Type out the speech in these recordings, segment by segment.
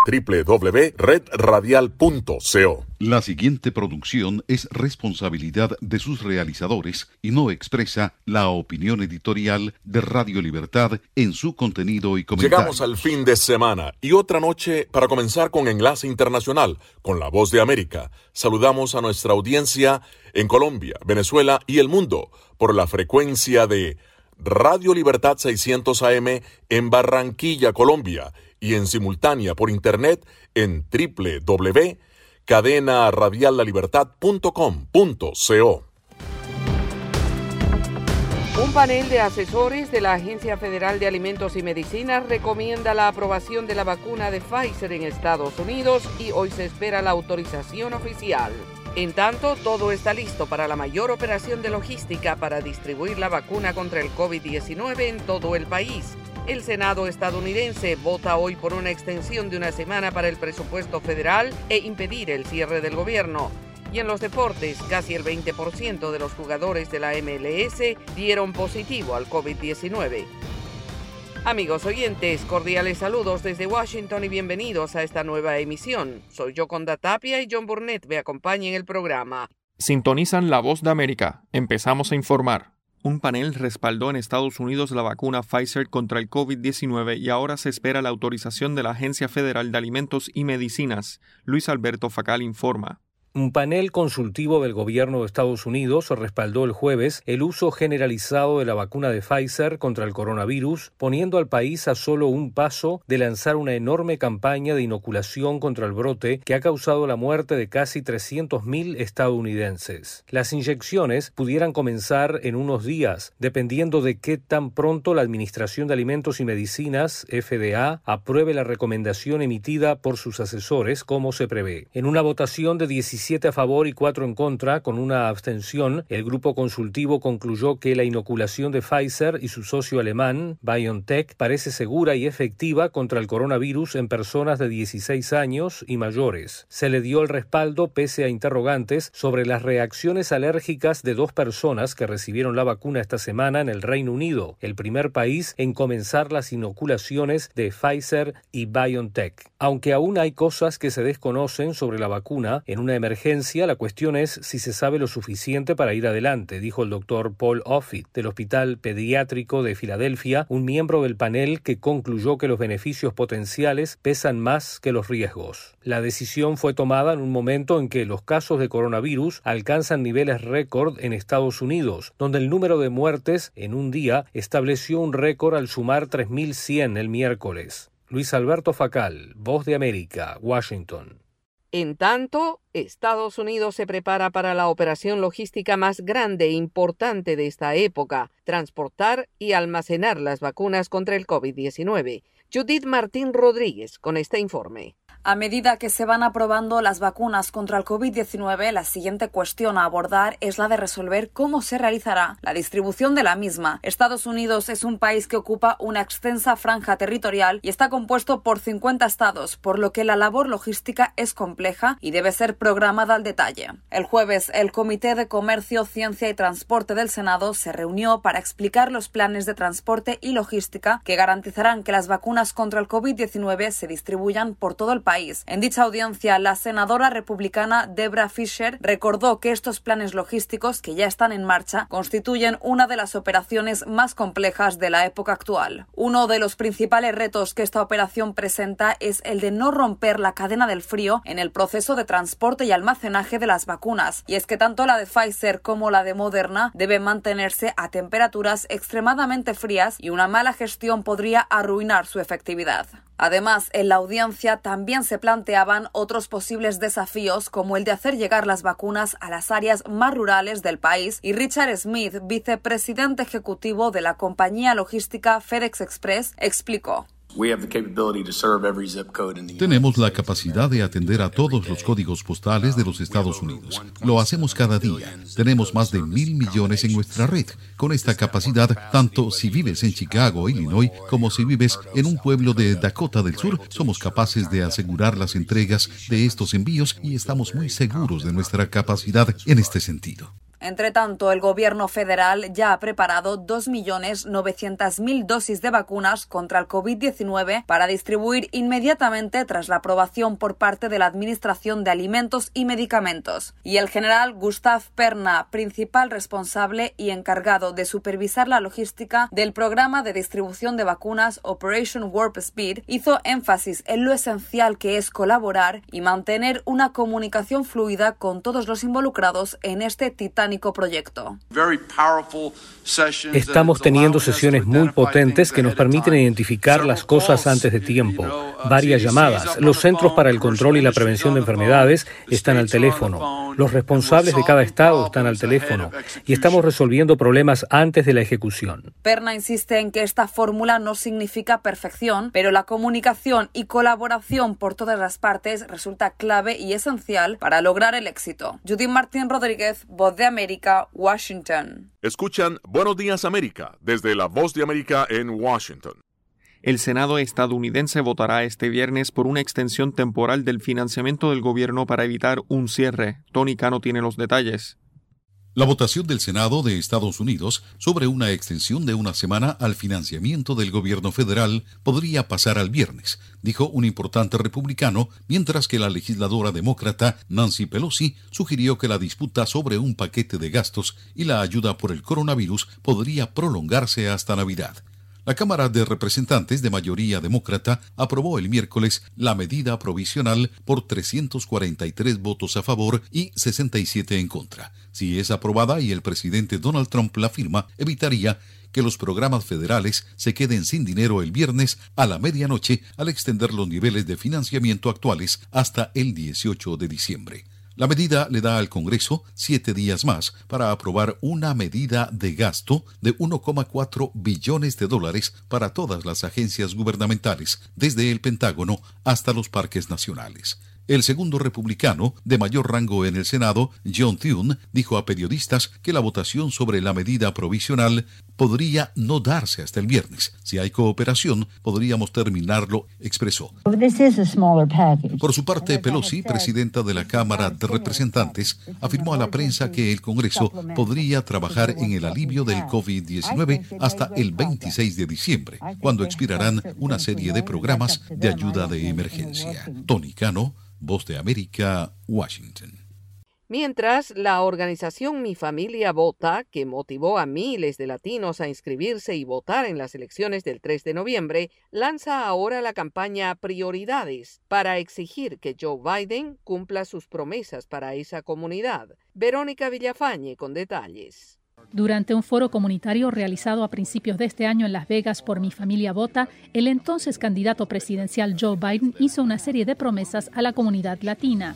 www.redradial.co. La siguiente producción es responsabilidad de sus realizadores y no expresa la opinión editorial de Radio Libertad en su contenido y comentarios. Llegamos al fin de semana y otra noche para comenzar con Enlace Internacional con La Voz de América. Saludamos a nuestra audiencia en Colombia, Venezuela y el mundo por la frecuencia de Radio Libertad 600 AM en Barranquilla, Colombia, y en simultánea por internet en www.cadenaradiallalibertad.com.co. Un panel de asesores de la Agencia Federal de Alimentos y Medicinas recomienda la aprobación de la vacuna de Pfizer en Estados Unidos y hoy se espera la autorización oficial. En tanto, todo está listo para la mayor operación de logística para distribuir la vacuna contra el COVID-19 en todo el país. El Senado estadounidense vota hoy por una extensión de una semana para el presupuesto federal e impedir el cierre del gobierno. Y en los deportes, casi el 20% de los jugadores de la MLS dieron positivo al COVID-19. Amigos oyentes, cordiales saludos desde Washington y bienvenidos a esta nueva emisión. Soy Yoconda Tapia y John Burnett me acompaña en el programa. Sintonizan La Voz de América. Empezamos a informar. Un panel respaldó en Estados Unidos la vacuna Pfizer contra el COVID-19 y ahora se espera la autorización de la Agencia Federal de Alimentos y Medicinas. Luis Alberto Facal informa. Un panel consultivo del gobierno de Estados Unidos respaldó el jueves el uso generalizado de la vacuna de Pfizer contra el coronavirus, poniendo al país a solo un paso de lanzar una enorme campaña de inoculación contra el brote que ha causado la muerte de casi 300.000 estadounidenses. Las inyecciones pudieran comenzar en unos días, dependiendo de qué tan pronto la Administración de Alimentos y Medicinas, FDA, apruebe la recomendación emitida por sus asesores, como se prevé. En una votación de 17 a favor y 4 en contra, con una abstención, el grupo consultivo concluyó que la inoculación de Pfizer y su socio alemán, BioNTech, parece segura y efectiva contra el coronavirus en personas de 16 años y mayores. Se le dio el respaldo pese a interrogantes sobre las reacciones alérgicas de 2 personas que recibieron la vacuna esta semana en el Reino Unido, el primer país en comenzar las inoculaciones de Pfizer y BioNTech. Aunque aún hay cosas que se desconocen sobre la vacuna, en una emergencia, la cuestión es si se sabe lo suficiente para ir adelante, dijo el doctor Paul Offit del Hospital Pediátrico de Filadelfia, un miembro del panel que concluyó que los beneficios potenciales pesan más que los riesgos. La decisión fue tomada en un momento en que los casos de coronavirus alcanzan niveles récord en Estados Unidos, donde el número de muertes en un día estableció un récord al sumar 3.100 el miércoles. Luis Alberto Facal, Voz de América, Washington. En tanto, Estados Unidos se prepara para la operación logística más grande e importante de esta época, transportar y almacenar las vacunas contra el COVID-19. Judith Martín Rodríguez con este informe. A medida que se van aprobando las vacunas contra el COVID-19, la siguiente cuestión a abordar es la de resolver cómo se realizará la distribución de la misma. Estados Unidos es un país que ocupa una extensa franja territorial y está compuesto por 50 estados, por lo que la labor logística es compleja y debe ser programada al detalle. El jueves, el Comité de Comercio, Ciencia y Transporte del Senado se reunió para explicar los planes de transporte y logística que garantizarán que las vacunas contra el COVID-19 se distribuyan por todo el país. En dicha audiencia, la senadora republicana Debra Fischer recordó que estos planes logísticos, que ya están en marcha, constituyen una de las operaciones más complejas de la época actual. Uno de los principales retos que esta operación presenta es el de no romper la cadena del frío en el proceso de transporte y almacenaje de las vacunas. Y es que tanto la de Pfizer como la de Moderna deben mantenerse a temperaturas extremadamente frías y una mala gestión podría arruinar su efectividad. Además, en la audiencia también se planteaban otros posibles desafíos como el de hacer llegar las vacunas a las áreas más rurales del país y Richard Smith, vicepresidente ejecutivo de la compañía logística FedEx Express, explicó. Tenemos la capacidad de atender a todos los códigos postales de los Estados Unidos. Lo hacemos cada día. Tenemos más de 1.000 millones en nuestra red. Con esta capacidad, tanto si vives en Chicago, Illinois, como si vives en un pueblo de Dakota del Sur, somos capaces de asegurar las entregas de estos envíos y estamos muy seguros de nuestra capacidad en este sentido. Entre tanto, el gobierno federal ya ha preparado 2.900.000 dosis de vacunas contra el COVID-19 para distribuir inmediatamente tras la aprobación por parte de la Administración de Alimentos y Medicamentos. Y el general Gustav Perna, principal responsable y encargado de supervisar la logística del programa de distribución de vacunas Operation Warp Speed, hizo énfasis en lo esencial que es colaborar y mantener una comunicación fluida con todos los involucrados en este titánico proyecto. Estamos teniendo sesiones muy potentes que nos permiten identificar las cosas antes de tiempo. Varias llamadas. Los Centros para el Control y la Prevención de Enfermedades están al teléfono. Los responsables de cada estado están al teléfono. Y estamos resolviendo problemas antes de la ejecución. Perna insiste en que esta fórmula no significa perfección, pero la comunicación y colaboración por todas las partes resulta clave y esencial para lograr el éxito. Judith Martín Rodríguez, Voz de América, Washington. Escuchan Buenos Días América desde la Voz de América en Washington. El Senado estadounidense votará este viernes por una extensión temporal del financiamiento del gobierno para evitar un cierre. Tony Cano tiene los detalles. La votación del Senado de Estados Unidos sobre una extensión de una semana al financiamiento del gobierno federal podría pasar al viernes, dijo un importante republicano, mientras que la legisladora demócrata Nancy Pelosi sugirió que la disputa sobre un paquete de gastos y la ayuda por el coronavirus podría prolongarse hasta Navidad. La Cámara de Representantes de mayoría demócrata aprobó el miércoles la medida provisional por 343 votos a favor y 67 en contra. Si es aprobada y el presidente Donald Trump la firma, evitaría que los programas federales se queden sin dinero el viernes a la medianoche al extender los niveles de financiamiento actuales hasta el 18 de diciembre. La medida le da al Congreso 7 días más para aprobar una medida de gasto de $1,4 billones para todas las agencias gubernamentales, desde el Pentágono hasta los parques nacionales. El segundo republicano de mayor rango en el Senado, John Thune, dijo a periodistas que la votación sobre la medida provisional podría no darse hasta el viernes. Si hay cooperación, podríamos terminarlo, expresó. Por su parte, Pelosi, presidenta de la Cámara de Representantes, afirmó a la prensa que el Congreso podría trabajar en el alivio del COVID-19 hasta el 26 de diciembre, cuando expirarán una serie de programas de ayuda de emergencia. Tony Cano, Voz de América, Washington. Mientras, la organización Mi Familia Vota, que motivó a miles de latinos a inscribirse y votar en las elecciones del 3 de noviembre, lanza ahora la campaña Prioridades para exigir que Joe Biden cumpla sus promesas para esa comunidad. Verónica Villafañe con detalles. Durante un foro comunitario realizado a principios de este año en Las Vegas por Mi Familia Vota, el entonces candidato presidencial Joe Biden hizo una serie de promesas a la comunidad latina.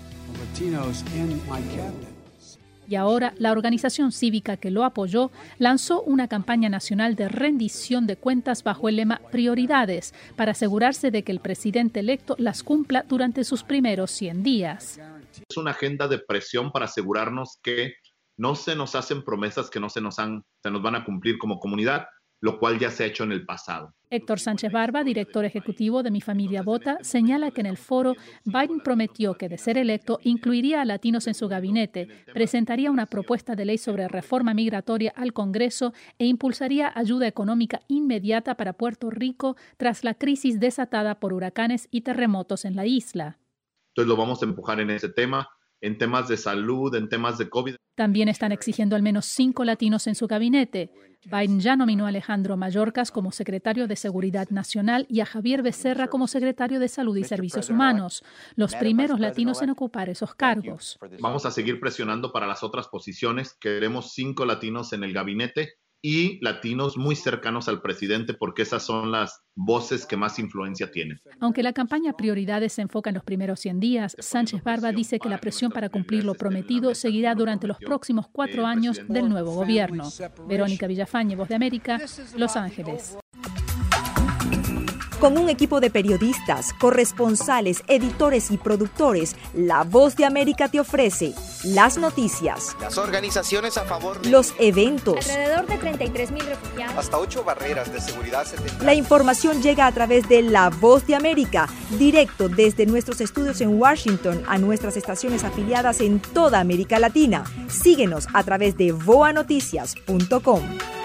Y ahora, la organización cívica que lo apoyó lanzó una campaña nacional de rendición de cuentas bajo el lema Prioridades, para asegurarse de que el presidente electo las cumpla durante sus primeros 100 días. Es una agenda de presión para asegurarnos que no se nos hacen promesas que se nos van a cumplir como comunidad, lo cual ya se ha hecho en el pasado. Héctor Sánchez Barba, director ejecutivo de Mi Familia Vota, señala que en el foro Biden prometió que, de ser electo, incluiría a latinos en su gabinete, presentaría una propuesta de ley sobre reforma migratoria al Congreso e impulsaría ayuda económica inmediata para Puerto Rico tras la crisis desatada por huracanes y terremotos en la isla. Entonces lo vamos a empujar en ese tema, en temas de salud, en temas de COVID. También están exigiendo al menos 5 latinos en su gabinete. Biden ya nominó a Alejandro Mayorkas como secretario de Seguridad Nacional y a Javier Becerra como secretario de Salud y Servicios Humanos, los primeros latinos en ocupar esos cargos. Vamos a seguir presionando para las otras posiciones. Queremos 5 latinos en el gabinete y latinos muy cercanos al presidente, porque esas son las voces que más influencia tienen. Aunque la campaña Prioridades se enfoca en los primeros 100 días, Sánchez Barba dice que la presión para cumplir lo prometido seguirá durante los próximos 4 años del nuevo gobierno. Verónica Villafañe, Voz de América, Los Ángeles. Con un equipo de periodistas, corresponsales, editores y productores, La Voz de América te ofrece las noticias, las organizaciones a favor de los eventos, alrededor de 33,000 refugiados, hasta 8 barreras de seguridad. La información llega a través de La Voz de América, directo desde nuestros estudios en Washington a nuestras estaciones afiliadas en toda América Latina. Síguenos a través de voanoticias.com.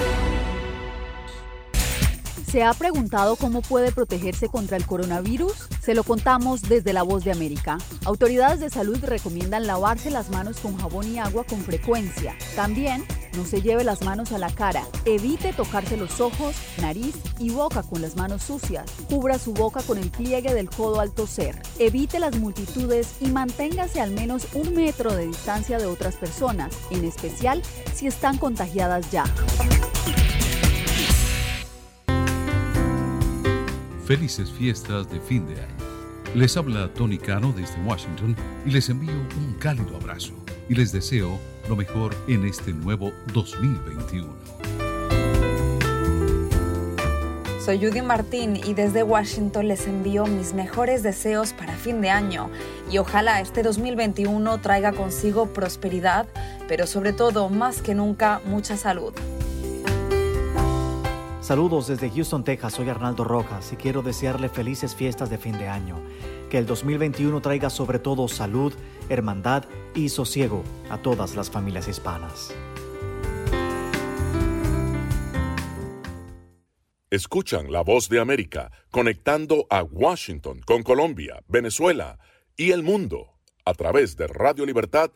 ¿Se ha preguntado cómo puede protegerse contra el coronavirus? Se lo contamos desde La Voz de América. Autoridades de salud recomiendan lavarse las manos con jabón y agua con frecuencia. También, no se lleve las manos a la cara. Evite tocarse los ojos, nariz y boca con las manos sucias. Cubra su boca con el pliegue del codo al toser. Evite las multitudes y manténgase al menos 1 metro de distancia de otras personas, en especial si están contagiadas ya. Felices fiestas de fin de año. Les habla Tony Cano desde Washington y les envío un cálido abrazo y les deseo lo mejor en este nuevo 2021. Soy Judy Martín y desde Washington les envío mis mejores deseos para fin de año y ojalá este 2021 traiga consigo prosperidad, pero sobre todo, más que nunca, mucha salud. Saludos desde Houston, Texas. Soy Arnaldo Rojas y quiero desearle felices fiestas de fin de año. Que el 2021 traiga sobre todo salud, hermandad y sosiego a todas las familias hispanas. Escuchan La Voz de América, conectando a Washington con Colombia, Venezuela y el mundo a través de Radio Libertad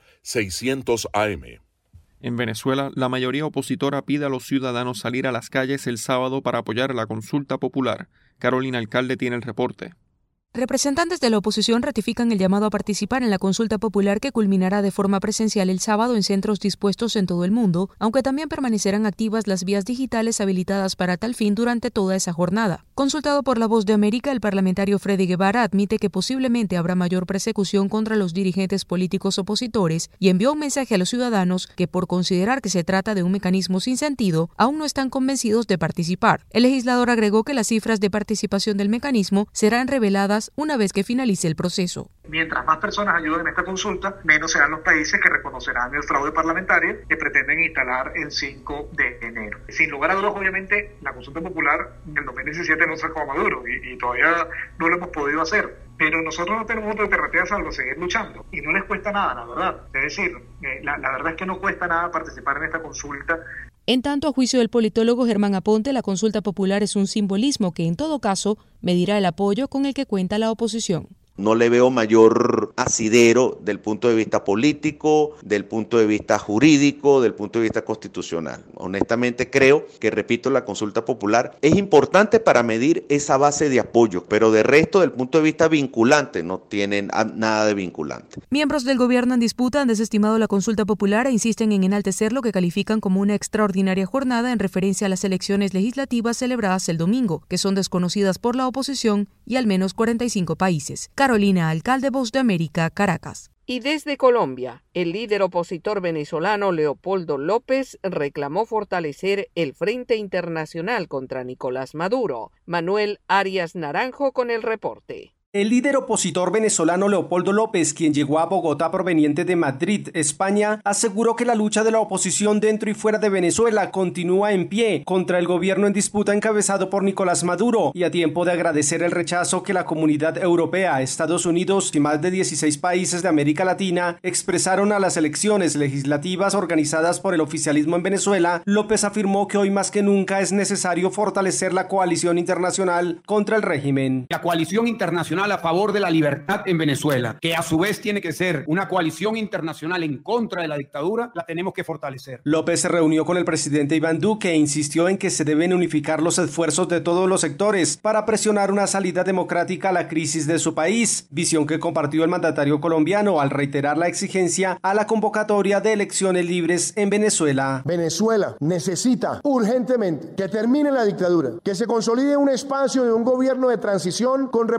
600 AM. En Venezuela, la mayoría opositora pide a los ciudadanos salir a las calles el sábado para apoyar la consulta popular. Carolina Alcalde tiene el reporte. Representantes de la oposición ratifican el llamado a participar en la consulta popular que culminará de forma presencial el sábado en centros dispuestos en todo el mundo, aunque también permanecerán activas las vías digitales habilitadas para tal fin durante toda esa jornada. Consultado por La Voz de América, el parlamentario Freddy Guevara admite que posiblemente habrá mayor persecución contra los dirigentes políticos opositores y envió un mensaje a los ciudadanos que, por considerar que se trata de un mecanismo sin sentido, aún no están convencidos de participar. El legislador agregó que las cifras de participación del mecanismo serán reveladas una vez que finalice el proceso. Mientras más personas ayuden en esta consulta, menos serán los países que reconocerán el fraude parlamentario que pretenden instalar el 5 de enero. Sin lugar a dudas, obviamente, la consulta popular en el 2017 no sacó a Maduro y todavía no lo hemos podido hacer. Pero nosotros no tenemos otra alternativa salvo seguir luchando. Y no les cuesta nada, la verdad. Es decir, la verdad es que no cuesta nada participar en esta consulta. En tanto, a juicio del politólogo Germán Aponte, la consulta popular es un simbolismo que, en todo caso, medirá el apoyo con el que cuenta la oposición. No le veo mayor asidero del punto de vista político, del punto de vista jurídico, del punto de vista constitucional. Honestamente creo que, repito, la consulta popular es importante para medir esa base de apoyo, pero de resto, del punto de vista vinculante, no tienen nada de vinculante. Miembros del gobierno en disputa han desestimado la consulta popular e insisten en enaltecer lo que califican como una extraordinaria jornada en referencia a las elecciones legislativas celebradas el domingo, que son desconocidas por la oposición y al menos 45 países. Carolina Alcalde, Voz de América, Caracas. Y desde Colombia, el líder opositor venezolano Leopoldo López reclamó fortalecer el Frente Internacional contra Nicolás Maduro. Manuel Arias Naranjo con el reporte. El líder opositor venezolano Leopoldo López, quien llegó a Bogotá proveniente de Madrid, España, aseguró que la lucha de la oposición dentro y fuera de Venezuela continúa en pie contra el gobierno en disputa encabezado por Nicolás Maduro, y a tiempo de agradecer el rechazo que la Comunidad Europea, Estados Unidos y más de 16 países de América Latina expresaron a las elecciones legislativas organizadas por el oficialismo en Venezuela, López afirmó que hoy más que nunca es necesario fortalecer la coalición internacional contra el régimen. La coalición internacional a favor de la libertad en Venezuela, que a su vez tiene que ser una coalición internacional en contra de la dictadura, la tenemos que fortalecer. López se reunió con el presidente Iván Duque e insistió en que se deben unificar los esfuerzos de todos los sectores para presionar una salida democrática a la crisis de su país, visión que compartió el mandatario colombiano al reiterar la exigencia a la convocatoria de elecciones libres en Venezuela. Venezuela necesita urgentemente que termine la dictadura, que se consolide un espacio de un gobierno de transición con representación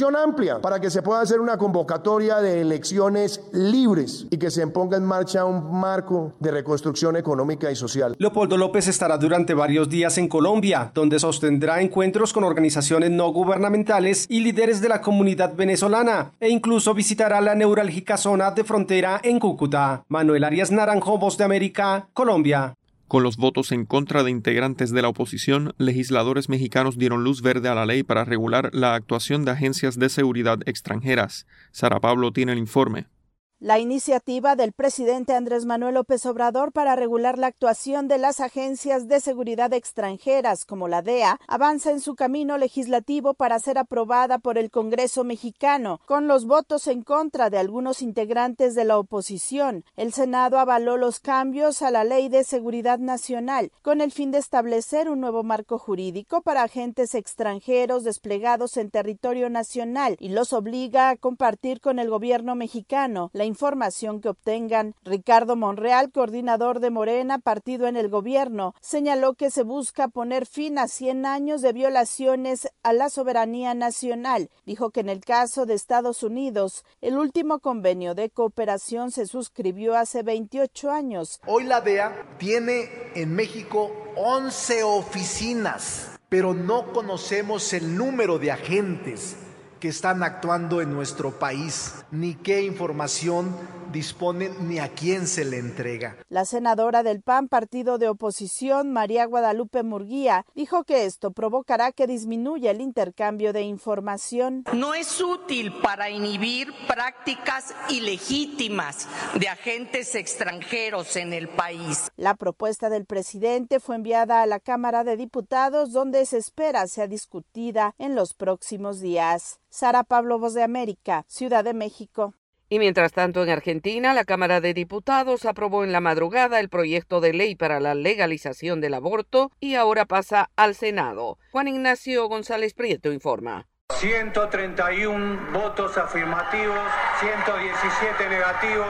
participación amplia para que se pueda hacer una convocatoria de elecciones libres y que se ponga en marcha un marco de reconstrucción económica y social. Leopoldo López estará durante varios días en Colombia, donde sostendrá encuentros con organizaciones no gubernamentales y líderes de la comunidad venezolana, e incluso visitará la neurálgica zona de frontera en Cúcuta. Manuel Arias Naranjo, Voz de América, Colombia. Con los votos en contra de integrantes de la oposición, legisladores mexicanos dieron luz verde a la ley para regular la actuación de agencias de seguridad extranjeras. Sara Pablo tiene el informe. La iniciativa del presidente Andrés Manuel López Obrador para regular la actuación de las agencias de seguridad extranjeras, como la DEA, avanza en su camino legislativo para ser aprobada por el Congreso mexicano. Con los votos en contra de algunos integrantes de la oposición, el Senado avaló los cambios a la Ley de Seguridad Nacional, con el fin de establecer un nuevo marco jurídico para agentes extranjeros desplegados en territorio nacional y los obliga a compartir con el gobierno mexicano la información que obtengan. Ricardo Monreal, coordinador de Morena, partido en el gobierno, señaló que se busca poner fin a 100 años de violaciones a la soberanía nacional. Dijo que en el caso de Estados Unidos, el último convenio de cooperación se suscribió hace 28 años. Hoy la DEA tiene en México 11 oficinas, pero no conocemos el número de agentes que están actuando en nuestro país, ni qué información disponen ni a quién se le entrega. La senadora del PAN, partido de oposición, María Guadalupe Murguía, dijo que esto provocará que disminuya el intercambio de información. No es útil para inhibir prácticas ilegítimas de agentes extranjeros en el país. La propuesta del presidente fue enviada a la Cámara de Diputados, donde se espera sea discutida en los próximos días. Sara Pablo, Voz de América, Ciudad de México. Y mientras tanto, en Argentina, la Cámara de Diputados aprobó en la madrugada el proyecto de ley para la legalización del aborto y ahora pasa al Senado. Juan Ignacio González Prieto informa. 131 votos afirmativos, 117 negativos,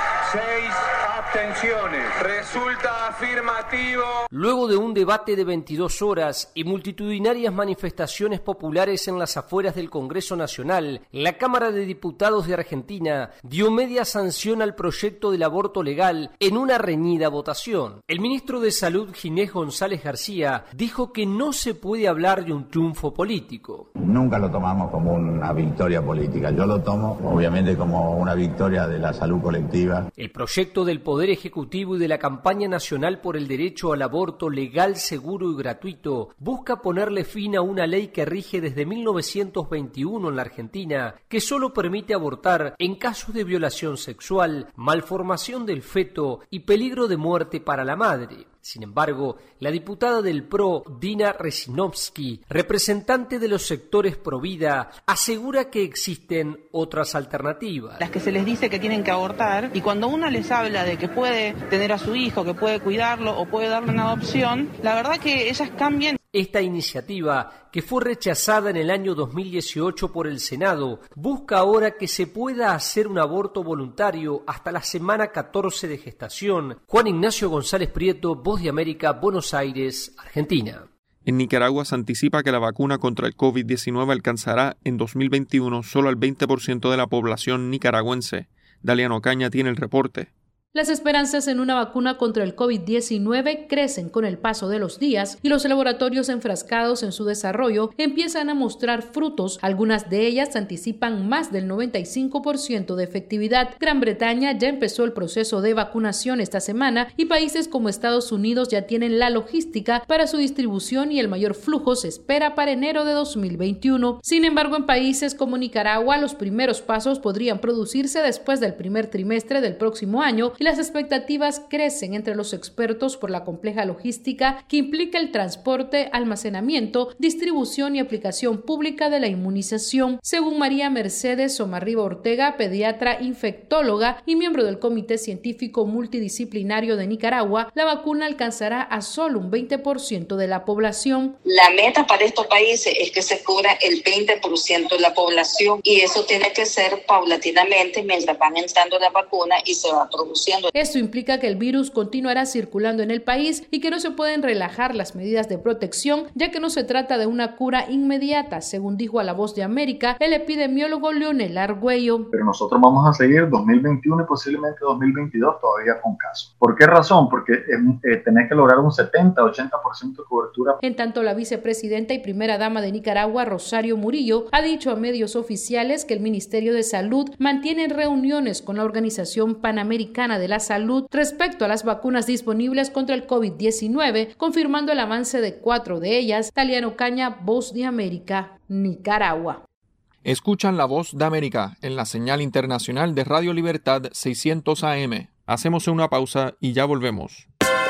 6 abstenciones. Resulta afirmativo. Luego de un debate de 22 horas y multitudinarias manifestaciones populares en las afueras del Congreso Nacional, la Cámara de Diputados de Argentina dio media sanción al proyecto del aborto legal en una reñida votación. El ministro de Salud, Ginés González García, dijo que no se puede hablar de un triunfo político. Nunca lo tomamos como una victoria política, yo lo tomo obviamente como una victoria de la salud colectiva. El proyecto del Poder Ejecutivo y de la Campaña Nacional por el Derecho al Aborto Legal, Seguro y Gratuito busca ponerle fin a una ley que rige desde 1921 en la Argentina, que solo permite abortar en casos de violación sexual, malformación del feto y peligro de muerte para la madre. Sin embargo, la diputada del PRO, Dina Resinovsky, representante de los sectores Provida, asegura que existen otras alternativas. Las que se les dice que tienen que abortar, y cuando uno les habla de que puede tener a su hijo, que puede cuidarlo o puede darle una adopción, la verdad que ellas cambian. Esta iniciativa, que fue rechazada en el año 2018 por el Senado, busca ahora que se pueda hacer un aborto voluntario hasta la semana 14 de gestación. Juan Ignacio González Prieto, Voz de América, Buenos Aires, Argentina. En Nicaragua se anticipa que la vacuna contra el COVID-19 alcanzará en 2021 solo al 20% de la población nicaragüense. Dalian Ocaña tiene el reporte. Las esperanzas en una vacuna contra el COVID-19 crecen con el paso de los días y los laboratorios enfrascados en su desarrollo empiezan a mostrar frutos. Algunas de ellas anticipan más del 95% de efectividad. Gran Bretaña ya empezó el proceso de vacunación esta semana y países como Estados Unidos ya tienen la logística para su distribución y el mayor flujo se espera para enero de 2021. Sin embargo, en países como Nicaragua, los primeros pasos podrían producirse después del primer trimestre del próximo año y las expectativas crecen entre los expertos por la compleja logística que implica el transporte, almacenamiento, distribución y aplicación pública de la inmunización. Según María Mercedes Omarriba Ortega, pediatra infectóloga y miembro del Comité Científico Multidisciplinario de Nicaragua, la vacuna alcanzará a solo un 20% de la población. La meta para estos países es que se cubra el 20% de la población y eso tiene que ser paulatinamente mientras van entrando la vacuna y se va produciendo haciendo. Esto implica que el virus continuará circulando en el país y que no se pueden relajar las medidas de protección, ya que no se trata de una cura inmediata, según dijo a La Voz de América el epidemiólogo Leonel Argüello. Pero nosotros vamos a seguir 2021 y posiblemente 2022 todavía con casos. ¿Por qué razón? Porque tenés que lograr un 70-80% de cobertura. En tanto, la vicepresidenta y primera dama de Nicaragua, Rosario Murillo, ha dicho a medios oficiales que el Ministerio de Salud mantiene reuniones con la Organización Panamericana de la Salud respecto a las vacunas disponibles contra el COVID-19, confirmando el avance de 4 de ellas. Taliano Caña, Voz de América, Nicaragua. Escuchan La Voz de América en la señal internacional de Radio Libertad 600 AM. Hacemos una pausa y ya volvemos.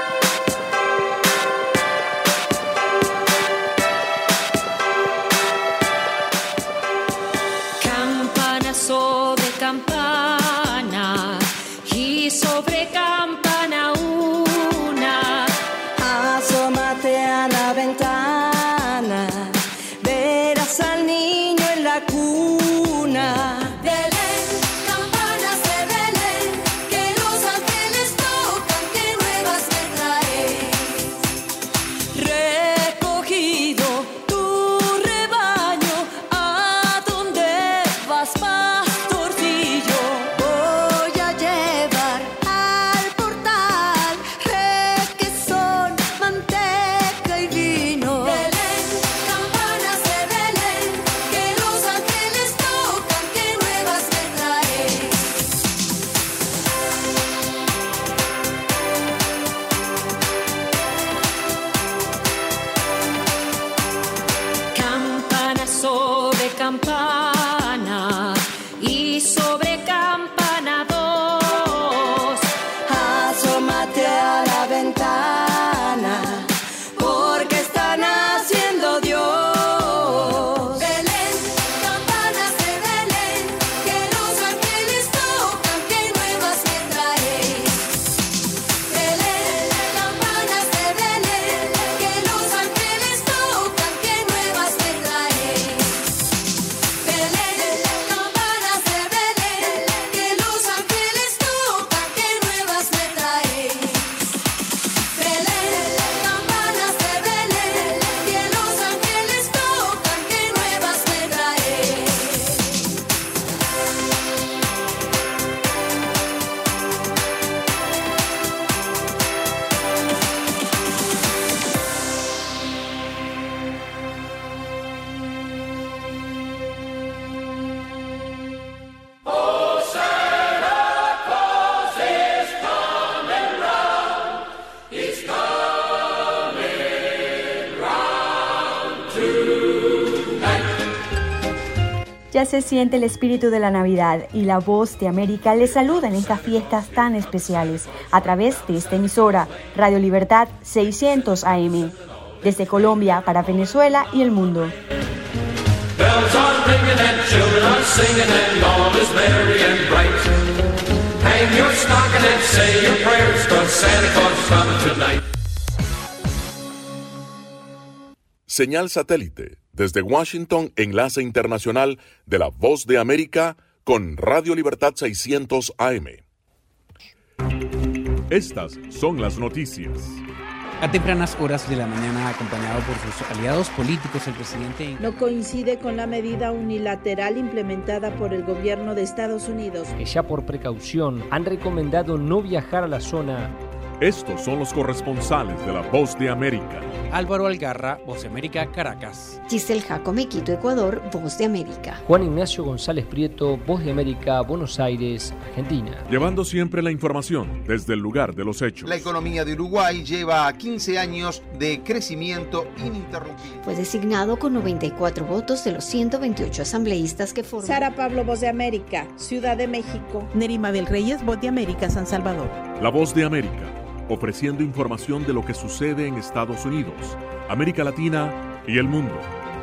Campana sobre campana y sobre campana una. Asómate a la ventana, verás al niño en la cuna. Campana y sobre campana dos, asómate a la ventana, porque están haciendo Dios. Belén, campanas de Belén, que los ángeles tocan, que nuevas me traéis. Belén, campanas de Belén, que los ángeles tocan, que nuevas me traéis. Ya se siente el espíritu de la Navidad y La Voz de América les saluda en estas fiestas tan especiales a través de esta emisora, Radio Libertad 600 AM, desde Colombia para Venezuela y el mundo. Señal satélite. Desde Washington, enlace internacional de La Voz de América con Radio Libertad 600 AM. Estas son las noticias. A tempranas horas de la mañana, acompañado por sus aliados políticos, el presidente no coincide con la medida unilateral implementada por el gobierno de Estados Unidos, que ya por precaución han recomendado no viajar a la zona. Estos son los corresponsales de La Voz de América. Álvaro Algarra, Voz de América, Caracas. Giselle Jacome, Quito, Ecuador, Voz de América. Juan Ignacio González Prieto, Voz de América, Buenos Aires, Argentina. Llevando siempre la información desde el lugar de los hechos. La economía de Uruguay lleva 15 años de crecimiento ininterrumpido. Fue designado con 94 votos de los 128 asambleístas que forman. Sara Pablo, Voz de América, Ciudad de México. Nerima Bel Reyes, Voz de América, San Salvador. La Voz de América, ofreciendo información de lo que sucede en Estados Unidos, América Latina y el mundo.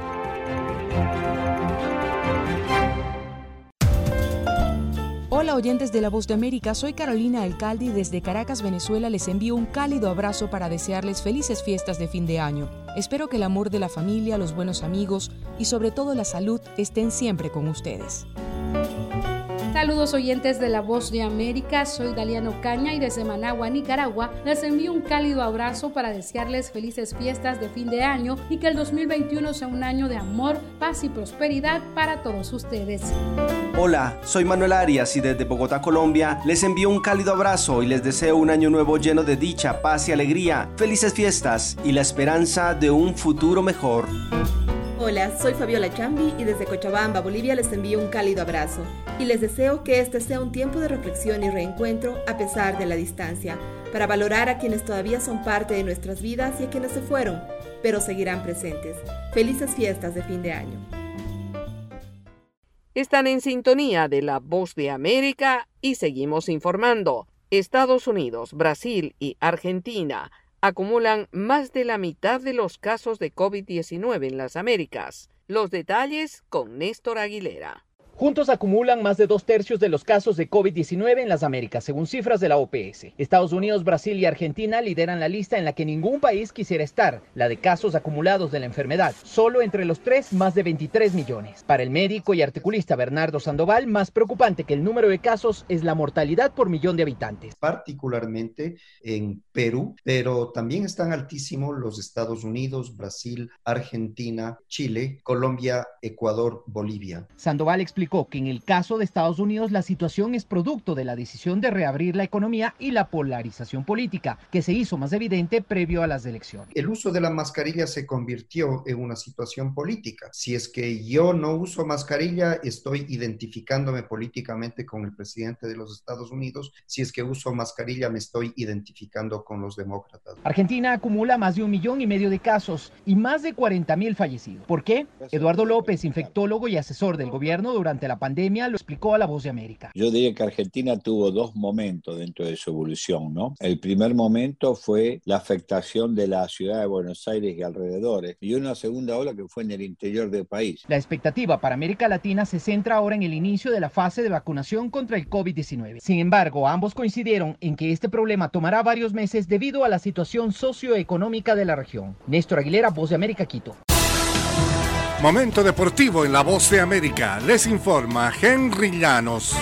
Hola oyentes de La Voz de América, soy Carolina Alcalde y desde Caracas, Venezuela les envío un cálido abrazo para desearles felices fiestas de fin de año. Espero que el amor de la familia, los buenos amigos y sobre todo la salud estén siempre con ustedes. Saludos oyentes de La Voz de América, soy Daliano Caña y desde Managua, Nicaragua, les envío un cálido abrazo para desearles felices fiestas de fin de año y que el 2021 sea un año de amor, paz y prosperidad para todos ustedes. Hola, soy Manuel Arias y desde Bogotá, Colombia, les envío un cálido abrazo y les deseo un año nuevo lleno de dicha, paz y alegría, felices fiestas y la esperanza de un futuro mejor. Hola, soy Fabiola Chambi y desde Cochabamba, Bolivia les envío un cálido abrazo y les deseo que este sea un tiempo de reflexión y reencuentro a pesar de la distancia, para valorar a quienes todavía son parte de nuestras vidas y a quienes se fueron, pero seguirán presentes. Felices fiestas de fin de año. Están en sintonía de La Voz de América y seguimos informando. Estados Unidos, Brasil y Argentina acumulan más de la mitad de los casos de COVID-19 en las Américas. Los detalles con Néstor Aguilera. Juntos acumulan más de 2/3 de los casos de COVID-19 en las Américas, según cifras de la OPS. Estados Unidos, Brasil y Argentina lideran la lista en la que ningún país quisiera estar, la de casos acumulados de la enfermedad. Solo entre los tres, más de 23 millones. Para el médico y articulista Bernardo Sandoval, más preocupante que el número de casos es la mortalidad por millón de habitantes. Particularmente en Perú, pero también están altísimos los Estados Unidos, Brasil, Argentina, Chile, Colombia, Ecuador, Bolivia. Sandoval explicó que en el caso de Estados Unidos la situación es producto de la decisión de reabrir la economía y la polarización política, que se hizo más evidente previo a las elecciones. El uso de la mascarilla se convirtió en una situación política. Si es que yo no uso mascarilla, estoy identificándome políticamente con el presidente de los Estados Unidos. Si es que uso mascarilla, me estoy identificando con los demócratas. Argentina acumula más de 1,5 millones de casos y más de 40,000 fallecidos. ¿Por qué? Eduardo López, infectólogo y asesor del gobierno durante la pandemia, lo explicó a La Voz de América. Yo diría que Argentina tuvo dos momentos dentro de su evolución, ¿no? El primer momento fue la afectación de la ciudad de Buenos Aires y alrededores, y una segunda ola que fue en el interior del país. La expectativa para América Latina se centra ahora en el inicio de la fase de vacunación contra el COVID-19. Sin embargo, ambos coincidieron en que este problema tomará varios meses debido a la situación socioeconómica de la región. Néstor Aguilera, Voz de América, Quito. Momento deportivo en La Voz de América. Les informa Henry Llanos.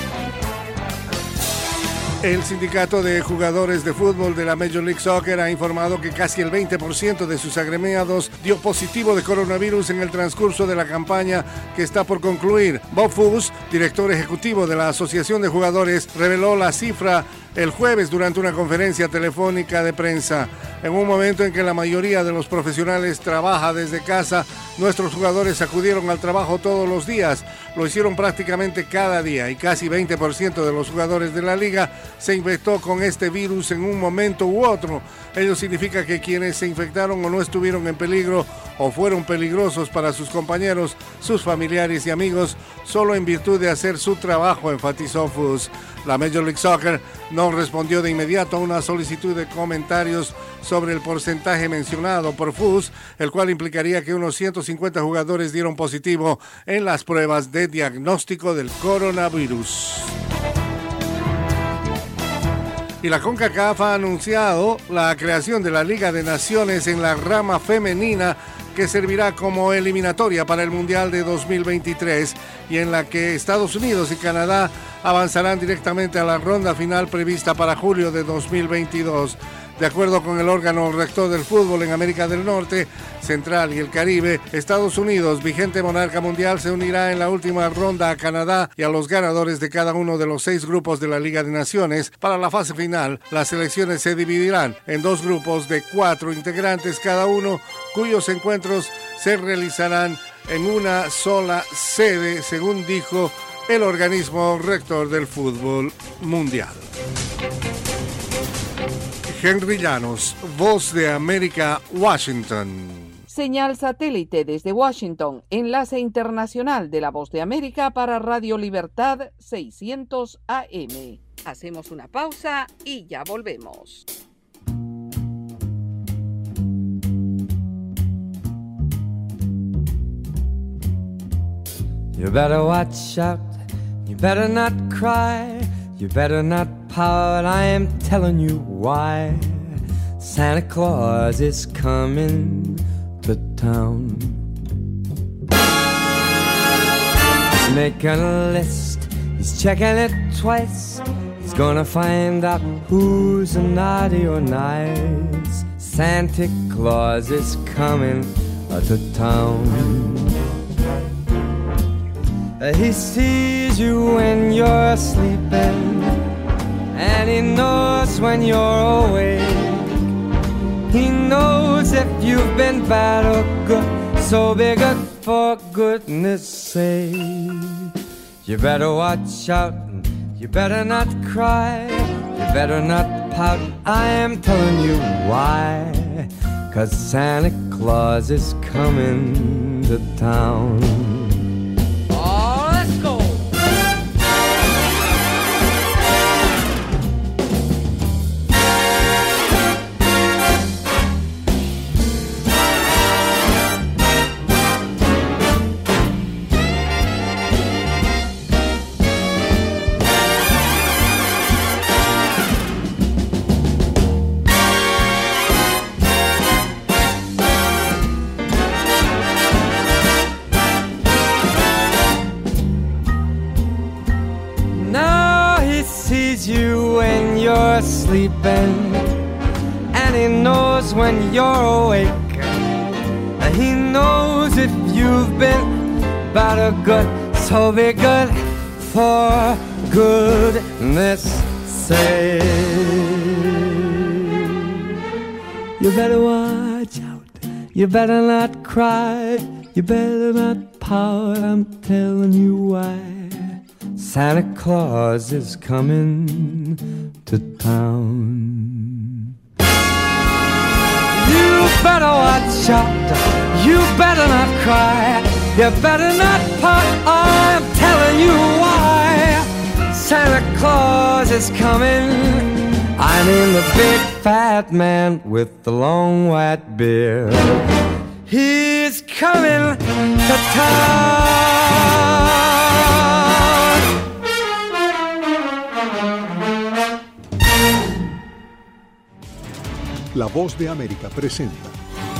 El sindicato de jugadores de fútbol de la Major League Soccer ha informado que casi el 20% de sus agremiados dio positivo de coronavirus en el transcurso de la campaña que está por concluir. Bob Foose, director ejecutivo de la Asociación de Jugadores, reveló la cifra el jueves durante una conferencia telefónica de prensa. En un momento en que la mayoría de los profesionales trabaja desde casa, nuestros jugadores acudieron al trabajo todos los días. Lo hicieron prácticamente cada día y casi 20% de los jugadores de la liga se infectó con este virus en un momento u otro. Ello significa que quienes se infectaron o no estuvieron en peligro o fueron peligrosos para sus compañeros, sus familiares y amigos, solo en virtud de hacer su trabajo, enfatizó Foose. La Major League Soccer no respondió de inmediato a una solicitud de comentarios sobre el porcentaje mencionado por Foose, el cual implicaría que unos 150 jugadores dieron positivo en las pruebas de diagnóstico del coronavirus. Y la CONCACAF ha anunciado la creación de la Liga de Naciones en la rama femenina, que servirá como eliminatoria para el Mundial de 2023 y en la que Estados Unidos y Canadá avanzarán directamente a la ronda final prevista para julio de 2022. De acuerdo con el órgano rector del fútbol en América del Norte, Central y el Caribe, Estados Unidos, vigente monarca mundial, se unirá en la última ronda a Canadá y a los ganadores de cada uno de los 6 grupos de la Liga de Naciones. Para la fase final, las selecciones se dividirán en 2 grupos de 4 integrantes cada uno, cuyos encuentros se realizarán en una sola sede, según dijo el organismo rector del fútbol mundial. Henry Llanos, Voz de América, Washington. Señal satélite desde Washington, enlace internacional de la Voz de América para Radio Libertad 600 AM. Hacemos una pausa y ya volvemos. You better watch out, you better not cry, you better not pout, I am telling you why. Santa Claus is coming to town. He's making a list, He's checking it twice. He's gonna find out who's naughty or nice. Santa Claus is coming to town. He sees you when you're sleeping, and he knows when you're awake. He knows if you've been bad or good, so be good for goodness sake. You better watch out, you better not cry, you better not pout, I am telling you why. 'Cause Santa Claus is coming to town. Oh, let's go! You when you're sleeping, and he knows when you're awake. He knows if you've been bad or good, so be good for goodness sake. You better watch out, you better not cry, you better not pout, I'm telling you why. Santa Claus is coming to town. You better watch out, you better not cry, you better not pout, I'm telling you why. Santa Claus is coming, I mean the big fat man with the long white beard. He's coming to town. La Voz de América presenta.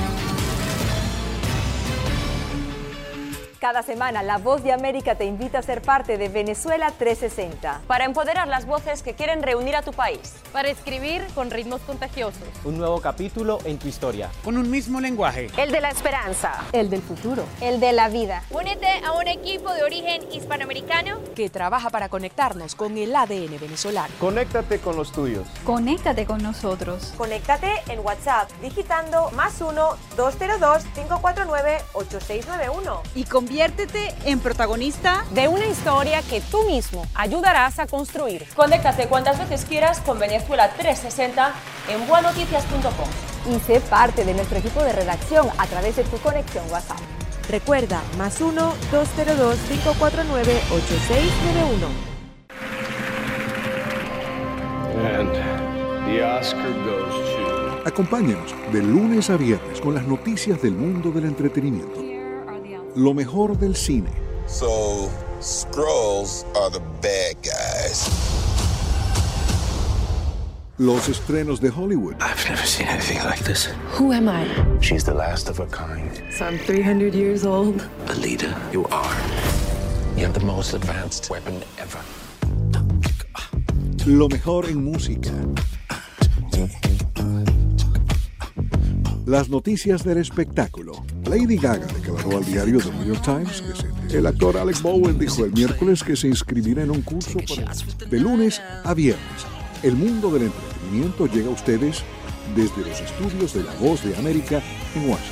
Cada semana, La Voz de América te invita a ser parte de Venezuela 360. Para empoderar las voces que quieren reunir a tu país. Para escribir con ritmos contagiosos. Un nuevo capítulo en tu historia. Con un mismo lenguaje. El de la esperanza. El del futuro. El de la vida. Únete a un equipo de origen hispanoamericano que trabaja para conectarnos con el ADN venezolano. Conéctate con los tuyos. Conéctate con nosotros. Conéctate en WhatsApp digitando +1 202 549 8691. Y conviértete en protagonista de una historia que tú mismo ayudarás a construir. Conéctate cuantas veces quieras con Venezuela 360 en buenoticias.com. Y sé parte de nuestro equipo de redacción a través de tu conexión WhatsApp. Recuerda, +1 202 549 8691. And the Oscar goes to... Acompáñanos de lunes a viernes con las noticias del mundo del entretenimiento. Lo mejor del cine. So, Skrulls are the bad guys. Los estrenos de Hollywood. I've never seen anything like this. Who am I? She's the last of her kind. So I'm 300 years old. Alita, you are. You have the most advanced weapon ever. Lo mejor en música. Las noticias del espectáculo. Lady Gaga declaró al diario The New York Times que el actor Alec Bowen dijo el miércoles que se inscribirá en un curso de lunes a viernes. El mundo del entretenimiento llega a ustedes desde los estudios de La Voz de América en Washington.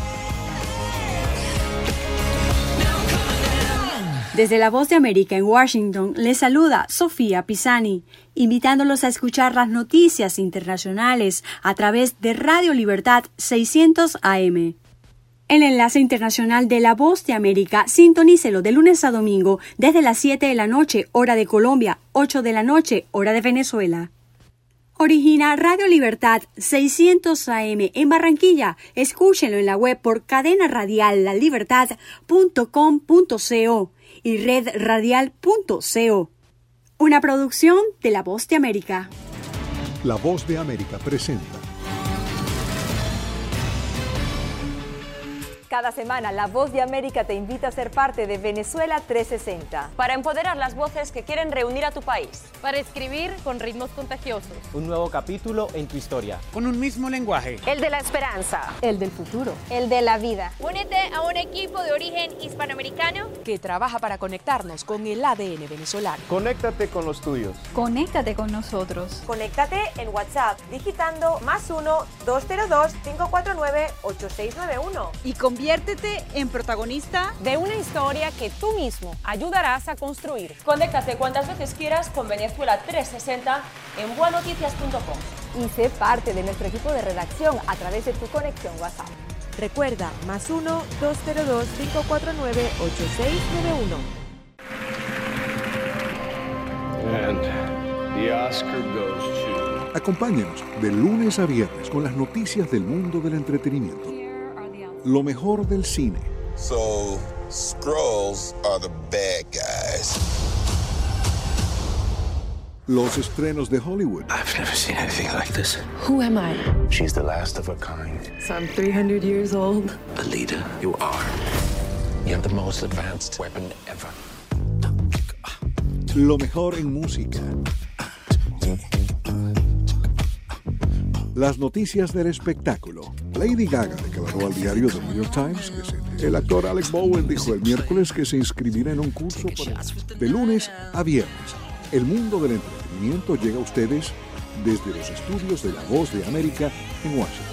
Desde La Voz de América en Washington, les saluda Sofía Pisani, invitándolos a escuchar las noticias internacionales a través de Radio Libertad 600 AM. El enlace internacional de La Voz de América, sintonícelo de lunes a domingo desde las 7 de la noche, hora de Colombia, 8 de la noche, hora de Venezuela. Origina Radio Libertad 600 AM en Barranquilla. Escúchenlo en la web por cadenaradiallalibertad.com.co y redradial.co. Una producción de La Voz de América. La Voz de América presenta Cada semana, La Voz de América te invita a ser parte de Venezuela 360. Para empoderar las voces que quieren reunir a tu país. Para escribir con ritmos contagiosos. Un nuevo capítulo en tu historia. Con un mismo lenguaje. El de la esperanza. El del futuro. El de la vida. Únete a un equipo de origen hispanoamericano que trabaja para conectarnos con el ADN venezolano. Conéctate con los tuyos. Conéctate con nosotros. Conéctate en WhatsApp digitando +1 202 549 8691. Y conviértete en protagonista de una historia que tú mismo ayudarás a construir. Conéctate cuantas veces quieras con Venezuela 360 en buenoticias.com. Y sé parte de nuestro equipo de redacción a través de tu conexión WhatsApp. Recuerda, +1 202 549 8691. And the Oscar goes to... Acompáñenos de lunes a viernes con las noticias del mundo del entretenimiento. Lo mejor del cine. So, Skrulls are the bad guys. Los estrenos de Hollywood. I've never seen anything like this. Who am I? She's the last of her kind. So I'm 300 years old. Alita, you are. You have the most advanced weapon ever. Lo mejor en música. Las noticias del espectáculo. Lady Gaga declaró al diario The New York Times que el actor Alex Bowen dijo el miércoles que se inscribirá en un curso de lunes a viernes. El mundo del entretenimiento llega a ustedes desde los estudios de La Voz de América en Washington.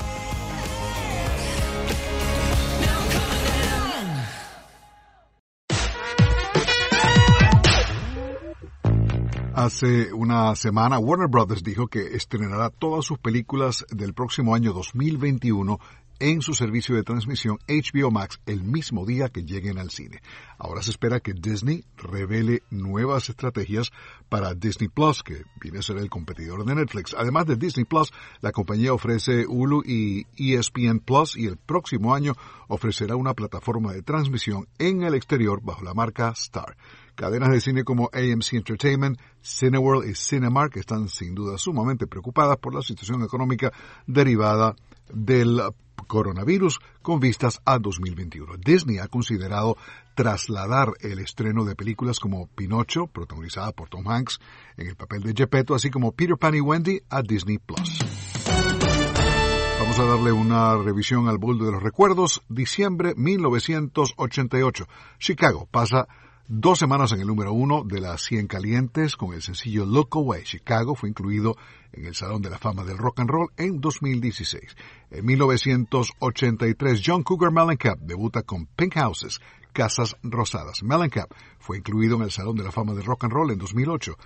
Hace una semana, Warner Brothers dijo que estrenará todas sus películas del próximo año 2021 en su servicio de transmisión HBO Max el mismo día que lleguen al cine. Ahora se espera que Disney revele nuevas estrategias para Disney Plus, que viene a ser el competidor de Netflix. Además de Disney Plus, la compañía ofrece Hulu y ESPN Plus y el próximo año ofrecerá una plataforma de transmisión en el exterior bajo la marca Star. Cadenas de cine como AMC Entertainment, Cineworld y Cinemark están sin duda sumamente preocupadas por la situación económica derivada del coronavirus con vistas a 2021. Disney ha considerado trasladar el estreno de películas como Pinocho, protagonizada por Tom Hanks en el papel de Geppetto, así como Peter Pan y Wendy a Disney Plus. Vamos a darle una revisión al baúl de los recuerdos. Diciembre 1988. Chicago pasa 2 semanas en el número 1 de las 100 calientes con el sencillo Look Away. Chicago fue incluido en el Salón de la Fama del Rock and Roll en 2016. En 1983, John Cougar Mellencamp debuta con Pink Houses, Casas Rosadas. Mellencamp fue incluido en el Salón de la Fama del Rock and Roll en 2008.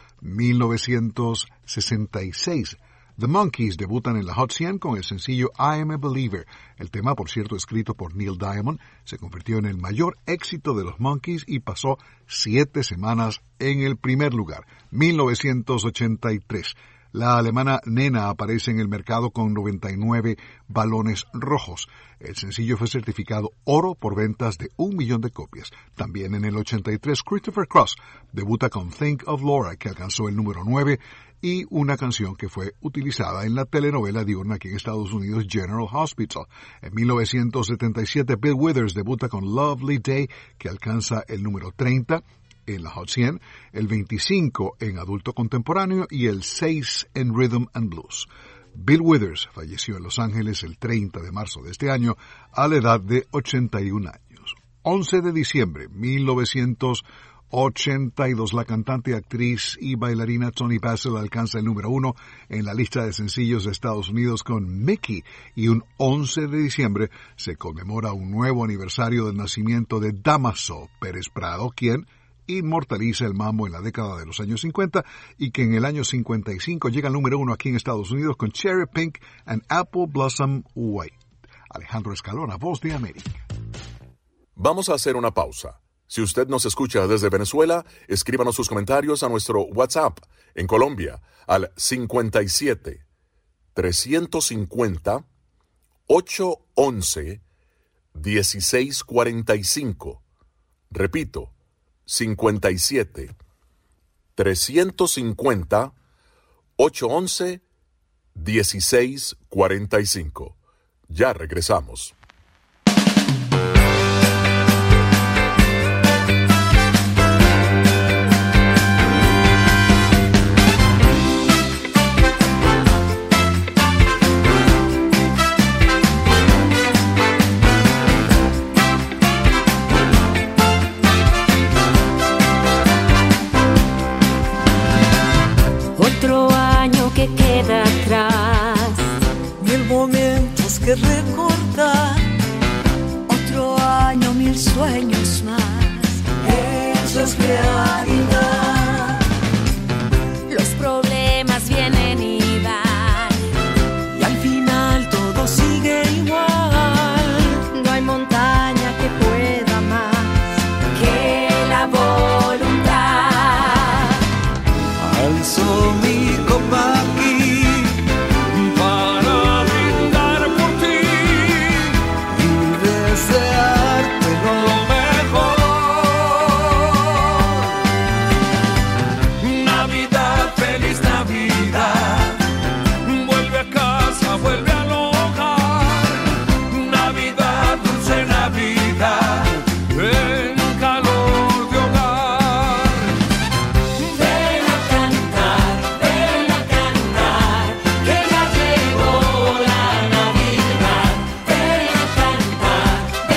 1966, The Monkees debutan en la Hot 100 con el sencillo I Am a Believer. El tema, por cierto, escrito por Neil Diamond, se convirtió en el mayor éxito de los Monkees y pasó 7 semanas en el primer lugar. 1983. La alemana Nena aparece en el mercado con 99 balones rojos. El sencillo fue certificado oro por ventas de 1 millón de copias. También en el 83, Christopher Cross debuta con Think of Laura, que alcanzó el número 9, y una canción que fue utilizada en la telenovela diurna aquí en Estados Unidos, General Hospital. En 1977, Bill Withers debuta con Lovely Day, que alcanza el número 30 en la Hot 100, el 25 en adulto contemporáneo y el 6 en Rhythm and Blues. Bill Withers falleció en Los Ángeles el 30 de marzo de este año a la edad de 81 años. 11 de diciembre, 1982, la cantante, actriz y bailarina Toni Basil alcanza el número 1 en la lista de sencillos de Estados Unidos con Mickey, y un 11 de diciembre se conmemora un nuevo aniversario del nacimiento de Damaso Pérez Prado, quien inmortaliza el mambo en la década de los años 50 y que en el año 55 llega al número 1 aquí en Estados Unidos con Cherry Pink and Apple Blossom White. Alejandro Escalona, Voz de América. Vamos a hacer una pausa. Si usted nos escucha desde Venezuela, escríbanos sus comentarios a nuestro WhatsApp en Colombia al 57 350 811 1645. Repito, 57 350 811 1645. Ya regresamos. que recordar. Otro año, 1000 sueños más. Hechos realidad. Los problemas vienen y van, Y al final todo sigue igual. no hay montaña que pueda más que la voluntad. Alzo mi copa aquí para brindar por ti y desearte lo mejor. Navidad, feliz Navidad. Vuelve a casa, vuelve al hogar. Navidad, dulce Navidad. En calor de hogar. Ven a cantar, que ya llegó la Navidad. Ven a cantar,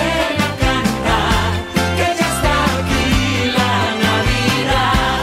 que ya está aquí la Navidad.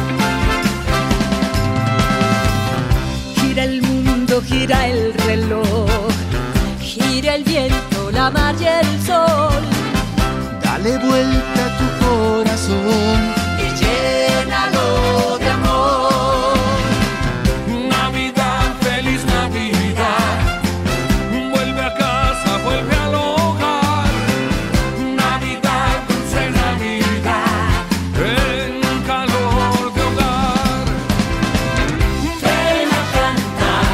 Gira el mundo, gira el reloj, gira el viento, la mar y el sol. Dale vuelta a tu corazón y llénalo de amor. Navidad, feliz Navidad. Vuelve a casa, vuelve al hogar. Navidad, dulce Navidad. En calor de hogar. Ven a cantar,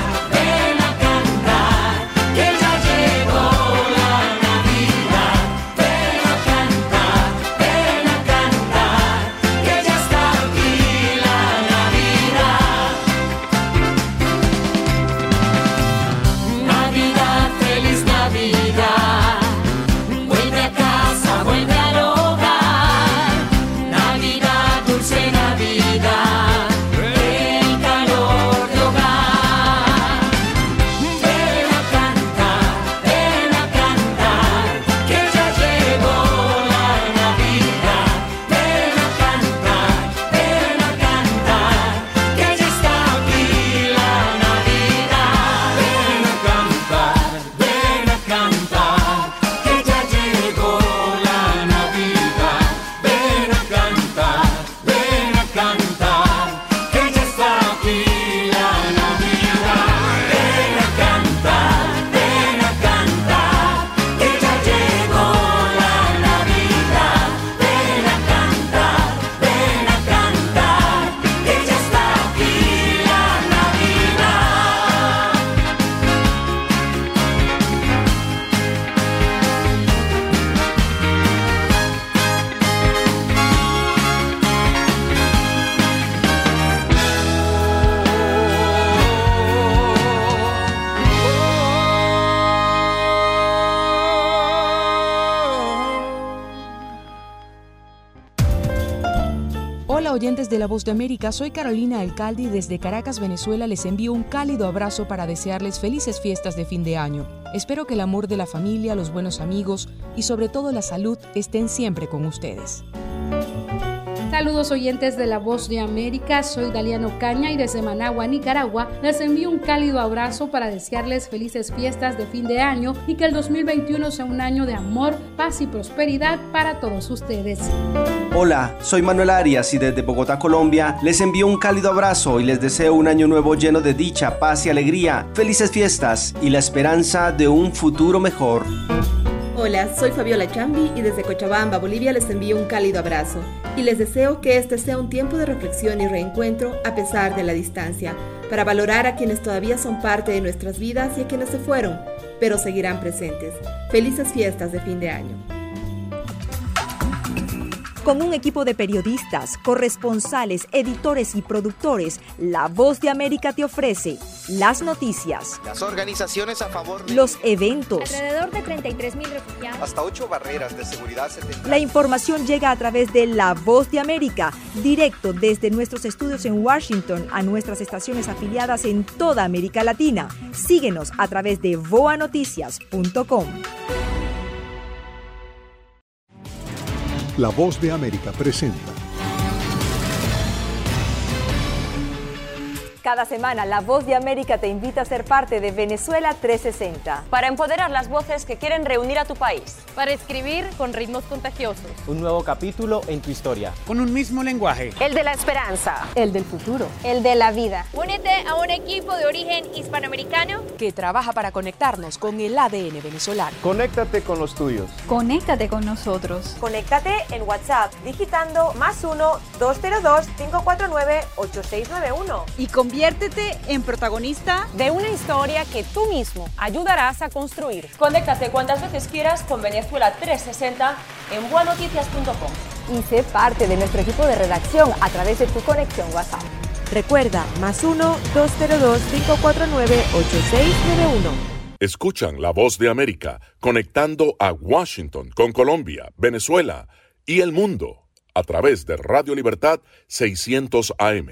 que ya llegó la Navidad. Ven a cantar, que ya está aquí la Navidad. Navidad, feliz Navidad. Vuelve a casa, vuelve al hogar. Navidad, dulce Navidad. El calor de hogar. Ven a cantar, que ya llegó la Navidad. Ven a cantar, que ya está aquí la Navidad. Ven a cantar, que ya llegó la Navidad. Ven a cantar, que ya está aquí la Navidad. Ven a cantar, que ya llegó la Navidad. Ven a cantar, que ya está aquí la Navidad. Hola oyentes de La Voz de América, soy Carolina Alcalde y desde Caracas, Venezuela les envío un cálido abrazo para desearles felices fiestas de fin de año. Espero que el amor de la familia, los buenos amigos y sobre todo la salud estén siempre con ustedes. Saludos oyentes de La Voz de América, soy Daliano Caña y desde Managua, Nicaragua, les envío un cálido abrazo para desearles felices fiestas de fin de año y que el 2021 sea un año de amor, paz y prosperidad para todos ustedes. Hola, soy Manuel Arias y desde Bogotá, Colombia, les envío un cálido abrazo y les deseo un año nuevo lleno de dicha, paz y alegría, felices fiestas y la esperanza de un futuro mejor. Hola, soy Fabiola Chambi y desde Cochabamba, Bolivia les envío un cálido abrazo y les deseo que este sea un tiempo de reflexión y reencuentro a pesar de la distancia, para valorar a quienes todavía son parte de nuestras vidas y a quienes se fueron, pero seguirán presentes. Felices fiestas de fin de año. Con un equipo de periodistas, corresponsales, editores y productores, La Voz de América te ofrece las noticias, las organizaciones a favor de los eventos, alrededor de 33,000 refugiados, hasta 8 barreras de seguridad se tendrán. La información llega a través de La Voz de América, directo desde nuestros estudios en Washington a nuestras estaciones afiliadas en toda América Latina. Síguenos a través de voanoticias.com. La Voz de América presenta Cada semana, La Voz de América te invita a ser parte de Venezuela 360. Para empoderar las voces que quieren reunir a tu país. Para escribir con ritmos contagiosos. Un nuevo capítulo en tu historia. Con un mismo lenguaje. El de la esperanza. El del futuro. El de la vida. Únete a un equipo de origen hispanoamericano que trabaja para conectarnos con el ADN venezolano. Conéctate con los tuyos. Conéctate con nosotros. Conéctate en WhatsApp digitando +1-202-549-8691. Y conviértete en protagonista de una historia que tú mismo ayudarás a construir. Conéctate cuantas veces quieras con Venezuela 360 en buenoticias.com. Y sé parte de nuestro equipo de redacción a través de tu conexión WhatsApp. Recuerda, +1-202-549-8691. Escuchan La Voz de América conectando a Washington con Colombia, Venezuela y el mundo a través de Radio Libertad 600 AM.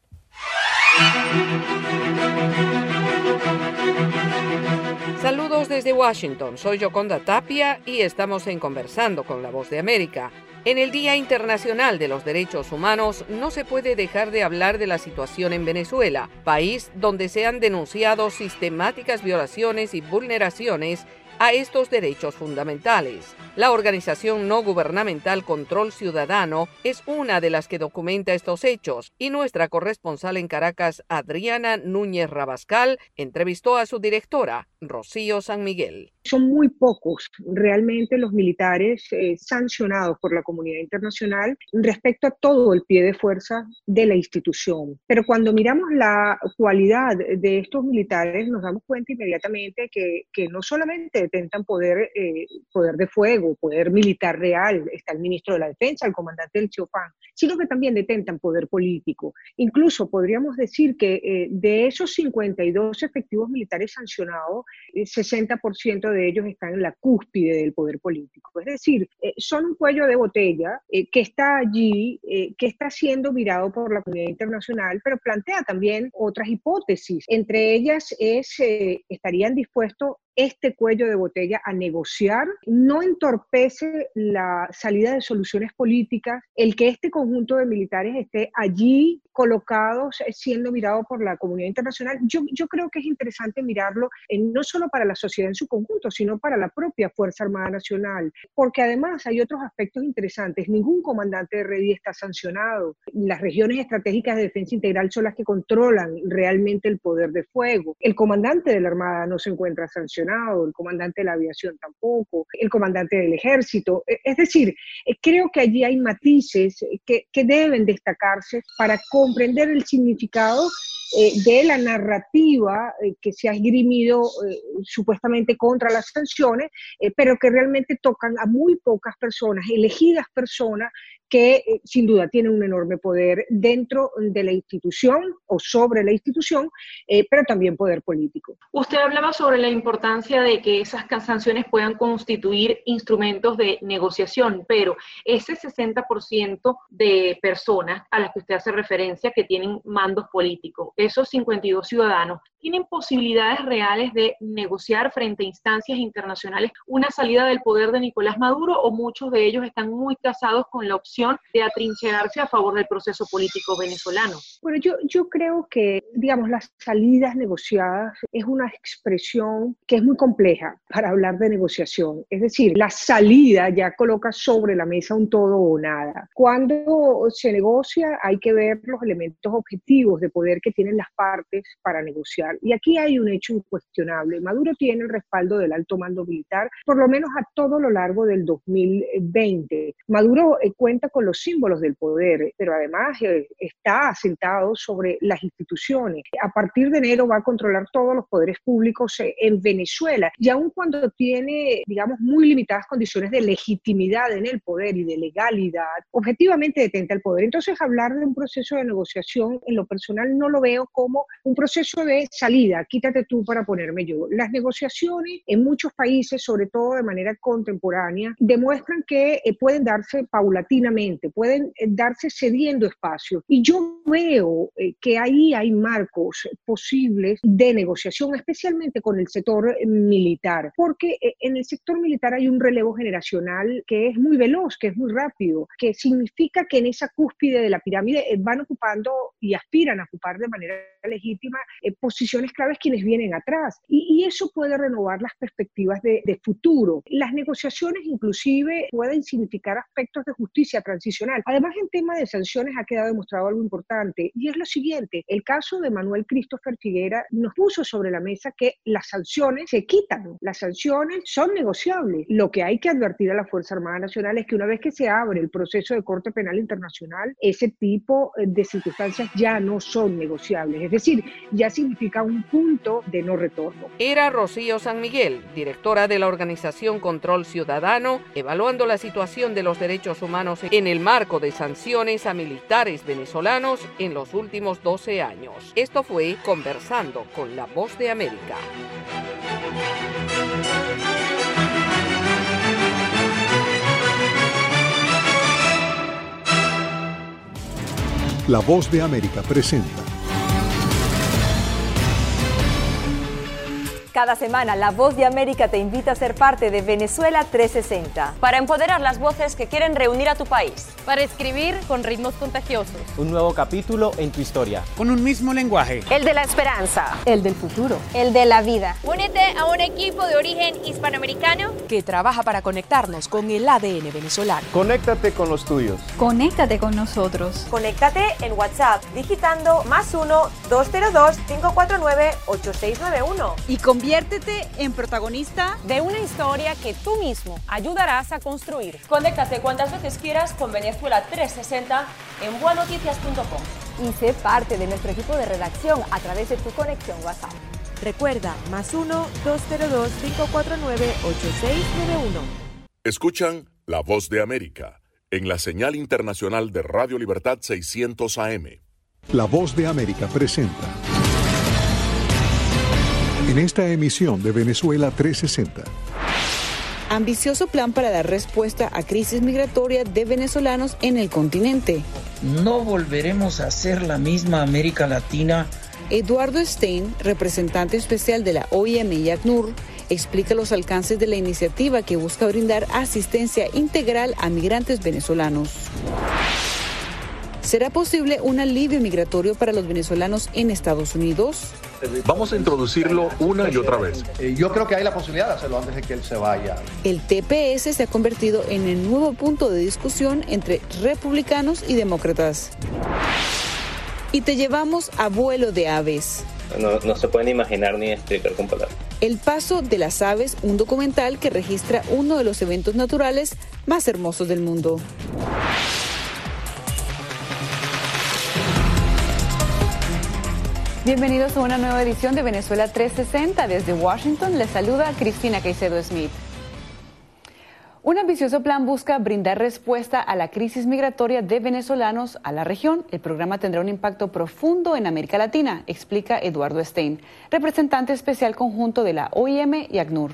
Saludos desde Washington, soy Yoconda Tapia y estamos en Conversando con La Voz de América. En el Día Internacional de los Derechos Humanos no se puede dejar de hablar de la situación en Venezuela, país donde se han denunciado sistemáticas violaciones y vulneraciones a estos derechos fundamentales. La organización no gubernamental Control Ciudadano es una de las que documenta estos hechos y nuestra corresponsal en Caracas, Adriana Núñez Rabascal, entrevistó a su directora, Rocío San Miguel. Son muy pocos realmente los militares sancionados por la comunidad internacional respecto a todo el pie de fuerza de la institución. Pero cuando miramos la cualidad de estos militares nos damos cuenta inmediatamente que no solamente detentan poder de fuego, poder militar real, está el ministro de la Defensa, el comandante del Chiofán, sino que también detentan poder político. Incluso podríamos decir que de esos 52 efectivos militares sancionados, 60% de ellos están en la cúspide del poder político. Es decir, son un cuello de botella que está allí, que está siendo mirado por la comunidad internacional, pero plantea también otras hipótesis. Entre ellas estarían dispuestos este cuello de botella a negociar. No entorpece la salida de soluciones políticas el que este conjunto de militares esté allí colocados, siendo mirado por la comunidad internacional. Yo creo que es interesante mirarlo no solo para la sociedad en su conjunto, sino para la propia Fuerza Armada Nacional, porque además hay otros aspectos interesantes. Ningún comandante de REDI está sancionado. Las regiones estratégicas de defensa integral son las que controlan realmente el poder de fuego. El comandante de la Armada no se encuentra sancionado, el comandante de la aviación tampoco, el comandante del ejército. Es decir, creo que allí hay matices que deben destacarse para comprender el significado de la narrativa que se ha esgrimido supuestamente contra las sanciones, pero que realmente tocan a muy pocas personas, elegidas personas, que sin duda tienen un enorme poder dentro de la institución o sobre la institución, pero también poder político. Usted hablaba sobre la importancia de que esas sanciones puedan constituir instrumentos de negociación, pero ese 60% de personas a las que usted hace referencia que tienen mandos políticos, esos 52 ciudadanos, ¿tienen posibilidades reales de negociar frente a instancias internacionales una salida del poder de Nicolás Maduro, o muchos de ellos están muy casados con la opción de atrincherarse a favor del proceso político venezolano? Bueno, yo creo que, digamos, las salidas negociadas es una expresión que es muy compleja para hablar de negociación. Es decir, la salida ya coloca sobre la mesa un todo o nada. Cuando se negocia hay que ver los elementos objetivos de poder que tienen las partes para negociar. Y aquí hay un hecho incuestionable. Maduro tiene el respaldo del alto mando militar, por lo menos a todo lo largo del 2020. Maduro cuenta con los símbolos del poder, pero además está asentado sobre las instituciones. A partir de enero va a controlar todos los poderes públicos en Venezuela, y aun cuando tiene, digamos, muy limitadas condiciones de legitimidad en el poder y de legalidad, objetivamente detenta el poder. Entonces, hablar de un proceso de negociación, en lo personal, no lo veo como un proceso de salida, quítate tú para ponerme yo. Las negociaciones en muchos países, sobre todo de manera contemporánea, demuestran que pueden darse paulatinamente, pueden darse cediendo espacio. Y yo veo que ahí hay marcos posibles de negociación, especialmente con el sector militar, porque en el sector militar hay un relevo generacional que es muy veloz, que es muy rápido, que significa que en esa cúspide de la pirámide van ocupando y aspiran a ocupar de manera legítima posiciones claves quienes vienen atrás. Y eso puede renovar las perspectivas de futuro. Las negociaciones inclusive pueden significar aspectos de justicia transicional. Además, en tema de sanciones ha quedado demostrado algo importante, y es lo siguiente: el caso de Manuel Christopher Figuera nos puso sobre la mesa que las sanciones se quitan, las sanciones son negociables. Lo que hay que advertir a la Fuerza Armada Nacional es que una vez que se abre el proceso de Corte Penal Internacional, ese tipo de circunstancias ya no son negociables, es decir, ya significa un punto de no retorno. Era Rocío San Miguel, directora de la organización Control Ciudadano, evaluando la situación de los derechos humanos en el marco de sanciones a militares venezolanos en los últimos 12 años. Esto fue Conversando con La Voz de América. La Voz de América presenta. Cada semana, La Voz de América te invita a ser parte de Venezuela 360. Para empoderar las voces que quieren reunir a tu país. Para escribir con ritmos contagiosos. Un nuevo capítulo en tu historia. Con un mismo lenguaje. El de la esperanza. El del futuro. El de la vida. Únete a un equipo de origen hispanoamericano que trabaja para conectarnos con el ADN venezolano. Conéctate con los tuyos. Conéctate con nosotros. Conéctate en WhatsApp digitando +1-202-549-8691. Y conviértete en protagonista de una historia que tú mismo ayudarás a construir. Conéctate cuantas veces quieras con Venezuela 360 en buenoticias.com. Y sé parte de nuestro equipo de redacción a través de tu conexión WhatsApp. Recuerda, +1-202-549-8691. Escuchan La Voz de América en la señal internacional de Radio Libertad 600 AM. La Voz de América presenta. En esta emisión de Venezuela 360. Ambicioso plan para dar respuesta a crisis migratoria de venezolanos en el continente. No volveremos a ser la misma América Latina. Eduardo Stein, representante especial de la OIM y ACNUR, explica los alcances de la iniciativa que busca brindar asistencia integral a migrantes venezolanos. ¿Será posible un alivio migratorio para los venezolanos en Estados Unidos? Vamos a introducirlo una y otra vez. Yo creo que hay la posibilidad de hacerlo antes de que él se vaya. El TPS se ha convertido en el nuevo punto de discusión entre republicanos y demócratas. Y te llevamos a Vuelo de Aves. No se pueden imaginar ni explicar con palabras. El Paso de las Aves, un documental que registra uno de los eventos naturales más hermosos del mundo. Bienvenidos a una nueva edición de Venezuela 360. Desde Washington les saluda Cristina Caicedo Smith. Un ambicioso plan busca brindar respuesta a la crisis migratoria de venezolanos a la región. El programa tendrá un impacto profundo en América Latina, explica Eduardo Stein, representante especial conjunto de la OIM y ACNUR.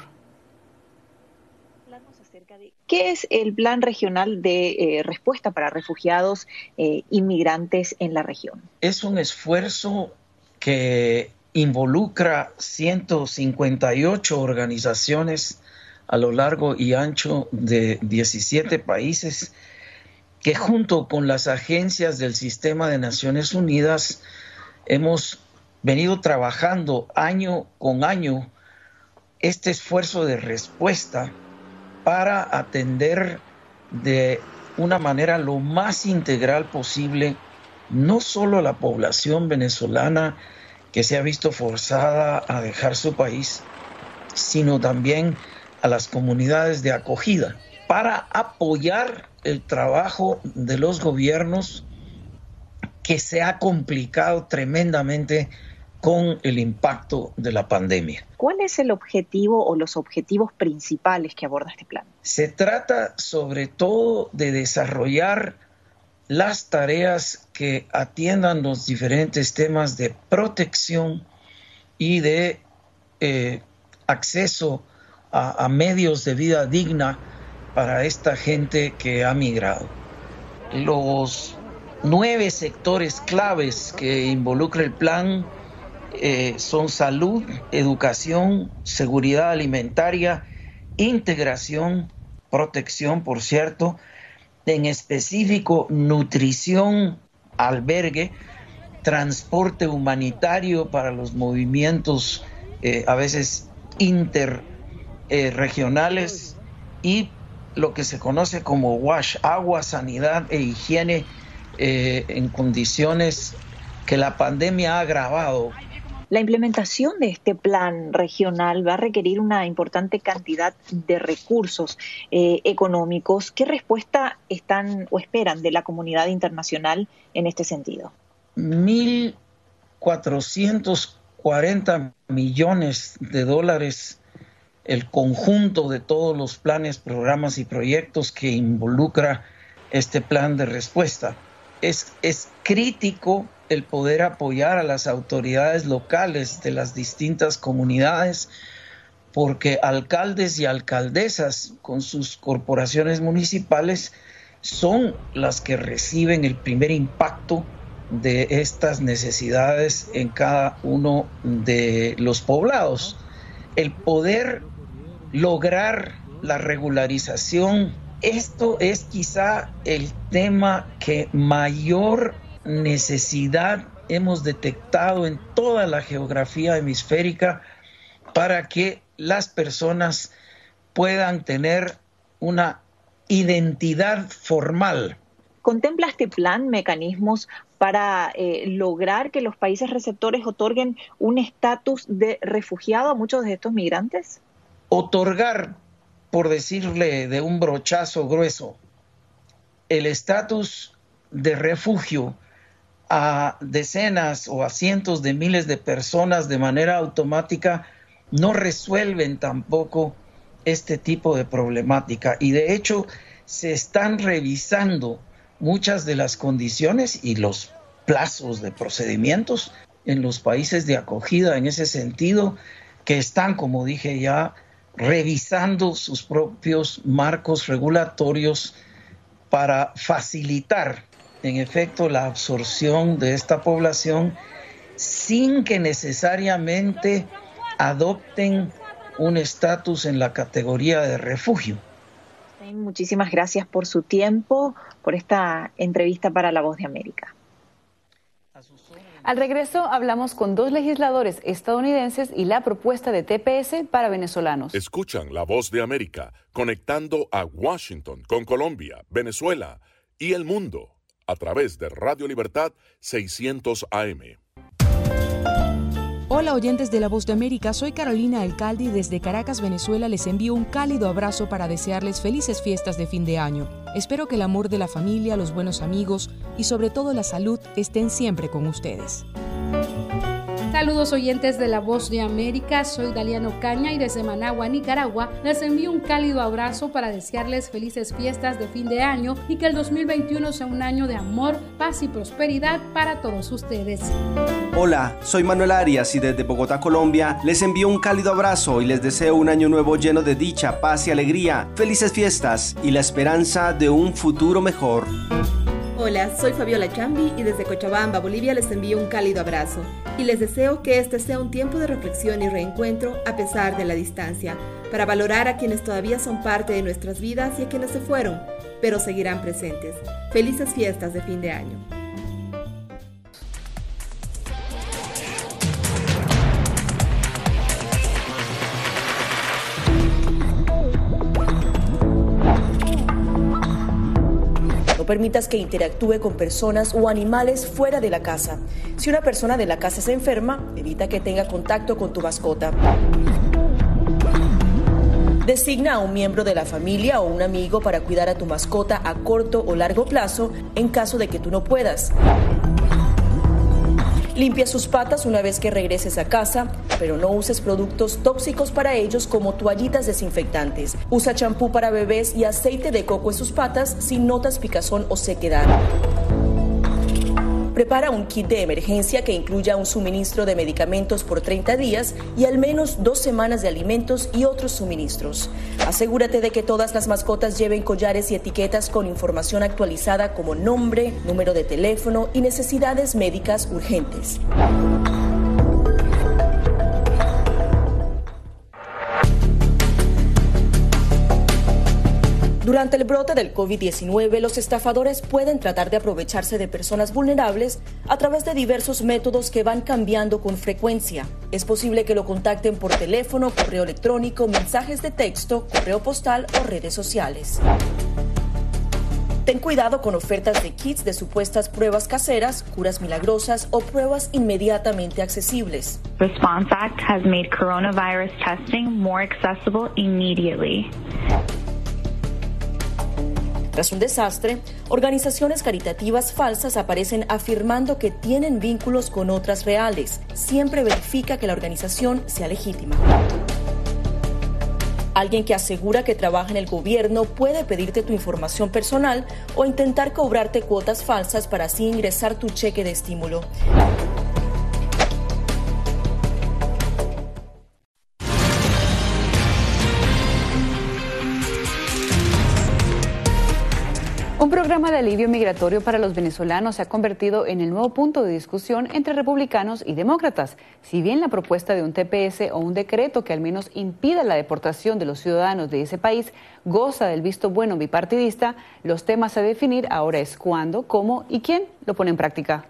¿Qué es el Plan Regional de Respuesta para Refugiados Inmigrantes en la región? Es un esfuerzo que involucra 158 organizaciones a lo largo y ancho de 17 países que junto con las agencias del Sistema de Naciones Unidas hemos venido trabajando año con año este esfuerzo de respuesta para atender de una manera lo más integral posible no solo a la población venezolana que se ha visto forzada a dejar su país, sino también a las comunidades de acogida, para apoyar el trabajo de los gobiernos que se ha complicado tremendamente con el impacto de la pandemia. ¿Cuál es el objetivo o los objetivos principales que aborda este plan? Se trata sobre todo de desarrollar las tareas que atiendan los diferentes temas de protección y de acceso a medios de vida digna para esta gente que ha migrado. Los 9 sectores claves que involucra el plan son salud, educación, seguridad alimentaria, integración, protección, por cierto, en específico nutrición, albergue transporte humanitario para los movimientos a veces interregionales y lo que se conoce como WASH, agua, sanidad e higiene en condiciones que la pandemia ha agravado. La implementación de este plan regional va a requerir una importante cantidad de recursos económicos. ¿Qué respuesta están o esperan de la comunidad internacional en este sentido? 1.440 millones de dólares el conjunto de todos los planes, programas y proyectos que involucra este plan de respuesta. Es crítico el poder apoyar a las autoridades locales de las distintas comunidades, porque alcaldes y alcaldesas con sus corporaciones municipales son las que reciben el primer impacto de estas necesidades en cada uno de los poblados. El poder lograr la regularización, esto es quizá el tema que mayor necesidad hemos detectado en toda la geografía hemisférica para que las personas puedan tener una identidad formal. ¿Contempla este plan mecanismos para lograr que los países receptores otorguen un estatus de refugiado a muchos de estos migrantes? Otorgar, por decirle de un brochazo grueso, el estatus de refugio a decenas o a cientos de miles de personas de manera automática no resuelven tampoco este tipo de problemática. Y de hecho se están revisando muchas de las condiciones y los plazos de procedimientos en los países de acogida en ese sentido, que están, como dije ya, revisando sus propios marcos regulatorios para facilitar, en efecto, la absorción de esta población sin que necesariamente adopten un estatus en la categoría de refugio. Muchísimas gracias por su tiempo, por esta entrevista para La Voz de América. Al regreso hablamos con 2 legisladores estadounidenses y la propuesta de TPS para venezolanos. Escuchan La Voz de América conectando a Washington con Colombia, Venezuela y el mundo a través de Radio Libertad 600 AM. Hola oyentes de La Voz de América, soy Carolina Alcalde y desde Caracas, Venezuela les envío un cálido abrazo para desearles felices fiestas de fin de año. Espero que el amor de la familia, los buenos amigos y sobre todo la salud estén siempre con ustedes. Saludos oyentes de La Voz de América, soy Daliano Caña y desde Managua, Nicaragua, les envío un cálido abrazo para desearles felices fiestas de fin de año y que el 2021 sea un año de amor, paz y prosperidad para todos ustedes. Hola, soy Manuel Arias y desde Bogotá, Colombia, les envío un cálido abrazo y les deseo un año nuevo lleno de dicha, paz y alegría, felices fiestas y la esperanza de un futuro mejor. Hola, soy Fabiola Chambi y desde Cochabamba, Bolivia les envío un cálido abrazo y les deseo que este sea un tiempo de reflexión y reencuentro a pesar de la distancia, para valorar a quienes todavía son parte de nuestras vidas y a quienes se fueron, pero seguirán presentes. Felices fiestas de fin de año. No permitas que interactúe con personas o animales fuera de la casa. Si una persona de la casa se enferma, evita que tenga contacto con tu mascota. Designa a un miembro de la familia o un amigo para cuidar a tu mascota a corto o largo plazo en caso de que tú no puedas. Limpia sus patas una vez que regreses a casa, pero no uses productos tóxicos para ellos como toallitas desinfectantes. Usa champú para bebés y aceite de coco en sus patas si notas picazón o sequedad. Prepara un kit de emergencia que incluya un suministro de medicamentos por 30 días y al menos 2 semanas de alimentos y otros suministros. Asegúrate de que todas las mascotas lleven collares y etiquetas con información actualizada como nombre, número de teléfono y necesidades médicas urgentes. Durante el brote del COVID-19, los estafadores pueden tratar de aprovecharse de personas vulnerables a través de diversos métodos que van cambiando con frecuencia. Es posible que lo contacten por teléfono, correo electrónico, mensajes de texto, correo postal o redes sociales. Ten cuidado con ofertas de kits de supuestas pruebas caseras, curas milagrosas o pruebas inmediatamente accesibles. Response Act has made coronavirus testing more accessible immediately. Tras un desastre, organizaciones caritativas falsas aparecen afirmando que tienen vínculos con otras reales. Siempre verifica que la organización sea legítima. Alguien que asegura que trabaja en el gobierno puede pedirte tu información personal o intentar cobrarte cuotas falsas para así ingresar tu cheque de estímulo. Un programa de alivio migratorio para los venezolanos se ha convertido en el nuevo punto de discusión entre republicanos y demócratas. Si bien la propuesta de un TPS o un decreto que al menos impida la deportación de los ciudadanos de ese país goza del visto bueno bipartidista, los temas a definir ahora es cuándo, cómo y quién lo pone en práctica.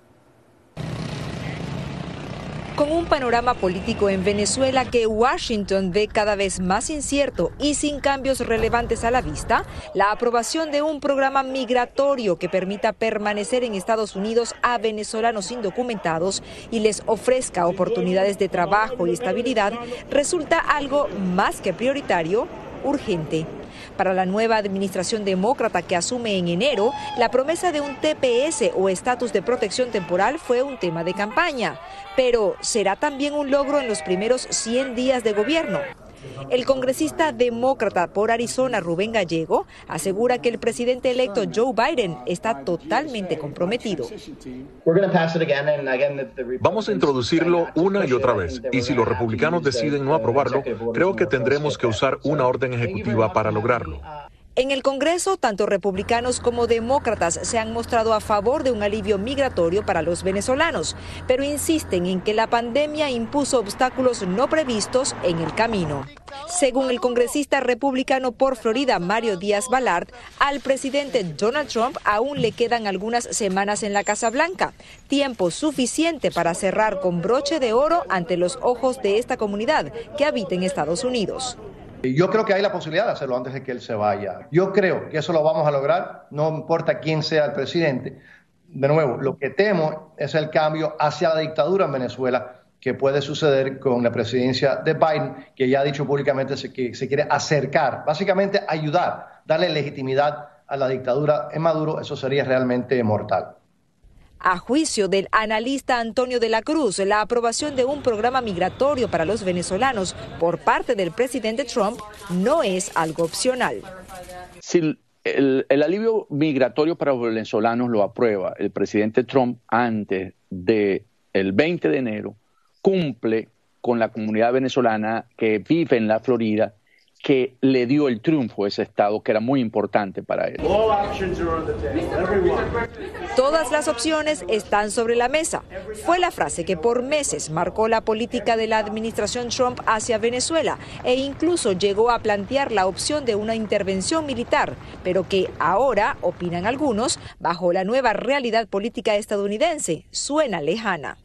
Con un panorama político en Venezuela que Washington ve cada vez más incierto y sin cambios relevantes a la vista, la aprobación de un programa migratorio que permita permanecer en Estados Unidos a venezolanos indocumentados y les ofrezca oportunidades de trabajo y estabilidad resulta algo más que prioritario, urgente. Para la nueva administración demócrata que asume en enero, la promesa de un TPS o estatus de protección temporal fue un tema de campaña. Pero ¿será también un logro en los primeros 100 días de gobierno? El congresista demócrata por Arizona, Rubén Gallego, asegura que el presidente electo Joe Biden está totalmente comprometido. Vamos a introducirlo una y otra vez, y si los republicanos deciden no aprobarlo, creo que tendremos que usar una orden ejecutiva para lograrlo. En el Congreso, tanto republicanos como demócratas se han mostrado a favor de un alivio migratorio para los venezolanos, pero insisten en que la pandemia impuso obstáculos no previstos en el camino. Según el congresista republicano por Florida, Mario Díaz-Balart, al presidente Donald Trump aún le quedan algunas semanas en la Casa Blanca, tiempo suficiente para cerrar con broche de oro ante los ojos de esta comunidad que habita en Estados Unidos. Yo creo que hay la posibilidad de hacerlo antes de que él se vaya. Yo creo que eso lo vamos a lograr, no importa quién sea el presidente. De nuevo, lo que temo es el cambio hacia la dictadura en Venezuela que puede suceder con la presidencia de Biden, que ya ha dicho públicamente que se quiere acercar, básicamente ayudar, darle legitimidad a la dictadura en Maduro. Eso sería realmente mortal. A juicio del analista Antonio de la Cruz, la aprobación de un programa migratorio para los venezolanos por parte del presidente Trump no es algo opcional. Si el alivio migratorio para los venezolanos lo aprueba el presidente Trump antes del 20 de enero, cumple con la comunidad venezolana que vive en la Florida, que le dio el triunfo a ese estado, que era muy importante para él. Todas las opciones están sobre la mesa. Fue la frase que por meses marcó la política de la administración Trump hacia Venezuela e incluso llegó a plantear la opción de una intervención militar, pero que ahora, opinan algunos, bajo la nueva realidad política estadounidense, suena lejana.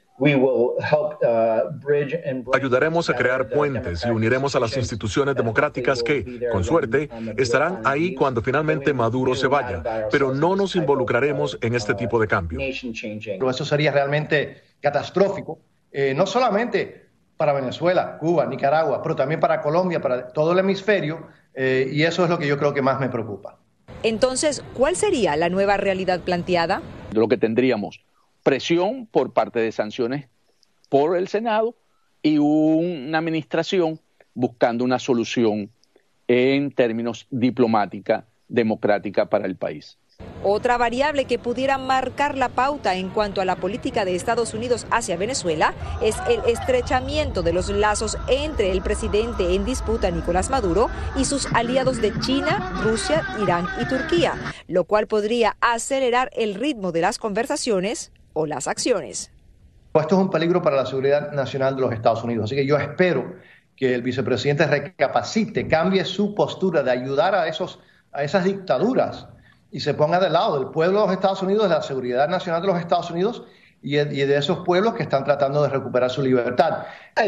Ayudaremos a crear puentes y uniremos a las instituciones democráticas que, con suerte, estarán ahí cuando finalmente Maduro se vaya, pero no nos involucraremos en este tipo de cambio. Pero eso sería realmente catastrófico, no solamente para Venezuela, Cuba, Nicaragua, pero también para Colombia, para todo el hemisferio, y eso es lo que yo creo que más me preocupa. Entonces, ¿cuál sería la nueva realidad planteada? Lo que tendríamos presión por parte de sanciones por el Senado y una administración buscando una solución en términos diplomática, democrática para el país. Otra variable que pudiera marcar la pauta en cuanto a la política de Estados Unidos hacia Venezuela es el estrechamiento de los lazos entre el presidente en disputa, Nicolás Maduro, y sus aliados de China, Rusia, Irán y Turquía, lo cual podría acelerar el ritmo de las conversaciones o las acciones. Esto es un peligro para la seguridad nacional de los Estados Unidos, así que yo espero que el vicepresidente recapacite, cambie su postura de ayudar a esos a esas dictaduras y se ponga del lado del pueblo de los Estados Unidos, de la seguridad nacional de los Estados Unidos y de esos pueblos que están tratando de recuperar su libertad.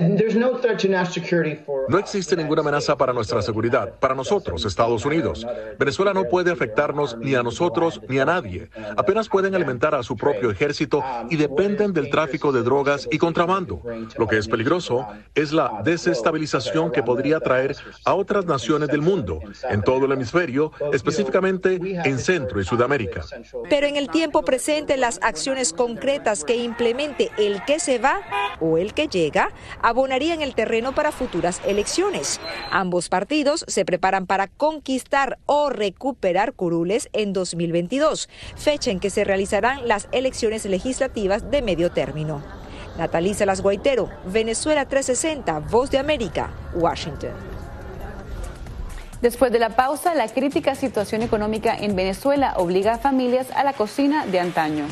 No existe ninguna amenaza para nuestra seguridad, para nosotros, Estados Unidos. Venezuela no puede afectarnos ni a nosotros ni a nadie. Apenas pueden alimentar a su propio ejército y dependen del tráfico de drogas y contrabando. Lo que es peligroso es la desestabilización que podría traer a otras naciones del mundo, en todo el hemisferio, específicamente en Centro y Sudamérica. Pero en el tiempo presente, las acciones concretas que implemente el que se va o el que llega abonarían el terreno para futuras elecciones. Ambos partidos se preparan para conquistar o recuperar curules en 2022, fecha en que se realizarán las elecciones legislativas de medio término. Natalie Salas Guaitero, Venezuela 360, Voz de América, Washington. Después de la pausa, la crítica situación económica en Venezuela obliga a familias a la cocina de antaño.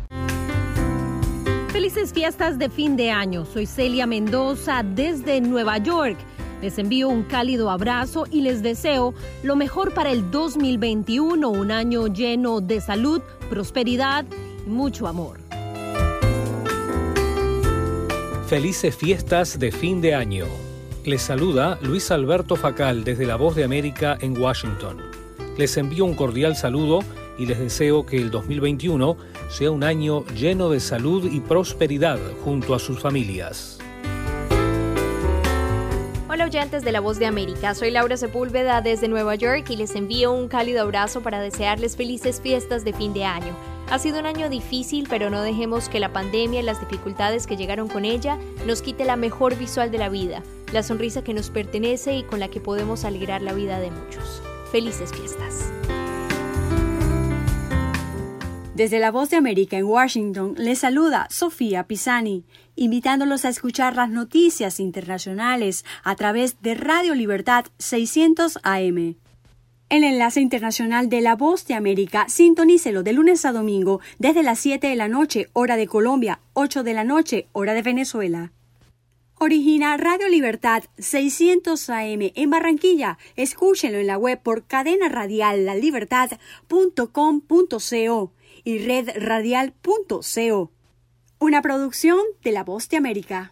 Felices fiestas de fin de año. Soy Celia Mendoza desde Nueva York. Les envío un cálido abrazo y les deseo lo mejor para el 2021, un año lleno de salud, prosperidad y mucho amor. Felices fiestas de fin de año. Les saluda Luis Alberto Facal desde La Voz de América en Washington. Les envío un cordial saludo y les deseo que el 2021 sea un año lleno de salud y prosperidad junto a sus familias. Hola oyentes de La Voz de América, soy Laura Sepúlveda desde Nueva York y les envío un cálido abrazo para desearles felices fiestas de fin de año. Ha sido un año difícil, pero no dejemos que la pandemia y las dificultades que llegaron con ella nos quite la mejor visual de la vida, la sonrisa que nos pertenece y con la que podemos alegrar la vida de muchos. Felices fiestas. Desde La Voz de América en Washington, les saluda Sofía Pisani, invitándolos a escuchar las noticias internacionales a través de Radio Libertad 600 AM. El enlace internacional de La Voz de América, sintonícelo de lunes a domingo desde las 7 de la noche, hora de Colombia, 8 de la noche, hora de Venezuela. Origina Radio Libertad 600 AM en Barranquilla. Escúchenlo en la web por cadenaradiallalibertad.com.co y redradial.co. Una producción de La Voz de América.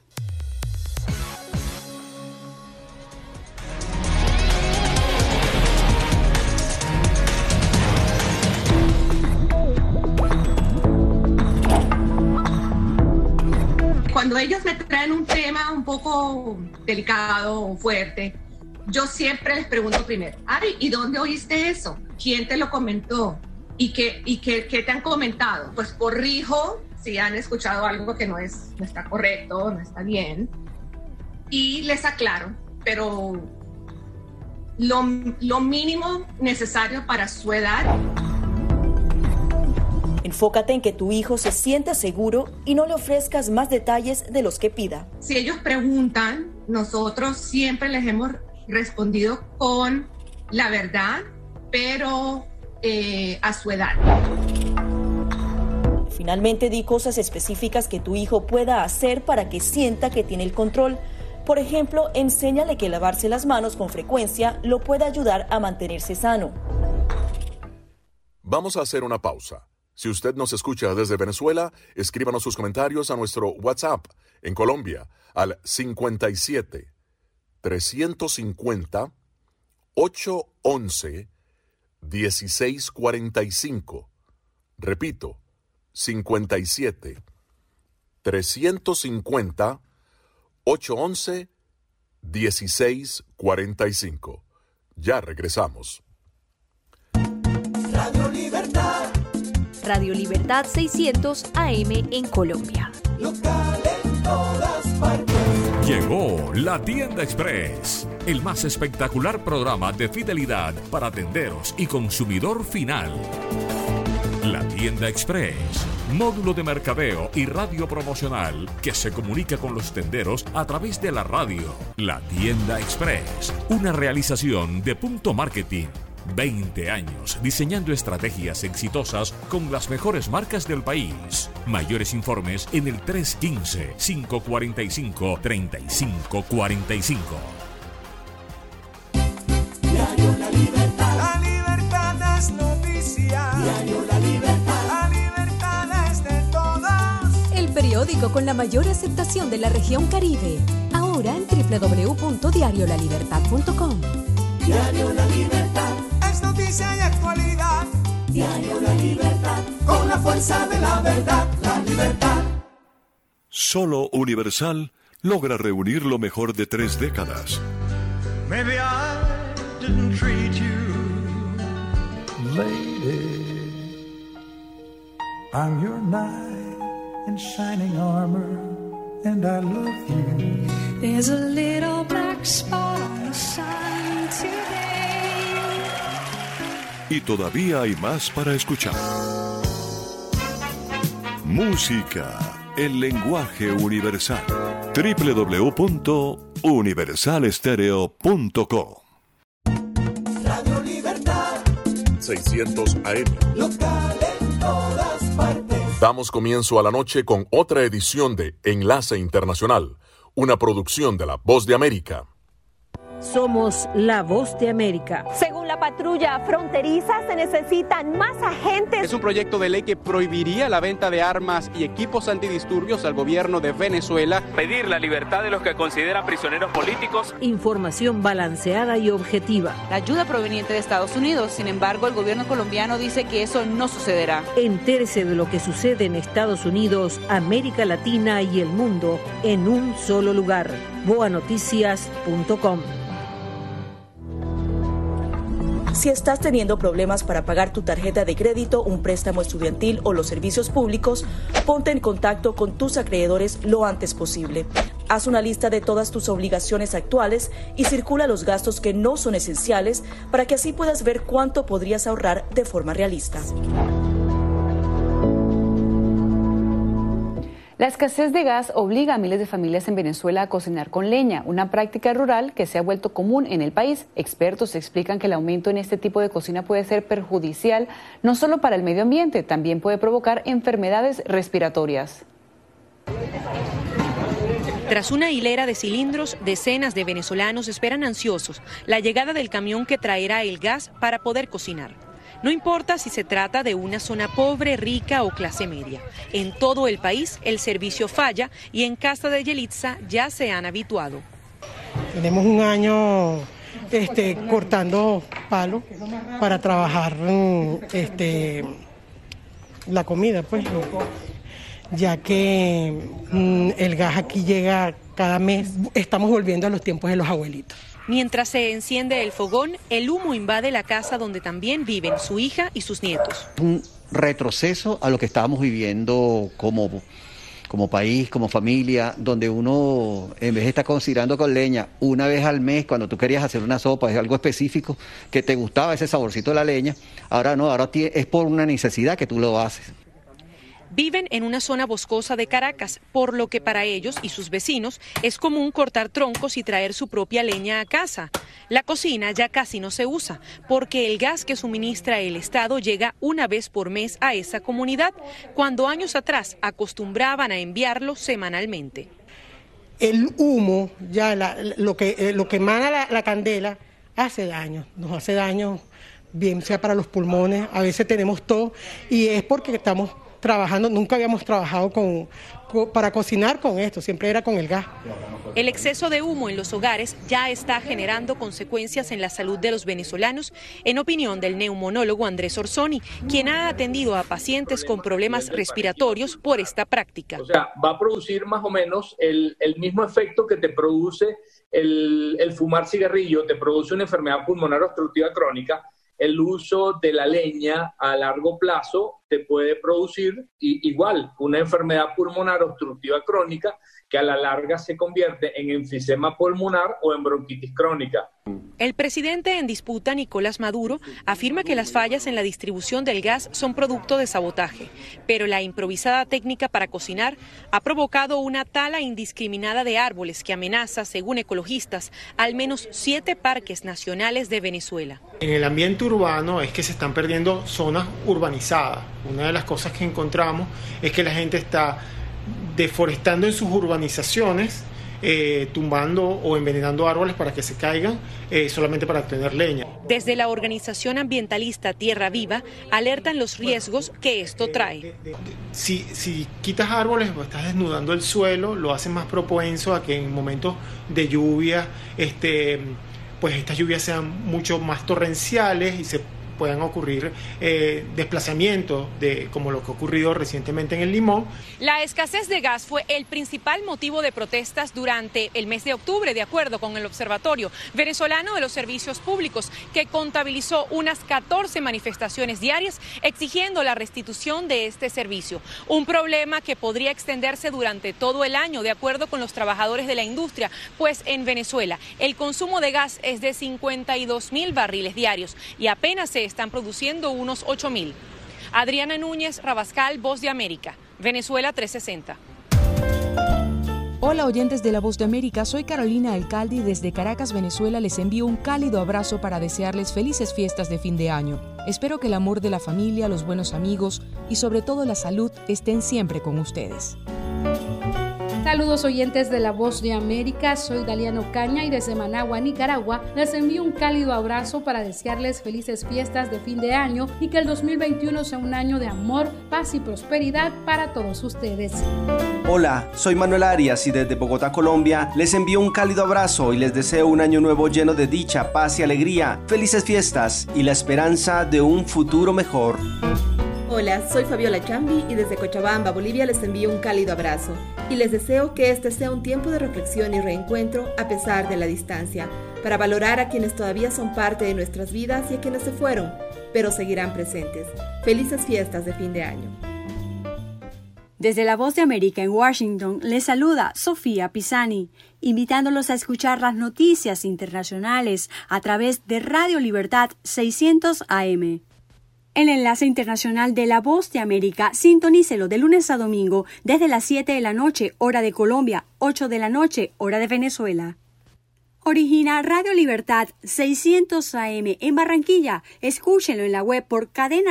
Cuando ellos me traen un tema un poco delicado o fuerte, yo siempre les pregunto primero, Ari, ¿y dónde oíste eso? ¿Quién te lo comentó? ¿Y qué te han comentado? Pues corrijo si han escuchado algo que no está correcto, no está bien, y les aclaro, pero lo mínimo necesario para su edad. Enfócate en que tu hijo se sienta seguro y no le ofrezcas más detalles de los que pida. Si ellos preguntan, nosotros siempre les hemos respondido con la verdad, pero a su edad. Finalmente, di cosas específicas que tu hijo pueda hacer para que sienta que tiene el control. Por ejemplo, enséñale que lavarse las manos con frecuencia lo puede ayudar a mantenerse sano. Vamos a hacer una pausa. Si usted nos escucha desde Venezuela, escríbanos sus comentarios a nuestro WhatsApp en Colombia al 57 350 811 1645. Repito, 57 350 811 1645. Ya regresamos. Radio Libertad. Radio Libertad 600 AM en Colombia. Local en todas partes. Llegó La Tienda Express, el más espectacular programa de fidelidad para tenderos y consumidor final. La Tienda Express, módulo de mercadeo y radio promocional que se comunica con los tenderos a través de la radio. La Tienda Express, una realización de Punto Marketing. 20 años diseñando estrategias exitosas con las mejores marcas del país. Mayores informes en el 315-545-3545. Diario La Libertad. La Libertad. periódico con la mayor aceptación de la región Caribe. Ahora en www.diariolalibertad.com. Diario La Libertad. Es noticia y actualidad. Diario La Libertad. Con la fuerza de la verdad, la libertad. Solo Universal logra reunir lo mejor de 3 décadas. Maybe I didn't treat you. Lady, I'm your knight in shining armor, and I love you. There's a little black spot on the sun today. Y todavía hay más para escuchar. Música, el lenguaje universal. www.universalestereo.com. Radio Libertad 600 AM. local en todas partes. Damos comienzo a la noche con otra edición de Enlace Internacional, una producción de La Voz de América. Somos La Voz de América. Según la patrulla fronteriza, se necesitan más agentes. Es un proyecto de ley que prohibiría la venta de armas y equipos antidisturbios al gobierno de Venezuela. Pedir la libertad de los que considera prisioneros políticos. Información balanceada y objetiva. La ayuda proveniente de Estados Unidos, sin embargo, el gobierno colombiano dice que eso no sucederá. Entérese de lo que sucede en Estados Unidos, América Latina y el mundo en un solo lugar. boanoticias.com. Si estás teniendo problemas para pagar tu tarjeta de crédito, un préstamo estudiantil o los servicios públicos, ponte en contacto con tus acreedores lo antes posible. Haz una lista de todas tus obligaciones actuales y circula los gastos que no son esenciales para que así puedas ver cuánto podrías ahorrar de forma realista. La escasez de gas obliga a miles de familias en Venezuela a cocinar con leña, una práctica rural que se ha vuelto común en el país. Expertos explican que el aumento en este tipo de cocina puede ser perjudicial no solo para el medio ambiente, también puede provocar enfermedades respiratorias. Tras una hilera de cilindros, decenas de venezolanos esperan ansiosos la llegada del camión que traerá el gas para poder cocinar. No importa si se trata de una zona pobre, rica o clase media. En todo el país el servicio falla y en Casa de Yelitza ya se han habituado. Tenemos un año cortando palo para trabajar la comida, pues, ya que el gas aquí llega cada mes. Estamos volviendo a los tiempos de los abuelitos. Mientras se enciende el fogón, el humo invade la casa donde también viven su hija y sus nietos. Un retroceso a lo que estábamos viviendo como país, como familia, donde uno, en vez de estar cocinando con leña una vez al mes, cuando tú querías hacer una sopa, es algo específico, que te gustaba ese saborcito de la leña, ahora no, ahora es por una necesidad que tú lo haces. Viven en una zona boscosa de Caracas, por lo que para ellos y sus vecinos es común cortar troncos y traer su propia leña a casa. La cocina ya casi no se usa, porque el gas que suministra el Estado llega una vez por mes a esa comunidad, cuando años atrás acostumbraban a enviarlo semanalmente. El humo, ya lo que emana la candela, hace daño, nos hace daño, bien sea para los pulmones, a veces tenemos tos, y es porque estamos trabajando, nunca habíamos trabajado para cocinar con esto, siempre era con el gas. El exceso de humo en los hogares ya está generando consecuencias en la salud de los venezolanos, en opinión del neumonólogo Andrés Orsoni, quien ha atendido a pacientes con problemas respiratorios por esta práctica. O sea, va a producir más o menos el mismo efecto que te produce el fumar cigarrillo, te produce una enfermedad pulmonar obstructiva crónica. El uso de la leña a largo plazo te puede producir igual una enfermedad pulmonar obstructiva crónica que a la larga se convierte en enfisema pulmonar o en bronquitis crónica. El presidente en disputa, Nicolás Maduro, afirma que las fallas en la distribución del gas son producto de sabotaje, pero la improvisada técnica para cocinar ha provocado una tala indiscriminada de árboles que amenaza, según ecologistas, al menos 7 parques nacionales de Venezuela. En el ambiente urbano es que se están perdiendo zonas urbanizadas. Una de las cosas que encontramos es que la gente está deforestando en sus urbanizaciones, tumbando o envenenando árboles para que se caigan, solamente para obtener leña. Desde la organización ambientalista Tierra Viva alertan los riesgos que esto trae. Si quitas árboles o estás desnudando el suelo, lo hace más propenso a que en momentos de lluvia, pues estas lluvias sean mucho más torrenciales y se puedan ocurrir desplazamientos como lo que ha ocurrido recientemente en el Limón. La escasez de gas fue el principal motivo de protestas durante el mes de octubre, de acuerdo con el Observatorio Venezolano de los Servicios Públicos, que contabilizó unas 14 manifestaciones diarias exigiendo la restitución de este servicio. Un problema que podría extenderse durante todo el año, de acuerdo con los trabajadores de la industria, pues en Venezuela el consumo de gas es de 52.000 barriles diarios y apenas se están produciendo unos 8.000. Adriana Núñez Rabascal, Voz de América, Venezuela 360. Hola oyentes de La Voz de América, soy Carolina Alcalde y desde Caracas, Venezuela les envío un cálido abrazo para desearles felices fiestas de fin de año. Espero que el amor de la familia, los buenos amigos y sobre todo la salud estén siempre con ustedes. Saludos oyentes de La Voz de América, soy Daliano Caña y desde Managua, Nicaragua, les envío un cálido abrazo para desearles felices fiestas de fin de año y que el 2021 sea un año de amor, paz y prosperidad para todos ustedes. Hola, soy Manuel Arias y desde Bogotá, Colombia, les envío un cálido abrazo y les deseo un año nuevo lleno de dicha, paz y alegría, felices fiestas y la esperanza de un futuro mejor. Hola, soy Fabiola Chambi y desde Cochabamba, Bolivia les envío un cálido abrazo y les deseo que este sea un tiempo de reflexión y reencuentro a pesar de la distancia, para valorar a quienes todavía son parte de nuestras vidas y a quienes se fueron, pero seguirán presentes. Felices fiestas de fin de año. Desde La Voz de América en Washington les saluda Sofía Pisani, invitándolos a escuchar las noticias internacionales a través de Radio Libertad 600 AM. El enlace internacional de La Voz de América, sintonícelo de lunes a domingo desde las 7 de la noche, hora de Colombia, 8 de la noche, hora de Venezuela. Origina Radio Libertad 600 AM en Barranquilla. Escúchenlo en la web por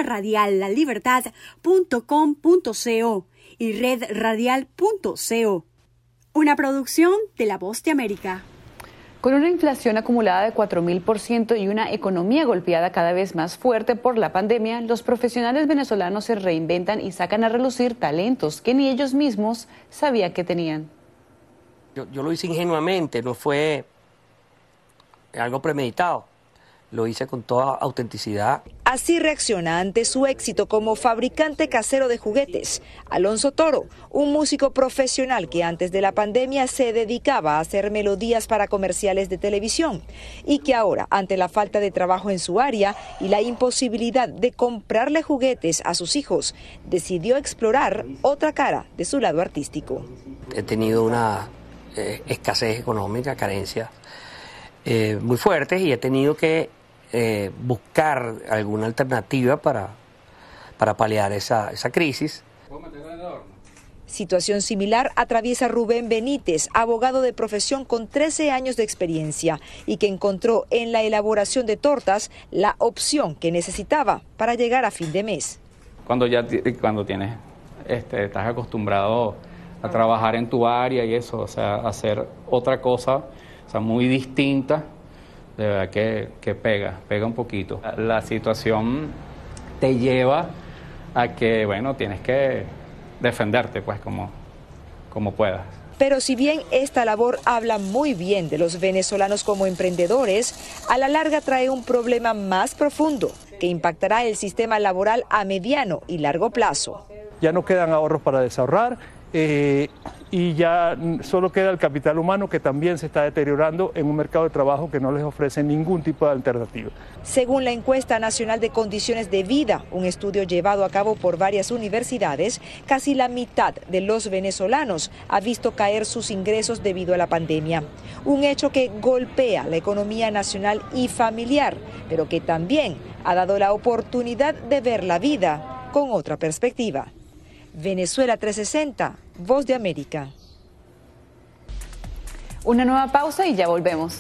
cadenaradiallalibertad.com.co y redradial.co. Una producción de La Voz de América. Con una inflación acumulada de 4.000% y una economía golpeada cada vez más fuerte por la pandemia, los profesionales venezolanos se reinventan y sacan a relucir talentos que ni ellos mismos sabían que tenían. Yo lo hice ingenuamente, no fue algo premeditado. Lo hice con toda autenticidad. Así reacciona ante su éxito como fabricante casero de juguetes Alonso Toro, un músico profesional que antes de la pandemia se dedicaba a hacer melodías para comerciales de televisión y que ahora, ante la falta de trabajo en su área y la imposibilidad de comprarle juguetes a sus hijos, decidió explorar otra cara de su lado artístico. He tenido una escasez económica, carencias muy fuertes y he tenido que buscar alguna alternativa para paliar esa crisis. Situación similar atraviesa Rubén Benítez, abogado de profesión con 13 años de experiencia y que encontró en la elaboración de tortas la opción que necesitaba para llegar a fin de mes. Cuando tienes, estás acostumbrado a trabajar en tu área y eso, o sea, hacer otra cosa, o sea, muy distinta. De verdad que pega un poquito. La situación te lleva a que, bueno, tienes que defenderte, pues, como puedas. Pero si bien esta labor habla muy bien de los venezolanos como emprendedores, a la larga trae un problema más profundo que impactará el sistema laboral a mediano y largo plazo. Ya no quedan ahorros para desahorrar. Y ya solo queda el capital humano, que también se está deteriorando en un mercado de trabajo que no les ofrece ningún tipo de alternativa. Según la encuesta nacional de condiciones de vida, un estudio llevado a cabo por varias universidades, casi la mitad de los venezolanos ha visto caer sus ingresos debido a la pandemia. Un hecho que golpea la economía nacional y familiar, pero que también ha dado la oportunidad de ver la vida con otra perspectiva. Venezuela 360, Voz de América. Una nueva pausa y ya volvemos.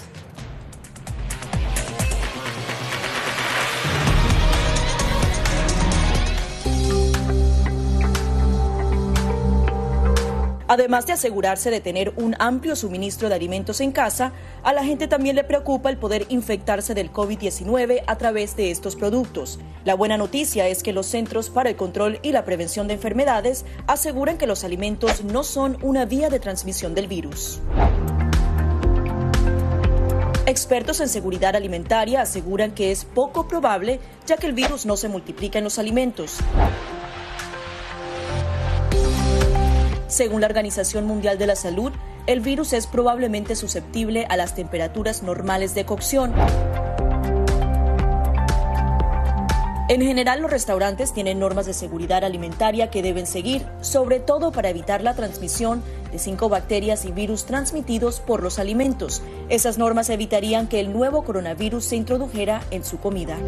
Además de asegurarse de tener un amplio suministro de alimentos en casa, a la gente también le preocupa el poder infectarse del COVID-19 a través de estos productos. La buena noticia es que los Centros para el Control y la Prevención de Enfermedades aseguran que los alimentos no son una vía de transmisión del virus. Expertos en seguridad alimentaria aseguran que es poco probable, ya que el virus no se multiplica en los alimentos. Según la Organización Mundial de la Salud, el virus es probablemente susceptible a las temperaturas normales de cocción. En general, los restaurantes tienen normas de seguridad alimentaria que deben seguir, sobre todo para evitar la transmisión de 5 bacterias y virus transmitidos por los alimentos. Esas normas evitarían que el nuevo coronavirus se introdujera en su comida.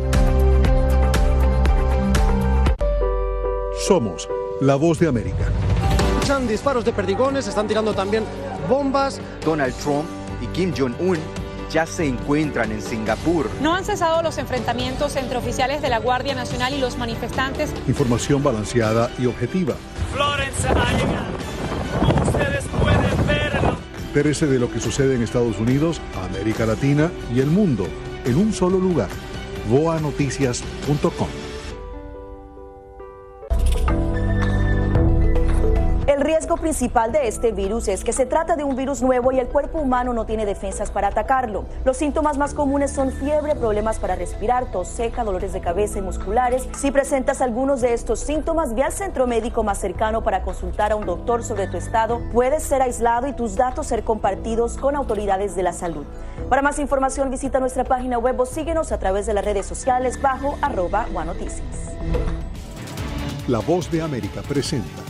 Somos la voz de América. Disparos de perdigones, están tirando también bombas. Donald Trump y Kim Jong-un ya se encuentran en Singapur. No han cesado los enfrentamientos entre oficiales de la Guardia Nacional y los manifestantes. Información balanceada y objetiva. Florence ha llegado. Ustedes pueden verlo. Entérese de lo que sucede en Estados Unidos, América Latina y el mundo en un solo lugar. voanoticias.com. El riesgo principal de este virus es que se trata de un virus nuevo y el cuerpo humano no tiene defensas para atacarlo. Los síntomas más comunes son fiebre, problemas para respirar, tos seca, dolores de cabeza y musculares. Si presentas algunos de estos síntomas, ve al centro médico más cercano para consultar a un doctor sobre tu estado. Puedes ser aislado y tus datos ser compartidos con autoridades de la salud. Para más información, visita nuestra página web o síguenos a través de las redes sociales bajo @OneNoticias. La Voz de América presenta.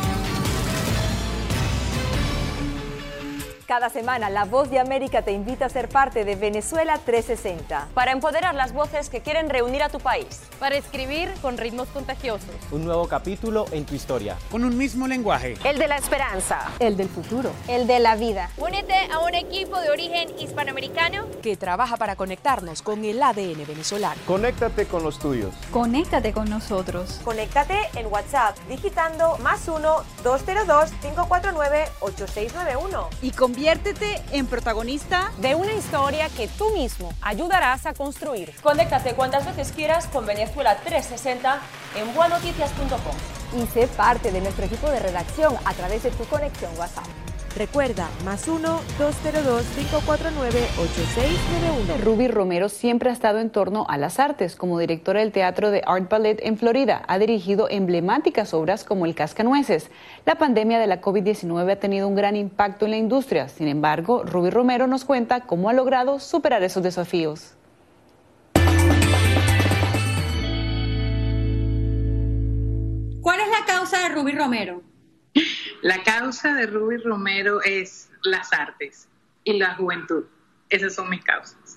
Cada semana, La Voz de América te invita a ser parte de Venezuela 360. Para empoderar las voces que quieren reunir a tu país. Para escribir con ritmos contagiosos. Un nuevo capítulo en tu historia. Con un mismo lenguaje. El de la esperanza. El del futuro. El de la vida. Únete a un equipo de origen hispanoamericano que trabaja para conectarnos con el ADN venezolano. Conéctate con los tuyos. Conéctate con nosotros. Conéctate en WhatsApp digitando +1 202 549 8691. Y conviértete en protagonista de una historia que tú mismo ayudarás a construir. Conéctate cuantas veces quieras con Venezuela 360 en voanoticias.com. Y sé parte de nuestro equipo de redacción a través de tu conexión WhatsApp. Recuerda, +1 202 549 8691. Ruby Romero siempre ha estado en torno a las artes. Como directora del Teatro de Art Ballet en Florida, ha dirigido emblemáticas obras como El Cascanueces. La pandemia de la COVID-19 ha tenido un gran impacto en la industria. Sin embargo, Ruby Romero nos cuenta cómo ha logrado superar esos desafíos. ¿Cuál es la causa de Ruby Romero? La causa de Ruby Romero es las artes y la juventud. Esas son mis causas.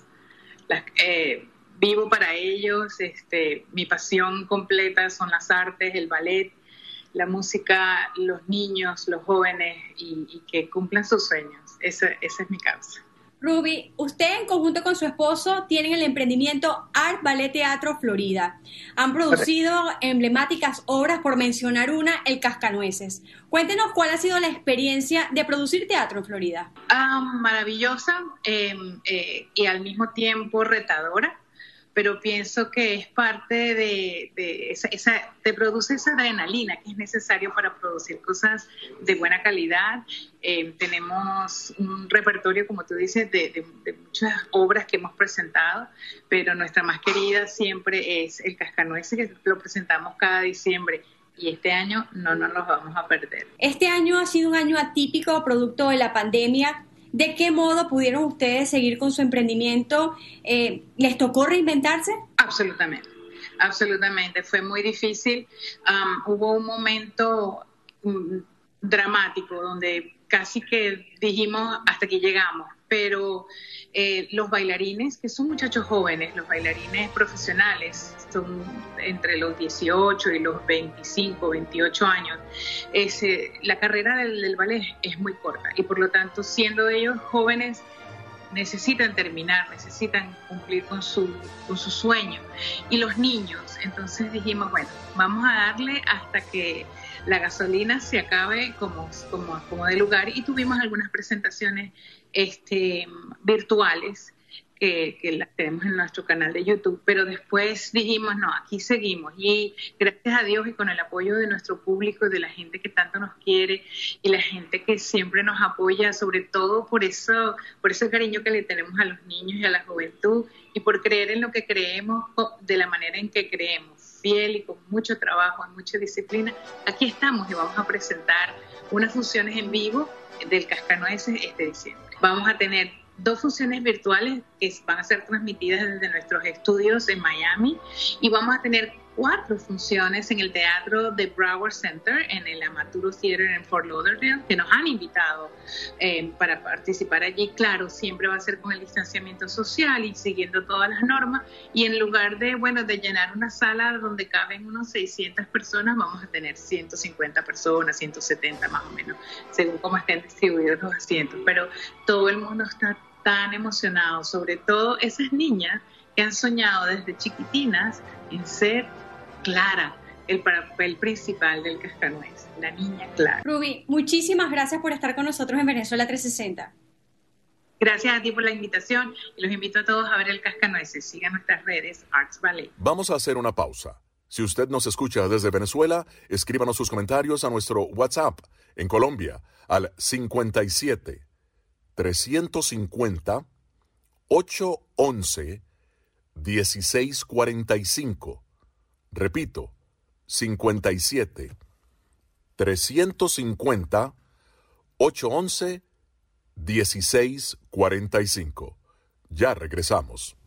Vivo para ellos. Mi pasión completa son las artes, el ballet, la música, los niños, los jóvenes y que cumplan sus sueños. Esa es mi causa. Ruby, usted en conjunto con su esposo tienen el emprendimiento Art Ballet Teatro Florida. Han producido emblemáticas obras, por mencionar una, El Cascanueces. Cuéntenos cuál ha sido la experiencia de producir teatro en Florida. Maravillosa y al mismo tiempo retadora, pero pienso que es parte te produce esa adrenalina que es necesario para producir cosas de buena calidad. Tenemos un repertorio, como tú dices, de muchas obras que hemos presentado, pero nuestra más querida siempre es El Cascanueces, que lo presentamos cada diciembre. Y este año no nos los vamos a perder. Este año ha sido un año atípico, producto de la pandemia. ¿De qué modo pudieron ustedes seguir con su emprendimiento? ¿Les tocó reinventarse? Absolutamente, absolutamente. Fue muy difícil. Hubo un momento dramático donde casi que dijimos hasta aquí llegamos, pero los bailarines, que son muchachos jóvenes, los bailarines profesionales, son entre los 18 y los 25, 28 años, la carrera del ballet es muy corta y por lo tanto, siendo ellos jóvenes, necesitan terminar, necesitan cumplir con su sueño. Y los niños, entonces dijimos, bueno, vamos a darle hasta que la gasolina se acabe como de lugar, y tuvimos algunas presentaciones virtuales que las tenemos en nuestro canal de YouTube, pero después dijimos, no, aquí seguimos, y gracias a Dios y con el apoyo de nuestro público y de la gente que tanto nos quiere y la gente que siempre nos apoya, sobre todo por ese cariño que le tenemos a los niños y a la juventud, y por creer en lo que creemos de la manera en que creemos, fiel y con mucho trabajo y mucha disciplina. Aquí estamos y vamos a presentar unas funciones en vivo del Cascanueces este diciembre. Vamos a tener 2 funciones virtuales que van a ser transmitidas desde nuestros estudios en Miami, y vamos a tener 4 funciones en el teatro de Broward Center, en el Amaturo Theater en Fort Lauderdale, que nos han invitado para participar allí. Claro, siempre va a ser con el distanciamiento social y siguiendo todas las normas, y en lugar de llenar una sala donde caben unos 600 personas, vamos a tener 150 personas, 170 más o menos, según cómo estén distribuidos los asientos. Pero todo el mundo está tan emocionado, sobre todo esas niñas que han soñado desde chiquitinas en ser Clara, el papel principal del Cascanueces, la niña Clara. Ruby, muchísimas gracias por estar con nosotros en Venezuela 360. Gracias a ti por la invitación, y los invito a todos a ver el Cascanueces. Sigan nuestras redes Arts Ballet. Vamos a hacer una pausa. Si usted nos escucha desde Venezuela, escríbanos sus comentarios a nuestro WhatsApp en Colombia al 57 350 811 1645. Repito, 57 350 811 1645. Ya regresamos.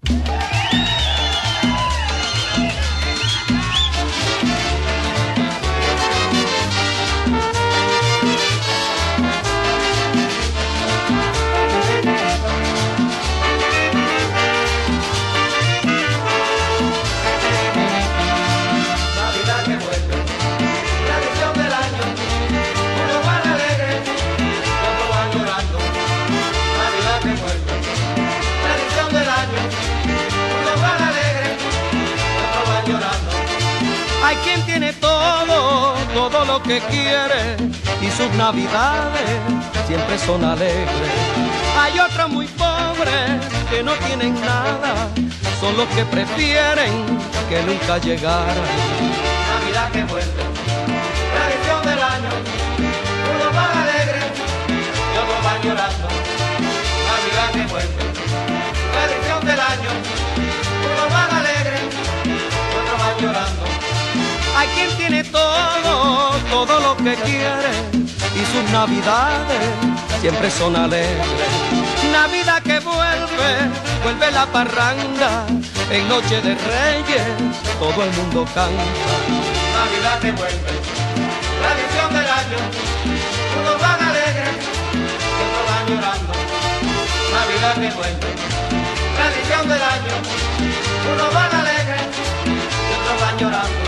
Hay quien tiene todo lo que quiere, y sus navidades siempre son alegres. Hay otros muy pobres que no tienen nada, son los que prefieren que nunca llegara. Navidad que vuelve, tradición del año, unos van alegres y otros van llorando. Navidad que vuelve, tradición del año, unos van alegres y otros van llorando. Hay quien tiene todo lo que quiere, y sus navidades siempre son alegres. Navidad que vuelve la parranda, en noche de reyes todo el mundo canta. Navidad que vuelve, tradición del año, unos van alegres y otros van llorando. Navidad que vuelve, tradición del año, unos van alegres y otros van llorando.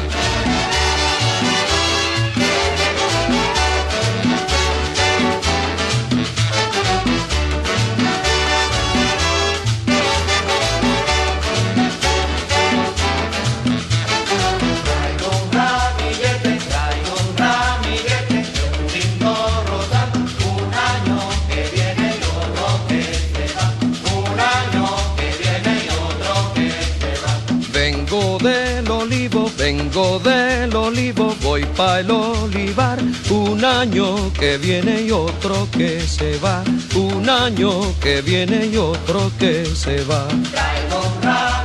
Vengo del olivo, voy pa' el olivar. Un año que viene y otro que se va. Un año que viene y otro que se va. Traigo un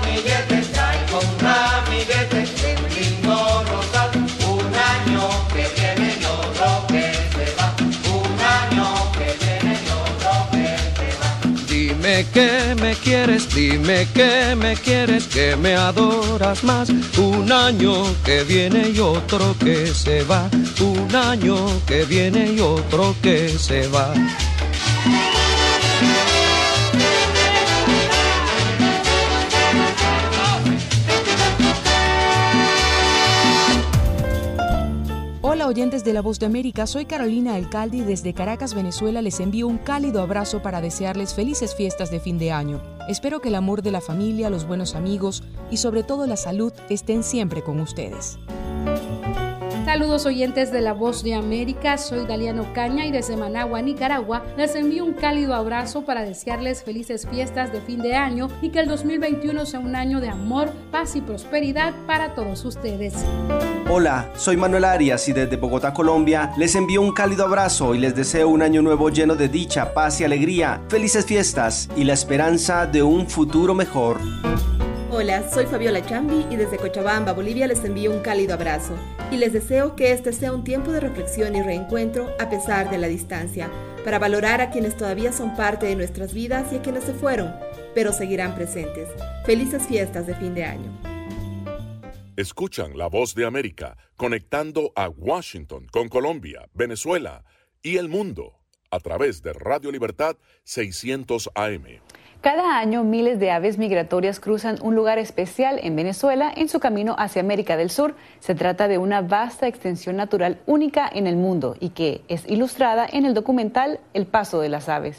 ramillete, un lindo rosal. Un año que viene y otro que se va. Un año que viene y otro que se va. Dime que me quieres, que me adoras más. Un año que viene y otro que se va. Un año que viene y otro que se va. Hola oyentes de La Voz de América, soy Carolina Alcalde y desde Caracas, Venezuela les envío un cálido abrazo para desearles felices fiestas de fin de año. Espero que el amor de la familia, los buenos amigos y sobre todo la salud estén siempre con ustedes. Saludos oyentes de La Voz de América, soy Daliano Caña y desde Managua, Nicaragua, les envío un cálido abrazo para desearles felices fiestas de fin de año y que el 2021 sea un año de amor, paz y prosperidad para todos ustedes. Hola, soy Manuel Arias y desde Bogotá, Colombia, les envío un cálido abrazo y les deseo un año nuevo lleno de dicha, paz y alegría, felices fiestas y la esperanza de un futuro mejor. Hola, soy Fabiola Chambi y desde Cochabamba, Bolivia, les envío un cálido abrazo y les deseo que este sea un tiempo de reflexión y reencuentro a pesar de la distancia, para valorar a quienes todavía son parte de nuestras vidas y a quienes se fueron, pero seguirán presentes. Felices fiestas de fin de año. Escuchan La Voz de América, conectando a Washington con Colombia, Venezuela y el mundo a través de Radio Libertad 600 AM. Cada año miles de aves migratorias cruzan un lugar especial en Venezuela en su camino hacia América del Sur. Se trata de una vasta extensión natural única en el mundo y que es ilustrada en el documental El Paso de las Aves.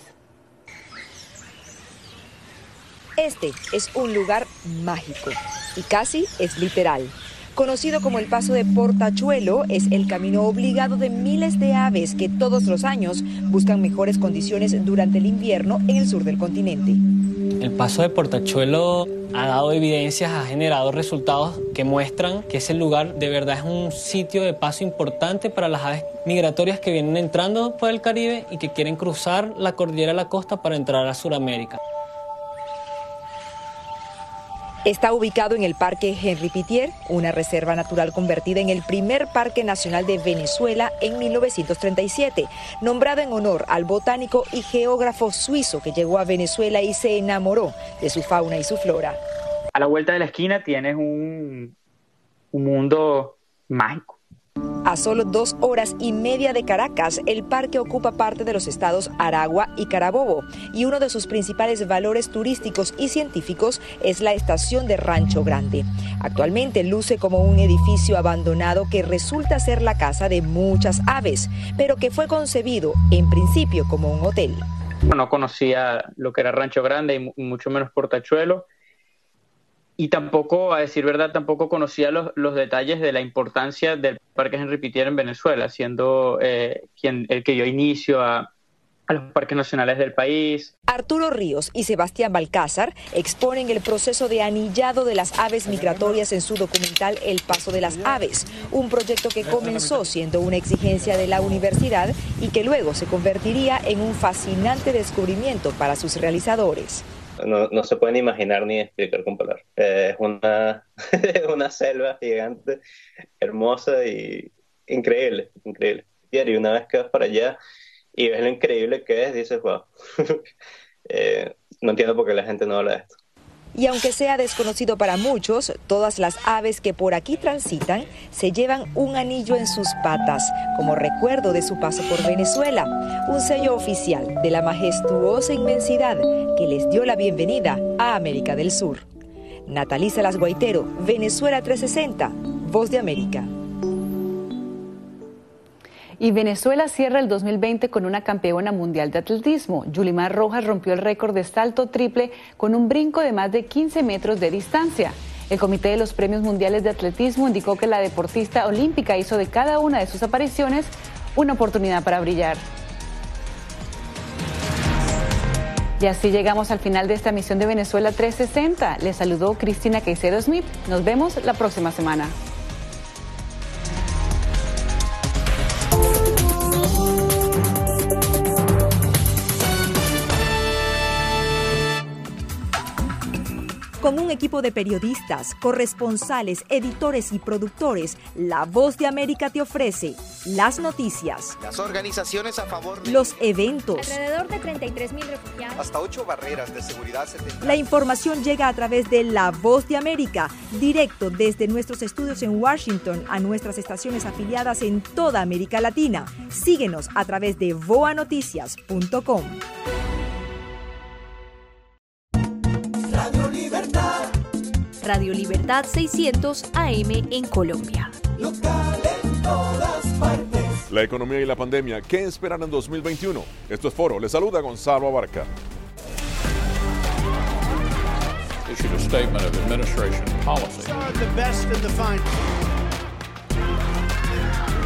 Este es un lugar mágico y casi es literal. Conocido como el Paso de Portachuelo, es el camino obligado de miles de aves que todos los años buscan mejores condiciones durante el invierno en el sur del continente. El Paso de Portachuelo ha dado evidencias, ha generado resultados que muestran que ese lugar de verdad es un sitio de paso importante para las aves migratorias que vienen entrando por el Caribe y que quieren cruzar la cordillera de la costa para entrar a Sudamérica. Está ubicado en el Parque Henri Pittier, una reserva natural convertida en el primer parque nacional de Venezuela en 1937, nombrado en honor al botánico y geógrafo suizo que llegó a Venezuela y se enamoró de su fauna y su flora. A la vuelta de la esquina tienes un mundo mágico. A solo 2 horas y media de Caracas, el parque ocupa parte de los estados Aragua y Carabobo, y uno de sus principales valores turísticos y científicos es la estación de Rancho Grande. Actualmente luce como un edificio abandonado que resulta ser la casa de muchas aves, pero que fue concebido en principio como un hotel. No conocía lo que era Rancho Grande y mucho menos Portachuelo. Y tampoco, a decir verdad, tampoco conocía los detalles de la importancia del Parque Henri Pittier en Venezuela, siendo el que dio inicio a los parques nacionales del país. Arturo Ríos y Sebastián Balcázar exponen el proceso de anillado de las aves migratorias en su documental El Paso de las Aves, un proyecto que comenzó siendo una exigencia de la universidad y que luego se convertiría en un fascinante descubrimiento para sus realizadores. No se pueden imaginar ni explicar con palabras. Es una selva gigante, hermosa y increíble. Y una vez que vas para allá y ves lo increíble que es, dices, wow, no entiendo por qué la gente no habla de esto. Y aunque sea desconocido para muchos, todas las aves que por aquí transitan se llevan un anillo en sus patas, como recuerdo de su paso por Venezuela, un sello oficial de la majestuosa inmensidad que les dio la bienvenida a América del Sur. Natalí Salas Guaitero, Venezuela 360, Voz de América. Y Venezuela cierra el 2020 con una campeona mundial de atletismo. Yulimar Rojas rompió el récord de salto triple con un brinco de más de 15 metros de distancia. El Comité de los Premios Mundiales de Atletismo indicó que la deportista olímpica hizo de cada una de sus apariciones una oportunidad para brillar. Y así llegamos al final de esta emisión de Venezuela 360. Les saludó Cristina Caicedo Smith. Nos vemos la próxima semana. Con un equipo de periodistas, corresponsales, editores y productores, La Voz de América te ofrece las noticias, las organizaciones a favor de los eventos, alrededor de 33,000 refugiados, hasta 8 barreras de seguridad. La información llega a través de La Voz de América, directo desde nuestros estudios en Washington a nuestras estaciones afiliadas en toda América Latina. Síguenos a través de voanoticias.com. Radio Libertad 600 AM en Colombia. Local en todas partes. La economía y la pandemia, ¿qué esperan en 2021? Esto es Foro. Les saluda Gonzalo Abarca. Issued a statement of administration policy. The best and the fine.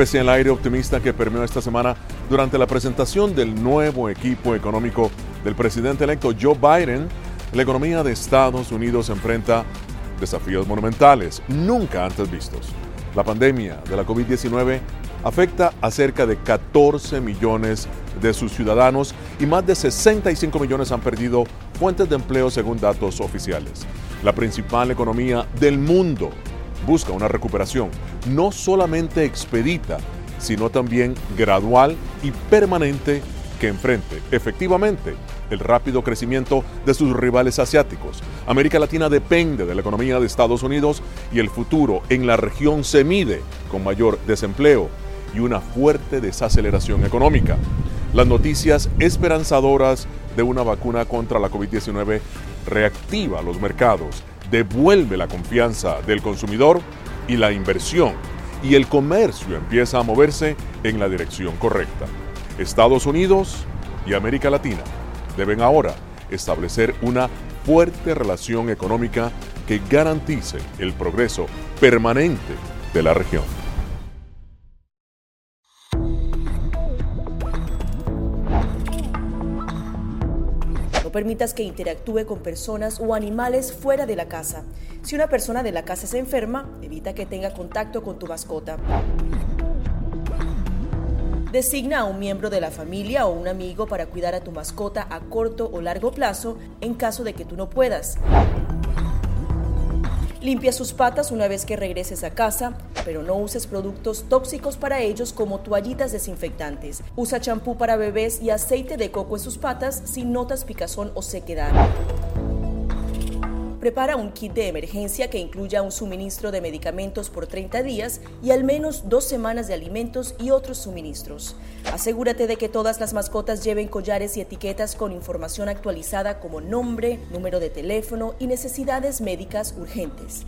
pese al aire optimista que permeó esta semana durante la presentación del nuevo equipo económico del presidente electo Joe Biden, la economía de Estados Unidos enfrenta desafíos monumentales, nunca antes vistos. La pandemia de la COVID-19 afecta a cerca de 14 millones de sus ciudadanos y más de 65 millones han perdido fuentes de empleo según datos oficiales. La principal economía del mundo busca una recuperación no solamente expedita, sino también gradual y permanente que enfrente efectivamente el rápido crecimiento de sus rivales asiáticos. América Latina depende de la economía de Estados Unidos y el futuro en la región se mide con mayor desempleo y una fuerte desaceleración económica. Las noticias esperanzadoras de una vacuna contra la COVID-19 reactiva los mercados, devuelve la confianza del consumidor y la inversión, y el comercio empieza a moverse en la dirección correcta. Estados Unidos y América Latina deben ahora establecer una fuerte relación económica que garantice el progreso permanente de la región. No permitas que interactúe con personas o animales fuera de la casa. Si una persona de la casa se enferma, evita que tenga contacto con tu mascota. Designa a un miembro de la familia o un amigo para cuidar a tu mascota a corto o largo plazo en caso de que tú no puedas. Limpia sus patas una vez que regreses a casa, pero no uses productos tóxicos para ellos como toallitas desinfectantes. Usa champú para bebés y aceite de coco en sus patas si notas picazón o sequedad. Prepara un kit de emergencia que incluya un suministro de medicamentos por 30 días y al menos 2 semanas de alimentos y otros suministros. Asegúrate de que todas las mascotas lleven collares y etiquetas con información actualizada como nombre, número de teléfono y necesidades médicas urgentes.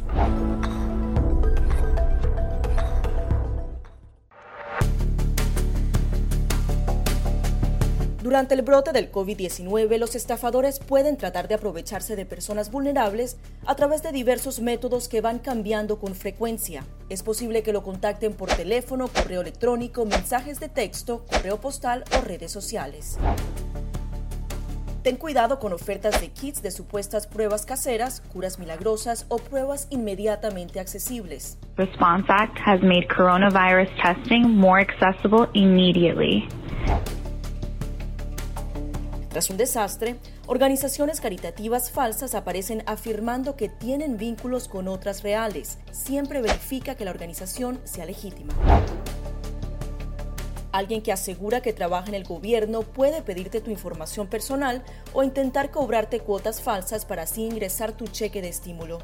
Durante el brote del COVID-19, los estafadores pueden tratar de aprovecharse de personas vulnerables a través de diversos métodos que van cambiando con frecuencia. Es posible que lo contacten por teléfono, correo electrónico, mensajes de texto, correo postal o redes sociales. Ten cuidado con ofertas de kits de supuestas pruebas caseras, curas milagrosas o pruebas inmediatamente accesibles. Response Act has made coronavirus testing more accessible immediately. Tras un desastre, organizaciones caritativas falsas aparecen afirmando que tienen vínculos con otras reales. Siempre verifica que la organización sea legítima. Alguien que asegura que trabaja en el gobierno puede pedirte tu información personal o intentar cobrarte cuotas falsas para así ingresar tu cheque de estímulo.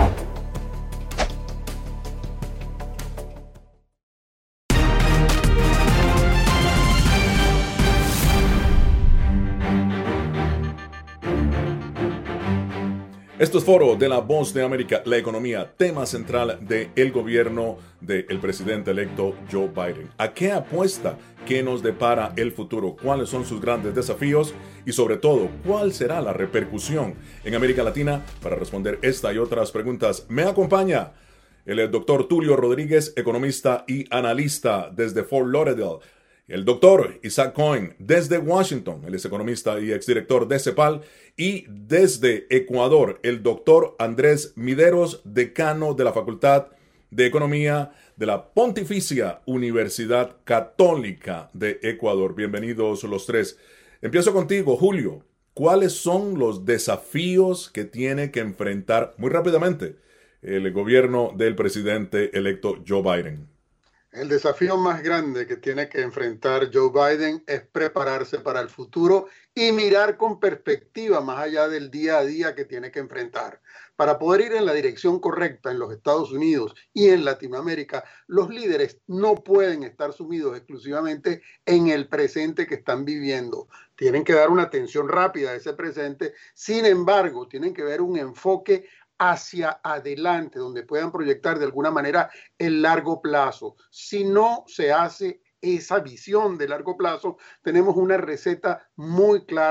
Esto es Foro de la Voz de América, la economía, tema central del gobierno del presidente electo Joe Biden. ¿A qué apuesta? ¿Qué nos depara el futuro? ¿Cuáles son sus grandes desafíos? Y sobre todo, ¿cuál será la repercusión en América Latina? Para responder esta y otras preguntas, me acompaña el doctor Tulio Rodríguez, economista y analista desde Fort Lauderdale. El doctor Isaac Cohen desde Washington, él es economista y exdirector de CEPAL, y desde Ecuador, el doctor Andrés Mideros, decano de la Facultad de Economía de la Pontificia Universidad Católica de Ecuador. Bienvenidos los tres. Empiezo contigo, Julio. ¿Cuáles son los desafíos que tiene que enfrentar muy rápidamente el gobierno del presidente electo Joe Biden? El desafío más grande que tiene que enfrentar Joe Biden es prepararse para el futuro y mirar con perspectiva más allá del día a día que tiene que enfrentar. Para poder ir en la dirección correcta en los Estados Unidos y en Latinoamérica, los líderes no pueden estar sumidos exclusivamente en el presente que están viviendo. Tienen que dar una atención rápida a ese presente, sin embargo, tienen que ver un enfoque hacia adelante, donde puedan proyectar de alguna manera el largo plazo. Si no se hace esa visión de largo plazo, tenemos una receta muy clara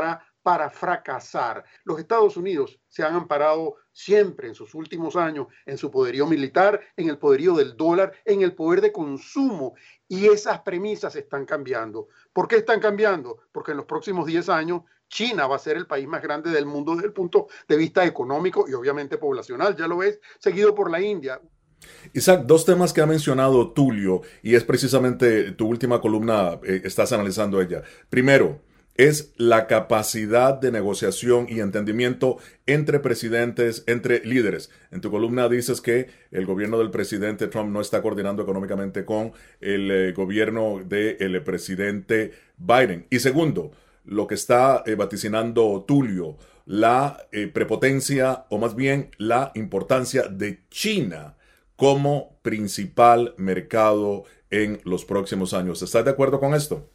para fracasar. Los Estados Unidos se han amparado siempre en sus últimos años en su poderío militar, en el poderío del dólar, en el poder de consumo, y esas premisas están cambiando. ¿Por qué están cambiando? Porque en los próximos 10 años China va a ser el país más grande del mundo desde el punto de vista económico y obviamente poblacional, ya lo ves, seguido por la India. Isaac, dos temas que ha mencionado Tulio, y es precisamente tu última columna, estás analizando ella. Primero, es la capacidad de negociación y entendimiento entre presidentes, entre líderes. En tu columna dices que el gobierno del presidente Trump no está coordinando económicamente con el gobierno del presidente Biden. Y segundo, lo que está vaticinando Tulio, la prepotencia, o más bien la importancia de China como principal mercado en los próximos años. ¿Estás de acuerdo con esto?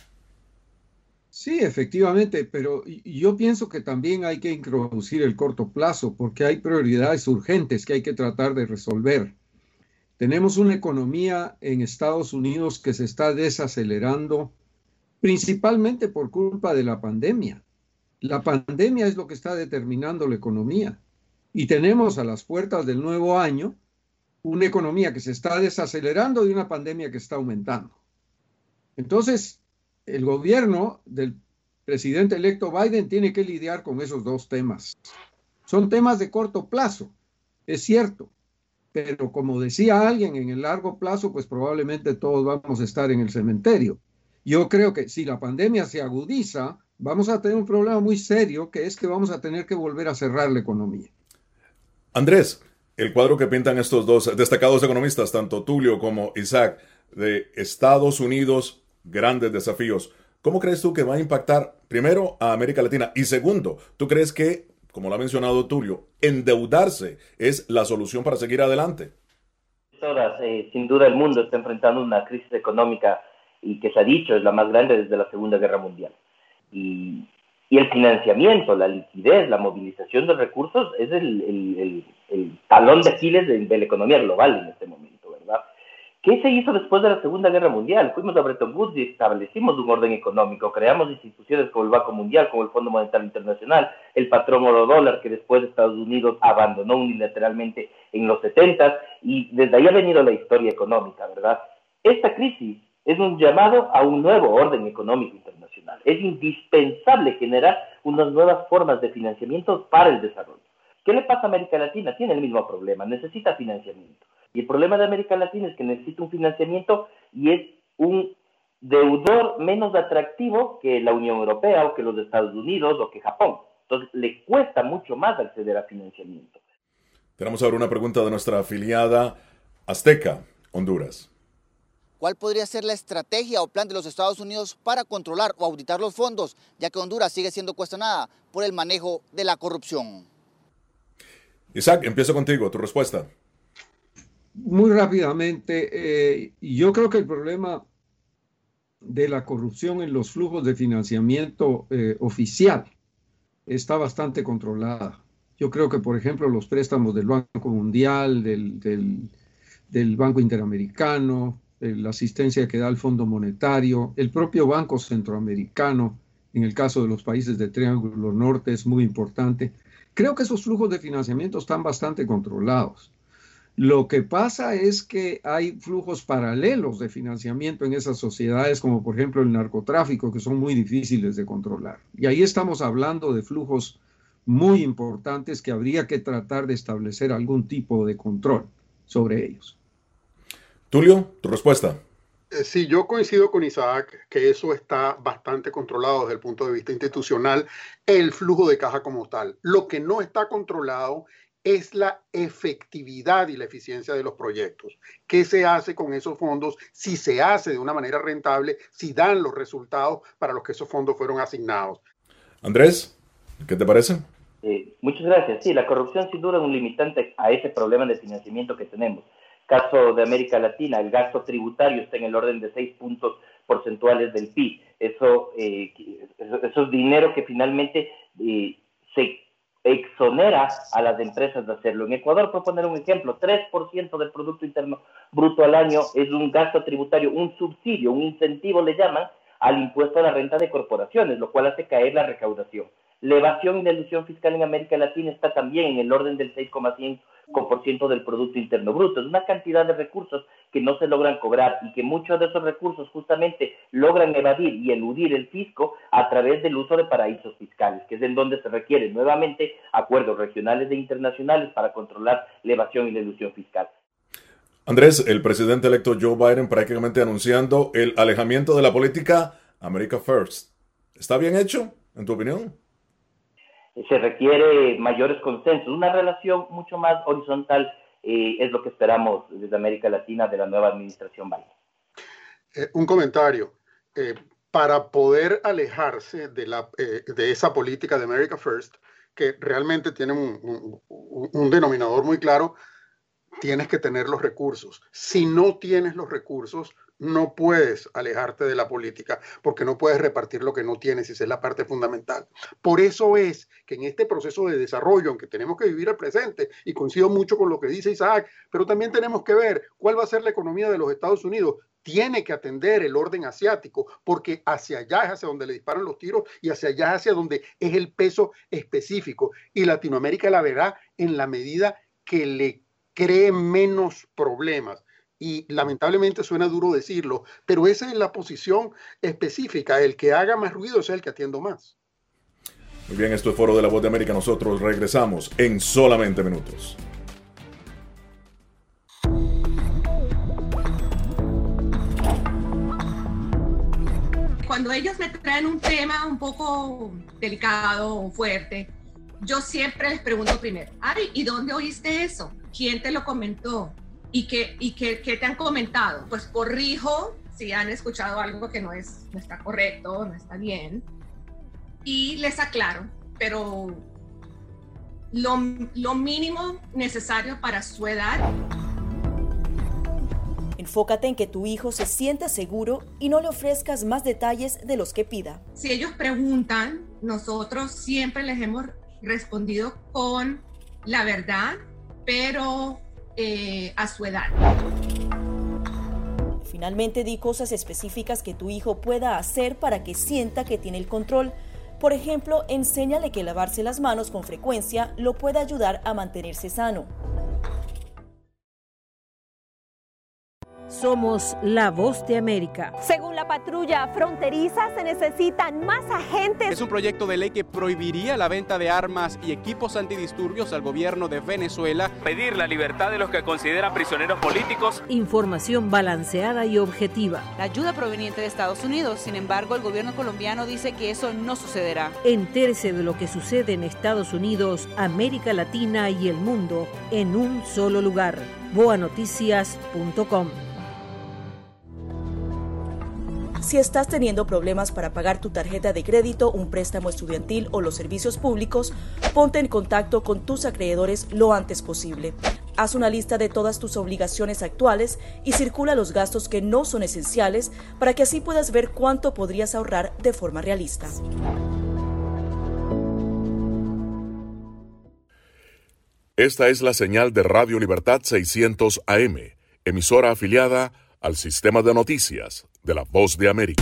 Sí, efectivamente, pero yo pienso que también hay que introducir el corto plazo porque hay prioridades urgentes que hay que tratar de resolver. Tenemos una economía en Estados Unidos que se está desacelerando principalmente por culpa de la pandemia. La pandemia es lo que está determinando la economía y tenemos a las puertas del nuevo año una economía que se está desacelerando y una pandemia que está aumentando. Entonces, el gobierno del presidente electo Biden tiene que lidiar con esos dos temas. Son temas de corto plazo, es cierto, pero como decía alguien, en el largo plazo, pues probablemente todos vamos a estar en el cementerio. Yo creo que si la pandemia se agudiza, vamos a tener un problema muy serio, que es que vamos a tener que volver a cerrar la economía. Andrés, el cuadro que pintan estos dos destacados economistas, tanto Tulio como Isaac, de Estados Unidos, grandes desafíos. ¿Cómo crees tú que va a impactar, primero, a América Latina? Y segundo, ¿tú crees que, como lo ha mencionado Tulio, endeudarse es la solución para seguir adelante? Horas, sin duda el mundo está enfrentando una crisis económica y que se ha dicho es la más grande desde la Segunda Guerra Mundial. Y el financiamiento, la liquidez, la movilización de recursos es el talón de Aquiles de la economía global en este momento, ¿verdad? ¿Qué se hizo después de la Segunda Guerra Mundial? Fuimos a Bretton Woods y establecimos un orden económico, creamos instituciones como el Banco Mundial, como el Fondo Monetario Internacional, el patrón oro dólar que después Estados Unidos abandonó unilateralmente en los 70s, y desde ahí ha venido la historia económica, ¿verdad? Esta crisis es un llamado a un nuevo orden económico internacional. Es indispensable generar unas nuevas formas de financiamiento para el desarrollo. ¿Qué le pasa a América Latina? Tiene el mismo problema, necesita financiamiento. Y el problema de América Latina es que necesita un financiamiento y es un deudor menos atractivo que la Unión Europea o que los Estados Unidos o que Japón. Entonces le cuesta mucho más acceder a financiamiento. Tenemos ahora una pregunta de nuestra afiliada Azteca, Honduras. ¿Cuál podría ser la estrategia o plan de los Estados Unidos para controlar o auditar los fondos, ya que Honduras sigue siendo cuestionada por el manejo de la corrupción? Isaac, empiezo contigo, tu respuesta. Muy rápidamente, yo creo que el problema de la corrupción en los flujos de financiamiento oficial está bastante controlada. Yo creo que, por ejemplo, los préstamos del Banco Mundial, del Banco Interamericano, la asistencia que da el Fondo Monetario, el propio Banco Centroamericano, en el caso de los países de Triángulo Norte, es muy importante. Creo que esos flujos de financiamiento están bastante controlados. Lo que pasa es que hay flujos paralelos de financiamiento en esas sociedades, como por ejemplo el narcotráfico, que son muy difíciles de controlar. Y ahí estamos hablando de flujos muy importantes que habría que tratar de establecer algún tipo de control sobre ellos. Tulio, tu respuesta. Sí, yo coincido con Isaac que eso está bastante controlado desde el punto de vista institucional, el flujo de caja como tal. Lo que no está controlado es la efectividad y la eficiencia de los proyectos. ¿Qué se hace con esos fondos? Si se hace de una manera rentable, si dan los resultados para los que esos fondos fueron asignados. Andrés, ¿qué te parece? Muchas gracias. Sí, la corrupción sin duda es un limitante a ese problema de financiamiento que tenemos. Caso de América Latina, el gasto tributario está en el orden de 6 puntos porcentuales del PIB. Eso es dinero que finalmente se exonera a las empresas de hacerlo. En Ecuador, por poner un ejemplo, 3% del Producto Interno Bruto al año es un gasto tributario, un subsidio, un incentivo le llaman, al impuesto a la renta de corporaciones, lo cual hace caer la recaudación. La evasión y la elusión fiscal en América Latina está también en el orden del 6,5% del Producto Interno Bruto. Es una cantidad de recursos que no se logran cobrar y que muchos de esos recursos justamente logran evadir y eludir el fisco a través del uso de paraísos fiscales, que es en donde se requieren nuevamente acuerdos regionales e internacionales para controlar la evasión y la elusión fiscal. Andrés, el presidente electo Joe Biden prácticamente anunciando el alejamiento de la política America First. ¿Está bien hecho, en tu opinión? Se requiere mayores consensos, una relación mucho más horizontal es lo que esperamos desde América Latina de la nueva administración Biden. Un comentario. Para poder alejarse de esa política de America First, que realmente tiene un denominador muy claro, tienes que tener los recursos. Si no tienes los recursos, no puedes alejarte de la política porque no puedes repartir lo que no tienes y esa es la parte fundamental. Por eso es que en este proceso de desarrollo, aunque tenemos que vivir el presente, y coincido mucho con lo que dice Isaac, pero también tenemos que ver cuál va a ser la economía de los Estados Unidos. Tiene que atender el orden asiático porque hacia allá es hacia donde le disparan los tiros y hacia allá es hacia donde es el peso específico. Y Latinoamérica la verá en la medida que le cree menos problemas. Y lamentablemente suena duro decirlo, pero esa es la posición específica. El que haga más ruido es el que atiendo más. Muy bien, esto es Foro de la Voz de América. Nosotros regresamos en solamente minutos. Cuando ellos me traen un tema un poco delicado o fuerte, yo siempre les pregunto primero, ay, ¿y dónde oíste eso? ¿Quién te lo comentó? ¿Y qué te han comentado? Pues corrijo si han escuchado algo que no está correcto, no está bien, y les aclaro, pero lo mínimo necesario para su edad. Enfócate en que tu hijo se sienta seguro y no le ofrezcas más detalles de los que pida. Si ellos preguntan, nosotros siempre les hemos respondido con la verdad, pero a su edad. Finalmente, di cosas específicas que tu hijo pueda hacer para que sienta que tiene el control. Por ejemplo, enséñale que lavarse las manos con frecuencia lo puede ayudar a mantenerse sano. Somos la voz de América. Según la patrulla fronteriza, se necesitan más agentes. Es un proyecto de ley que prohibiría la venta de armas y equipos antidisturbios al gobierno de Venezuela. Pedir la libertad de los que consideran prisioneros políticos. Información balanceada y objetiva. La ayuda proveniente de Estados Unidos. Sin embargo, el gobierno colombiano dice que eso no sucederá. Entérese de lo que sucede en Estados Unidos, América Latina y el mundo en un solo lugar. boanoticias.com. Si estás teniendo problemas para pagar tu tarjeta de crédito, un préstamo estudiantil o los servicios públicos, ponte en contacto con tus acreedores lo antes posible. Haz una lista de todas tus obligaciones actuales y circula los gastos que no son esenciales para que así puedas ver cuánto podrías ahorrar de forma realista. Esta es la señal de Radio Libertad 600 AM, emisora afiliada al sistema de noticias de la Voz de América.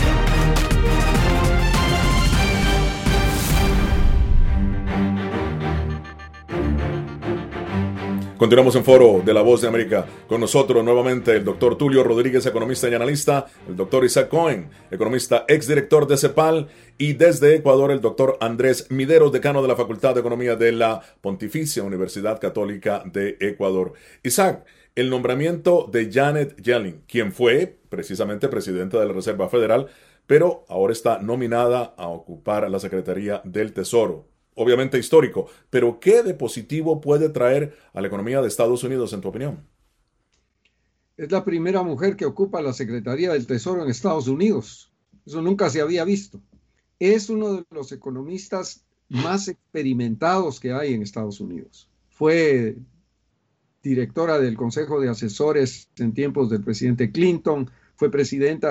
Continuamos en Foro de la Voz de América. Con nosotros nuevamente el doctor Tulio Rodríguez, economista y analista, el doctor Isaac Cohen, economista exdirector de CEPAL, y desde Ecuador el doctor Andrés Mideros, decano de la Facultad de Economía de la Pontificia Universidad Católica de Ecuador. Isaac, el nombramiento de Janet Yellen, quien fue precisamente presidenta de la Reserva Federal, pero ahora está nominada a ocupar la Secretaría del Tesoro. Obviamente histórico, pero ¿qué de positivo puede traer a la economía de Estados Unidos, en tu opinión? Es la primera mujer que ocupa la Secretaría del Tesoro en Estados Unidos. Eso nunca se había visto. Es uno de los economistas más experimentados que hay en Estados Unidos. Fue directora del Consejo de Asesores en tiempos del presidente Clinton, fue presidenta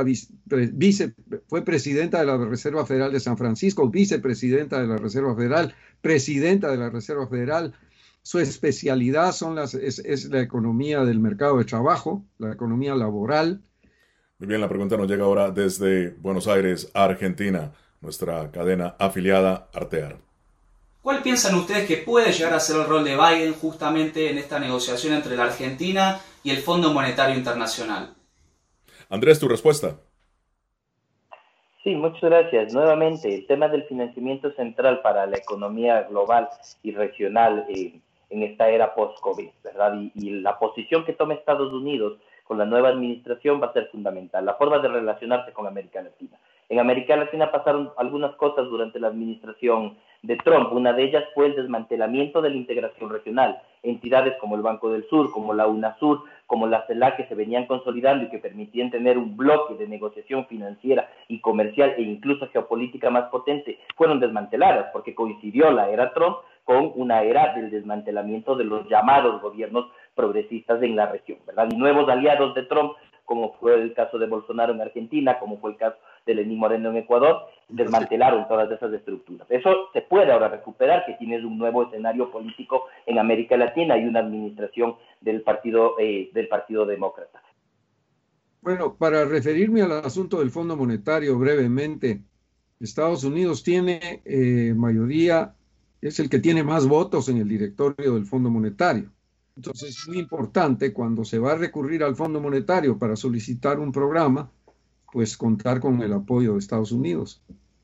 de la Reserva Federal de San Francisco, vicepresidenta de la Reserva Federal, presidenta de la Reserva Federal. Su especialidad es la economía del mercado de trabajo, la economía laboral. Muy bien, la pregunta nos llega ahora desde Buenos Aires, Argentina, nuestra cadena afiliada Artear. ¿Cuál piensan ustedes que puede llegar a ser el rol de Biden justamente en esta negociación entre la Argentina y el Fondo Monetario Internacional? Andrés, tu respuesta. Sí, muchas gracias. Nuevamente, el tema del financiamiento central para la economía global y regional en esta era post-COVID, ¿verdad? Y la posición que tome Estados Unidos con la nueva administración va a ser fundamental. La forma de relacionarse con América Latina. En América Latina pasaron algunas cosas durante la administración de Trump. Una de ellas fue el desmantelamiento de la integración regional. Entidades como el Banco del Sur, como la UNASUR, como la CELAC, que se venían consolidando y que permitían tener un bloque de negociación financiera y comercial e incluso geopolítica más potente, fueron desmanteladas porque coincidió la era Trump con una era del desmantelamiento de los llamados gobiernos progresistas en la región, ¿verdad? Y nuevos aliados de Trump, como fue el caso de Bolsonaro en Argentina, como fue el caso de Lenín Moreno en Ecuador, desmantelaron todas esas estructuras. Eso se puede ahora recuperar, que tienes un nuevo escenario político en América Latina y una administración del Partido Demócrata. Bueno, para referirme al asunto del Fondo Monetario brevemente, Estados Unidos tiene mayoría, es el que tiene más votos en el directorio del Fondo Monetario. Entonces es muy importante cuando se va a recurrir al Fondo Monetario para solicitar un programa, pues contar con el apoyo de Estados Unidos.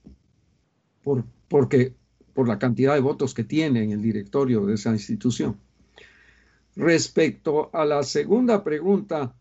Porque por la cantidad de votos que tiene en el directorio de esa institución. Respecto a la segunda pregunta,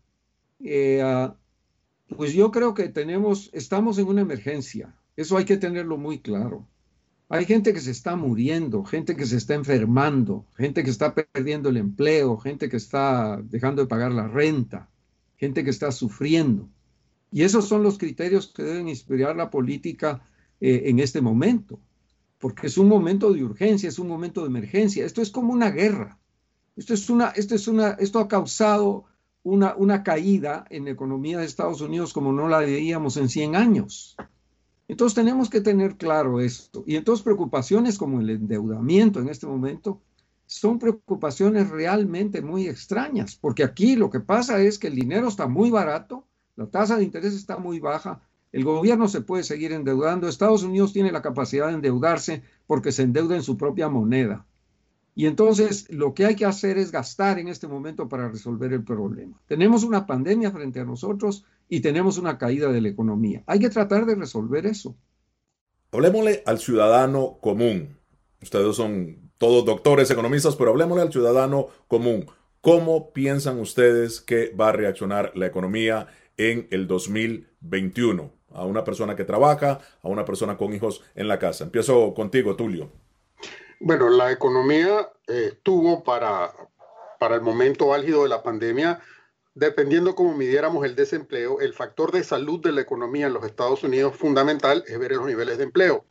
pues yo creo que estamos en una emergencia. Eso hay que tenerlo muy claro. Hay gente que se está muriendo, gente que se está enfermando, gente que está perdiendo el empleo, gente que está dejando de pagar la renta, gente que está sufriendo. Y esos son los criterios que deben inspirar la política en este momento, porque es un momento de urgencia, es un momento de emergencia. Esto es como una guerra. Esto ha causado una caída en la economía de Estados Unidos como no la veíamos en 100 años. Entonces tenemos que tener claro esto. Y entonces preocupaciones como el endeudamiento en este momento son preocupaciones realmente muy extrañas, porque aquí lo que pasa es que el dinero está muy barato, la tasa de interés está muy baja, el gobierno se puede seguir endeudando, Estados Unidos tiene la capacidad de endeudarse porque se endeuda en su propia moneda. Y entonces lo que hay que hacer es gastar en este momento para resolver el problema. Tenemos una pandemia frente a nosotros y tenemos una caída de la economía. Hay que tratar de resolver eso. Hablemosle al ciudadano común. Ustedes son todos doctores, economistas, pero hablemosle al ciudadano común. ¿Cómo piensan ustedes que va a reaccionar la economía en el 2021? A una persona que trabaja, a una persona con hijos en la casa. Empiezo contigo, Tulio. Bueno, la economía estuvo para el momento álgido de la pandemia, dependiendo cómo midiéramos el desempleo, el factor de salud de la economía en los Estados Unidos fundamental es ver los niveles de empleo.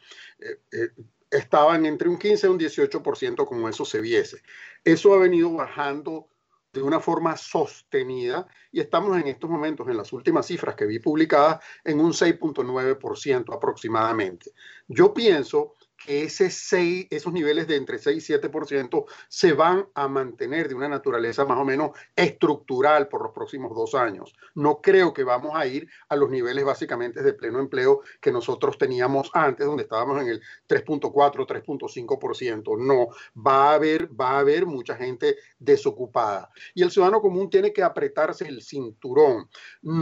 Estaban entre un 15 y un 18% como eso se viese. Eso ha venido bajando de una forma sostenida y estamos en estos momentos, en las últimas cifras que vi publicadas, en un 6.9% aproximadamente. Yo pienso que esos niveles de entre 6 y 7% se van a mantener de una naturaleza más o menos estructural por los próximos 2 años. No creo que vamos a ir a los niveles básicamente de pleno empleo que nosotros teníamos antes, donde estábamos en el 3.4, 3.5%. No, va a haber mucha gente desocupada. Y el ciudadano común tiene que apretarse el cinturón.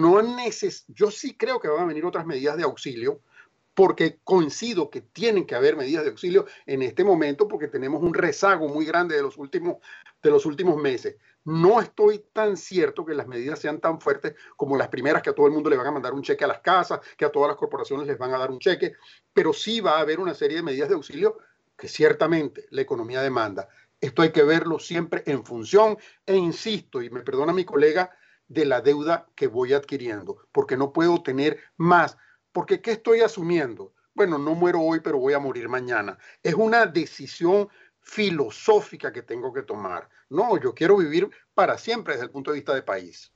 Yo sí creo que van a venir otras medidas de auxilio, porque coincido que tienen que haber medidas de auxilio en este momento porque tenemos un rezago muy grande de los últimos meses. No estoy tan cierto que las medidas sean tan fuertes como las primeras, que a todo el mundo le van a mandar un cheque a las casas, que a todas las corporaciones les van a dar un cheque, pero sí va a haber una serie de medidas de auxilio que ciertamente la economía demanda. Esto hay que verlo siempre en función, e insisto, y me perdona mi colega, de la deuda que voy adquiriendo, porque no puedo tener más. Porque ¿qué estoy asumiendo? Bueno, no muero hoy, pero voy a morir mañana. Es una decisión filosófica que tengo que tomar. No, yo quiero vivir para siempre desde el punto de vista de país.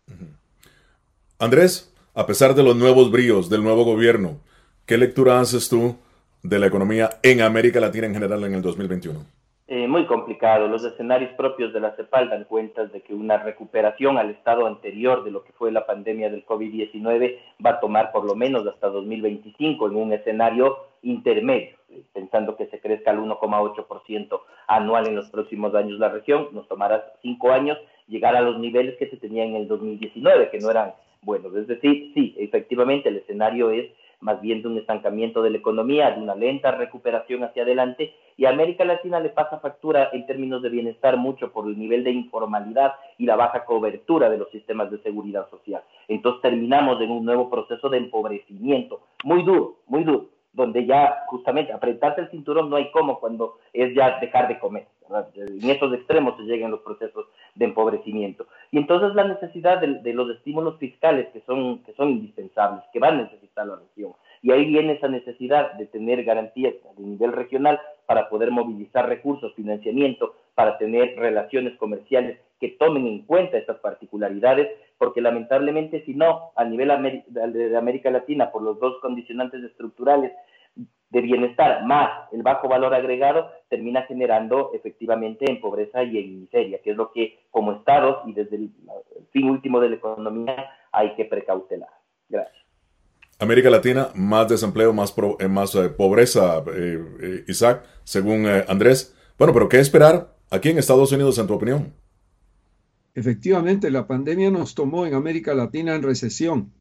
Andrés, a pesar de los nuevos bríos del nuevo gobierno, ¿qué lectura haces tú de la economía en América Latina en general en el 2021? Muy complicado. Los escenarios propios de la CEPAL dan cuenta de que una recuperación al estado anterior de lo que fue la pandemia del COVID-19 va a tomar por lo menos hasta 2025 en un escenario intermedio. pensando que se crezca al 1,8% anual en los próximos años la región, nos tomará 5 años llegar a los niveles que se tenían en el 2019, que no eran buenos. Es decir, sí, efectivamente el escenario es más bien de un estancamiento de la economía, de una lenta recuperación hacia adelante, y a América Latina le pasa factura en términos de bienestar mucho por el nivel de informalidad y la baja cobertura de los sistemas de seguridad social. Entonces terminamos en un nuevo proceso de empobrecimiento, muy duro, donde ya justamente apretarse el cinturón no hay cómo cuando es ya dejar de comer, ¿verdad? En esos extremos se llegan los procesos de empobrecimiento. Y entonces la necesidad de los estímulos fiscales que son indispensables, que van a necesitar la región. Y ahí viene esa necesidad de tener garantías a nivel regional para poder movilizar recursos, financiamiento, para tener relaciones comerciales que tomen en cuenta estas particularidades, porque lamentablemente si no, a nivel de América Latina, por los dos condicionantes estructurales de bienestar más el bajo valor agregado, termina generando efectivamente en pobreza y en miseria, que es lo que como Estados y desde el fin último de la economía hay que precautelar. Gracias. América Latina, más desempleo, más pobreza, Isaac, según Andrés. Bueno, pero ¿qué esperar aquí en Estados Unidos, en tu opinión? Efectivamente, la pandemia nos tomó en América Latina en recesión.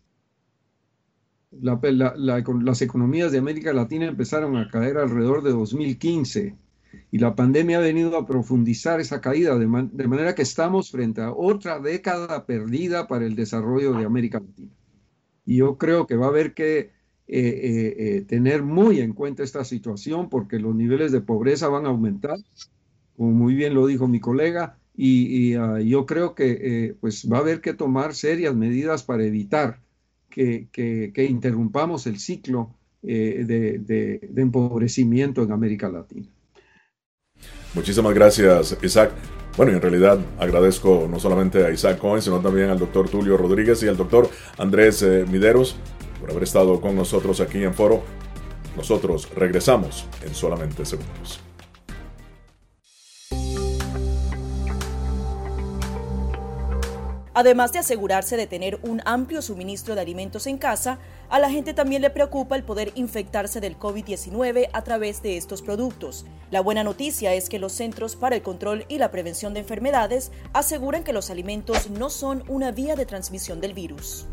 Las economías de América Latina empezaron a caer alrededor de 2015 y la pandemia ha venido a profundizar esa caída, de manera que estamos frente a otra década perdida para el desarrollo de América Latina. Y yo creo que va a haber que tener muy en cuenta esta situación porque los niveles de pobreza van a aumentar, como muy bien lo dijo mi colega, y yo creo que pues va a haber que tomar serias medidas para evitar que interrumpamos el ciclo de empobrecimiento en América Latina. Muchísimas gracias, Isaac. Bueno, y en realidad agradezco no solamente a Isaac Cohen, sino también al doctor Tulio Rodríguez y al doctor Andrés Mideros por haber estado con nosotros aquí en Foro. Nosotros regresamos en solamente segundos. Además de asegurarse de tener un amplio suministro de alimentos en casa, a la gente también le preocupa el poder infectarse del COVID-19 a través de estos productos. La buena noticia es que los Centros para el Control y la Prevención de Enfermedades aseguran que los alimentos no son una vía de transmisión del virus.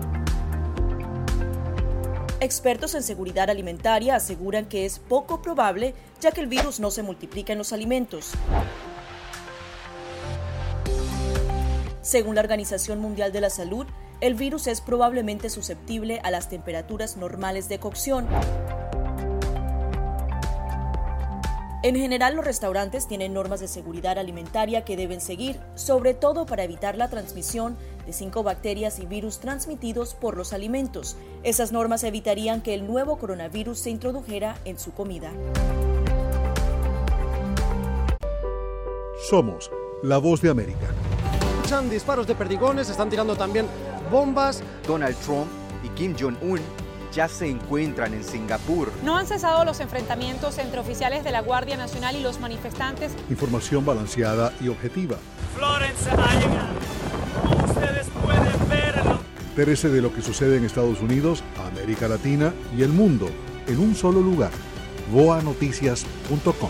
Expertos en seguridad alimentaria aseguran que es poco probable, ya que el virus no se multiplica en los alimentos. Según la Organización Mundial de la Salud, el virus es probablemente susceptible a las temperaturas normales de cocción. En general, los restaurantes tienen normas de seguridad alimentaria que deben seguir, sobre todo para evitar la transmisión de 5 bacterias y virus transmitidos por los alimentos. Esas normas evitarían que el nuevo coronavirus se introdujera en su comida. Somos la voz de América. Disparos de perdigones, están tirando también bombas. Donald Trump y Kim Jong-un ya se encuentran en Singapur. No han cesado los enfrentamientos entre oficiales de la Guardia Nacional y los manifestantes. Información balanceada y objetiva. Florence ha llegado. Como ustedes pueden verlo. Entérese de lo que sucede en Estados Unidos, América Latina y el mundo en un solo lugar. voanoticias.com.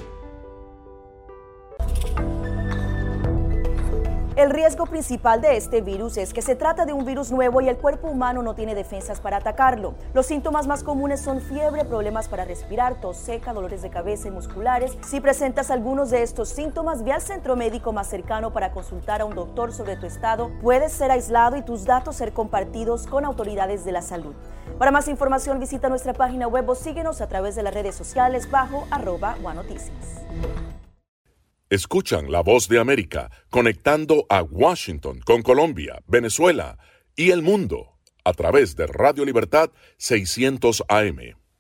El riesgo principal de este virus es que se trata de un virus nuevo y el cuerpo humano no tiene defensas para atacarlo. Los síntomas más comunes son fiebre, problemas para respirar, tos seca, dolores de cabeza y musculares. Si presentas algunos de estos síntomas, ve al centro médico más cercano para consultar a un doctor sobre tu estado. Puedes ser aislado y tus datos ser compartidos con autoridades de la salud. Para más información, visita nuestra página web o síguenos a través de las redes sociales bajo @guanoticias. Escuchan La Voz de América, conectando a Washington con Colombia, Venezuela y el mundo a través de Radio Libertad 600 AM.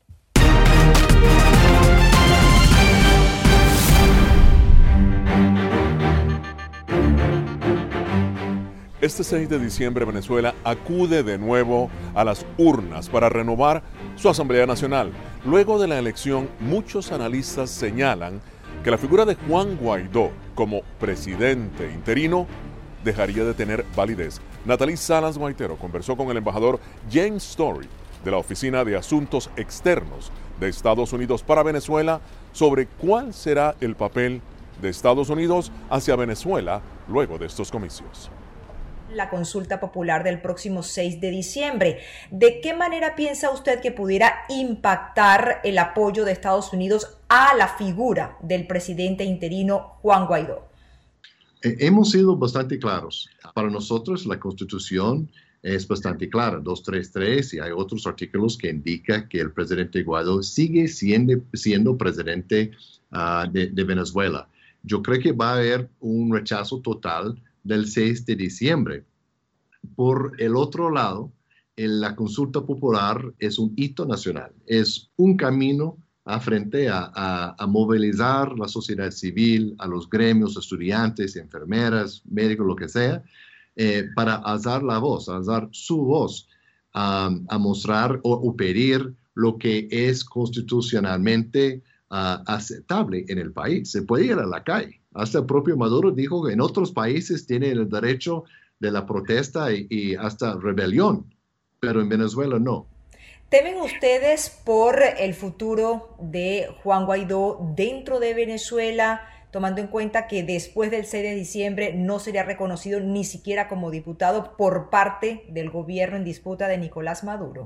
Este 6 de diciembre Venezuela acude de nuevo a las urnas para renovar su Asamblea Nacional. Luego de la elección, muchos analistas señalan que la figura de Juan Guaidó como presidente interino dejaría de tener validez. Natalie Salas Guaitero conversó con el embajador James Story de la Oficina de Asuntos Externos de Estados Unidos para Venezuela sobre cuál será el papel de Estados Unidos hacia Venezuela luego de estos comicios. La consulta popular del próximo 6 de diciembre. ¿De qué manera piensa usted que pudiera impactar el apoyo de Estados Unidos a la figura del presidente interino Juan Guaidó? Hemos sido bastante claros. Para nosotros la Constitución es bastante clara, 233, y hay otros artículos que indican que el presidente Guaidó sigue siendo presidente de Venezuela. Yo creo que va a haber un rechazo total del 6 de diciembre. Por el otro lado, la consulta popular es un hito nacional, es un camino frente a movilizar la sociedad civil, a los gremios, estudiantes, enfermeras, médicos, lo que sea, para alzar la voz, alzar su voz, a mostrar o pedir lo que es constitucionalmente aceptable en el país. Se puede ir a la calle. Hasta el propio Maduro dijo que en otros países tiene el derecho de la protesta y hasta rebelión, pero en Venezuela no. ¿Temen ustedes por el futuro de Juan Guaidó dentro de Venezuela, tomando en cuenta que después del 6 de diciembre no sería reconocido ni siquiera como diputado por parte del gobierno en disputa de Nicolás Maduro?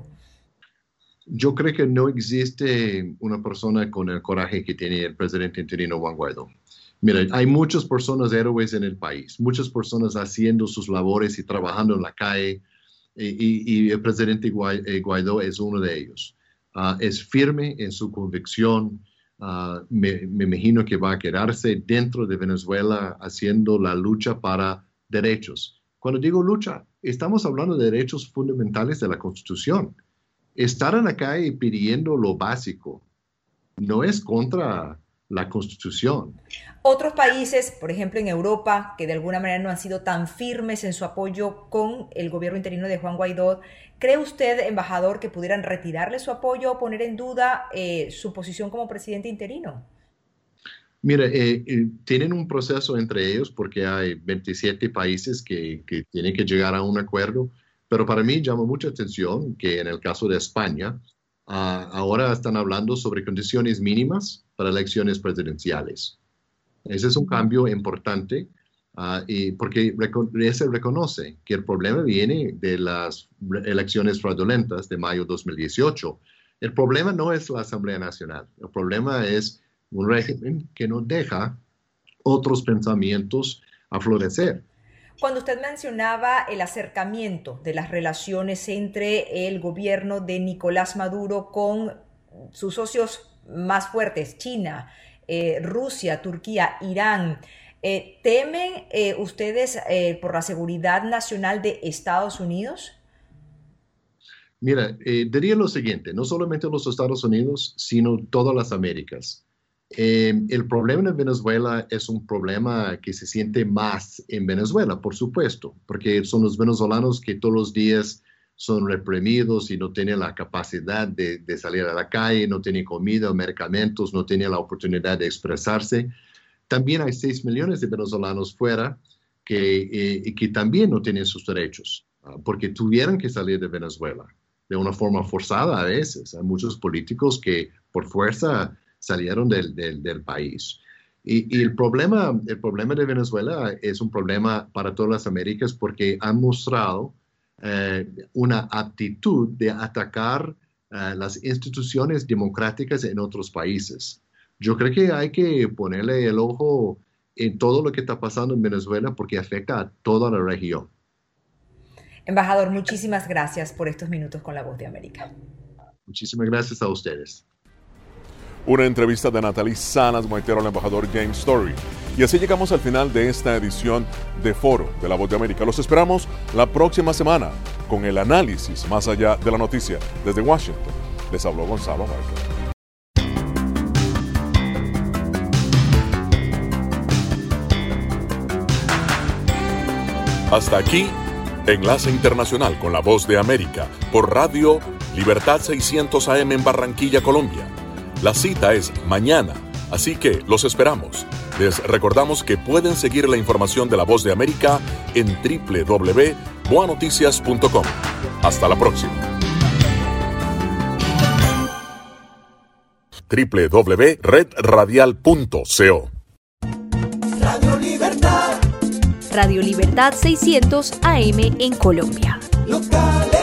Yo creo que no existe una persona con el coraje que tiene el presidente interino Juan Guaidó. Mira, hay muchas personas héroes en el país, muchas personas haciendo sus labores y trabajando en la calle, y el presidente Guaidó es uno de ellos. Es firme en su convicción. Me imagino que va a quedarse dentro de Venezuela haciendo la lucha para derechos. Cuando digo lucha, estamos hablando de derechos fundamentales de la Constitución. Estar en la calle pidiendo lo básico no es contra la Constitución. Otros países, por ejemplo en Europa, que de alguna manera no han sido tan firmes en su apoyo con el gobierno interino de Juan Guaidó, ¿cree usted, embajador, que pudieran retirarle su apoyo o poner en duda su posición como presidente interino? Mira, tienen un proceso entre ellos porque hay 27 países que tienen que llegar a un acuerdo, pero para mí llama mucha atención que en el caso de España, ahora están hablando sobre condiciones mínimas para elecciones presidenciales. Ese es un cambio importante porque se reconoce que el problema viene de las elecciones fraudulentas de mayo de 2018. El problema no es la Asamblea Nacional, el problema es un régimen que no deja otros pensamientos a florecer. Cuando usted mencionaba el acercamiento de las relaciones entre el gobierno de Nicolás Maduro con sus socios más fuertes, China, Rusia, Turquía, Irán, ¿temen ustedes por la seguridad nacional de Estados Unidos? Mira, diría lo siguiente, no solamente los Estados Unidos, sino todas las Américas. El problema en Venezuela es un problema que se siente más en Venezuela, por supuesto, porque son los venezolanos que todos los días son reprimidos y no tienen la capacidad de salir a la calle, no tienen comida, medicamentos, no tienen la oportunidad de expresarse. También hay 6 millones de venezolanos fuera que también no tienen sus derechos, porque tuvieron que salir de Venezuela de una forma forzada a veces. Hay muchos políticos que por fuerza salieron del país. Y el problema de Venezuela es un problema para todas las Américas porque han mostrado una aptitud de atacar las instituciones democráticas en otros países. Yo creo que hay que ponerle el ojo en todo lo que está pasando en Venezuela porque afecta a toda la región. Embajador, muchísimas gracias por estos minutos con La Voz de América. Muchísimas gracias a ustedes. Una entrevista de Natalie Sanas Moitero al embajador James Story. Y así llegamos al final de esta edición de Foro de La Voz de América. Los esperamos la próxima semana con el análisis más allá de la noticia. Desde Washington, les habló Gonzalo Márquez. Hasta aquí, Enlace Internacional con La Voz de América por Radio Libertad 600 AM en Barranquilla, Colombia. La cita es mañana, así que los esperamos. Les recordamos que pueden seguir la información de La Voz de América en www.boanoticias.com. Hasta la próxima. www.redradial.co. Radio Libertad. Radio Libertad 600 AM en Colombia. Local.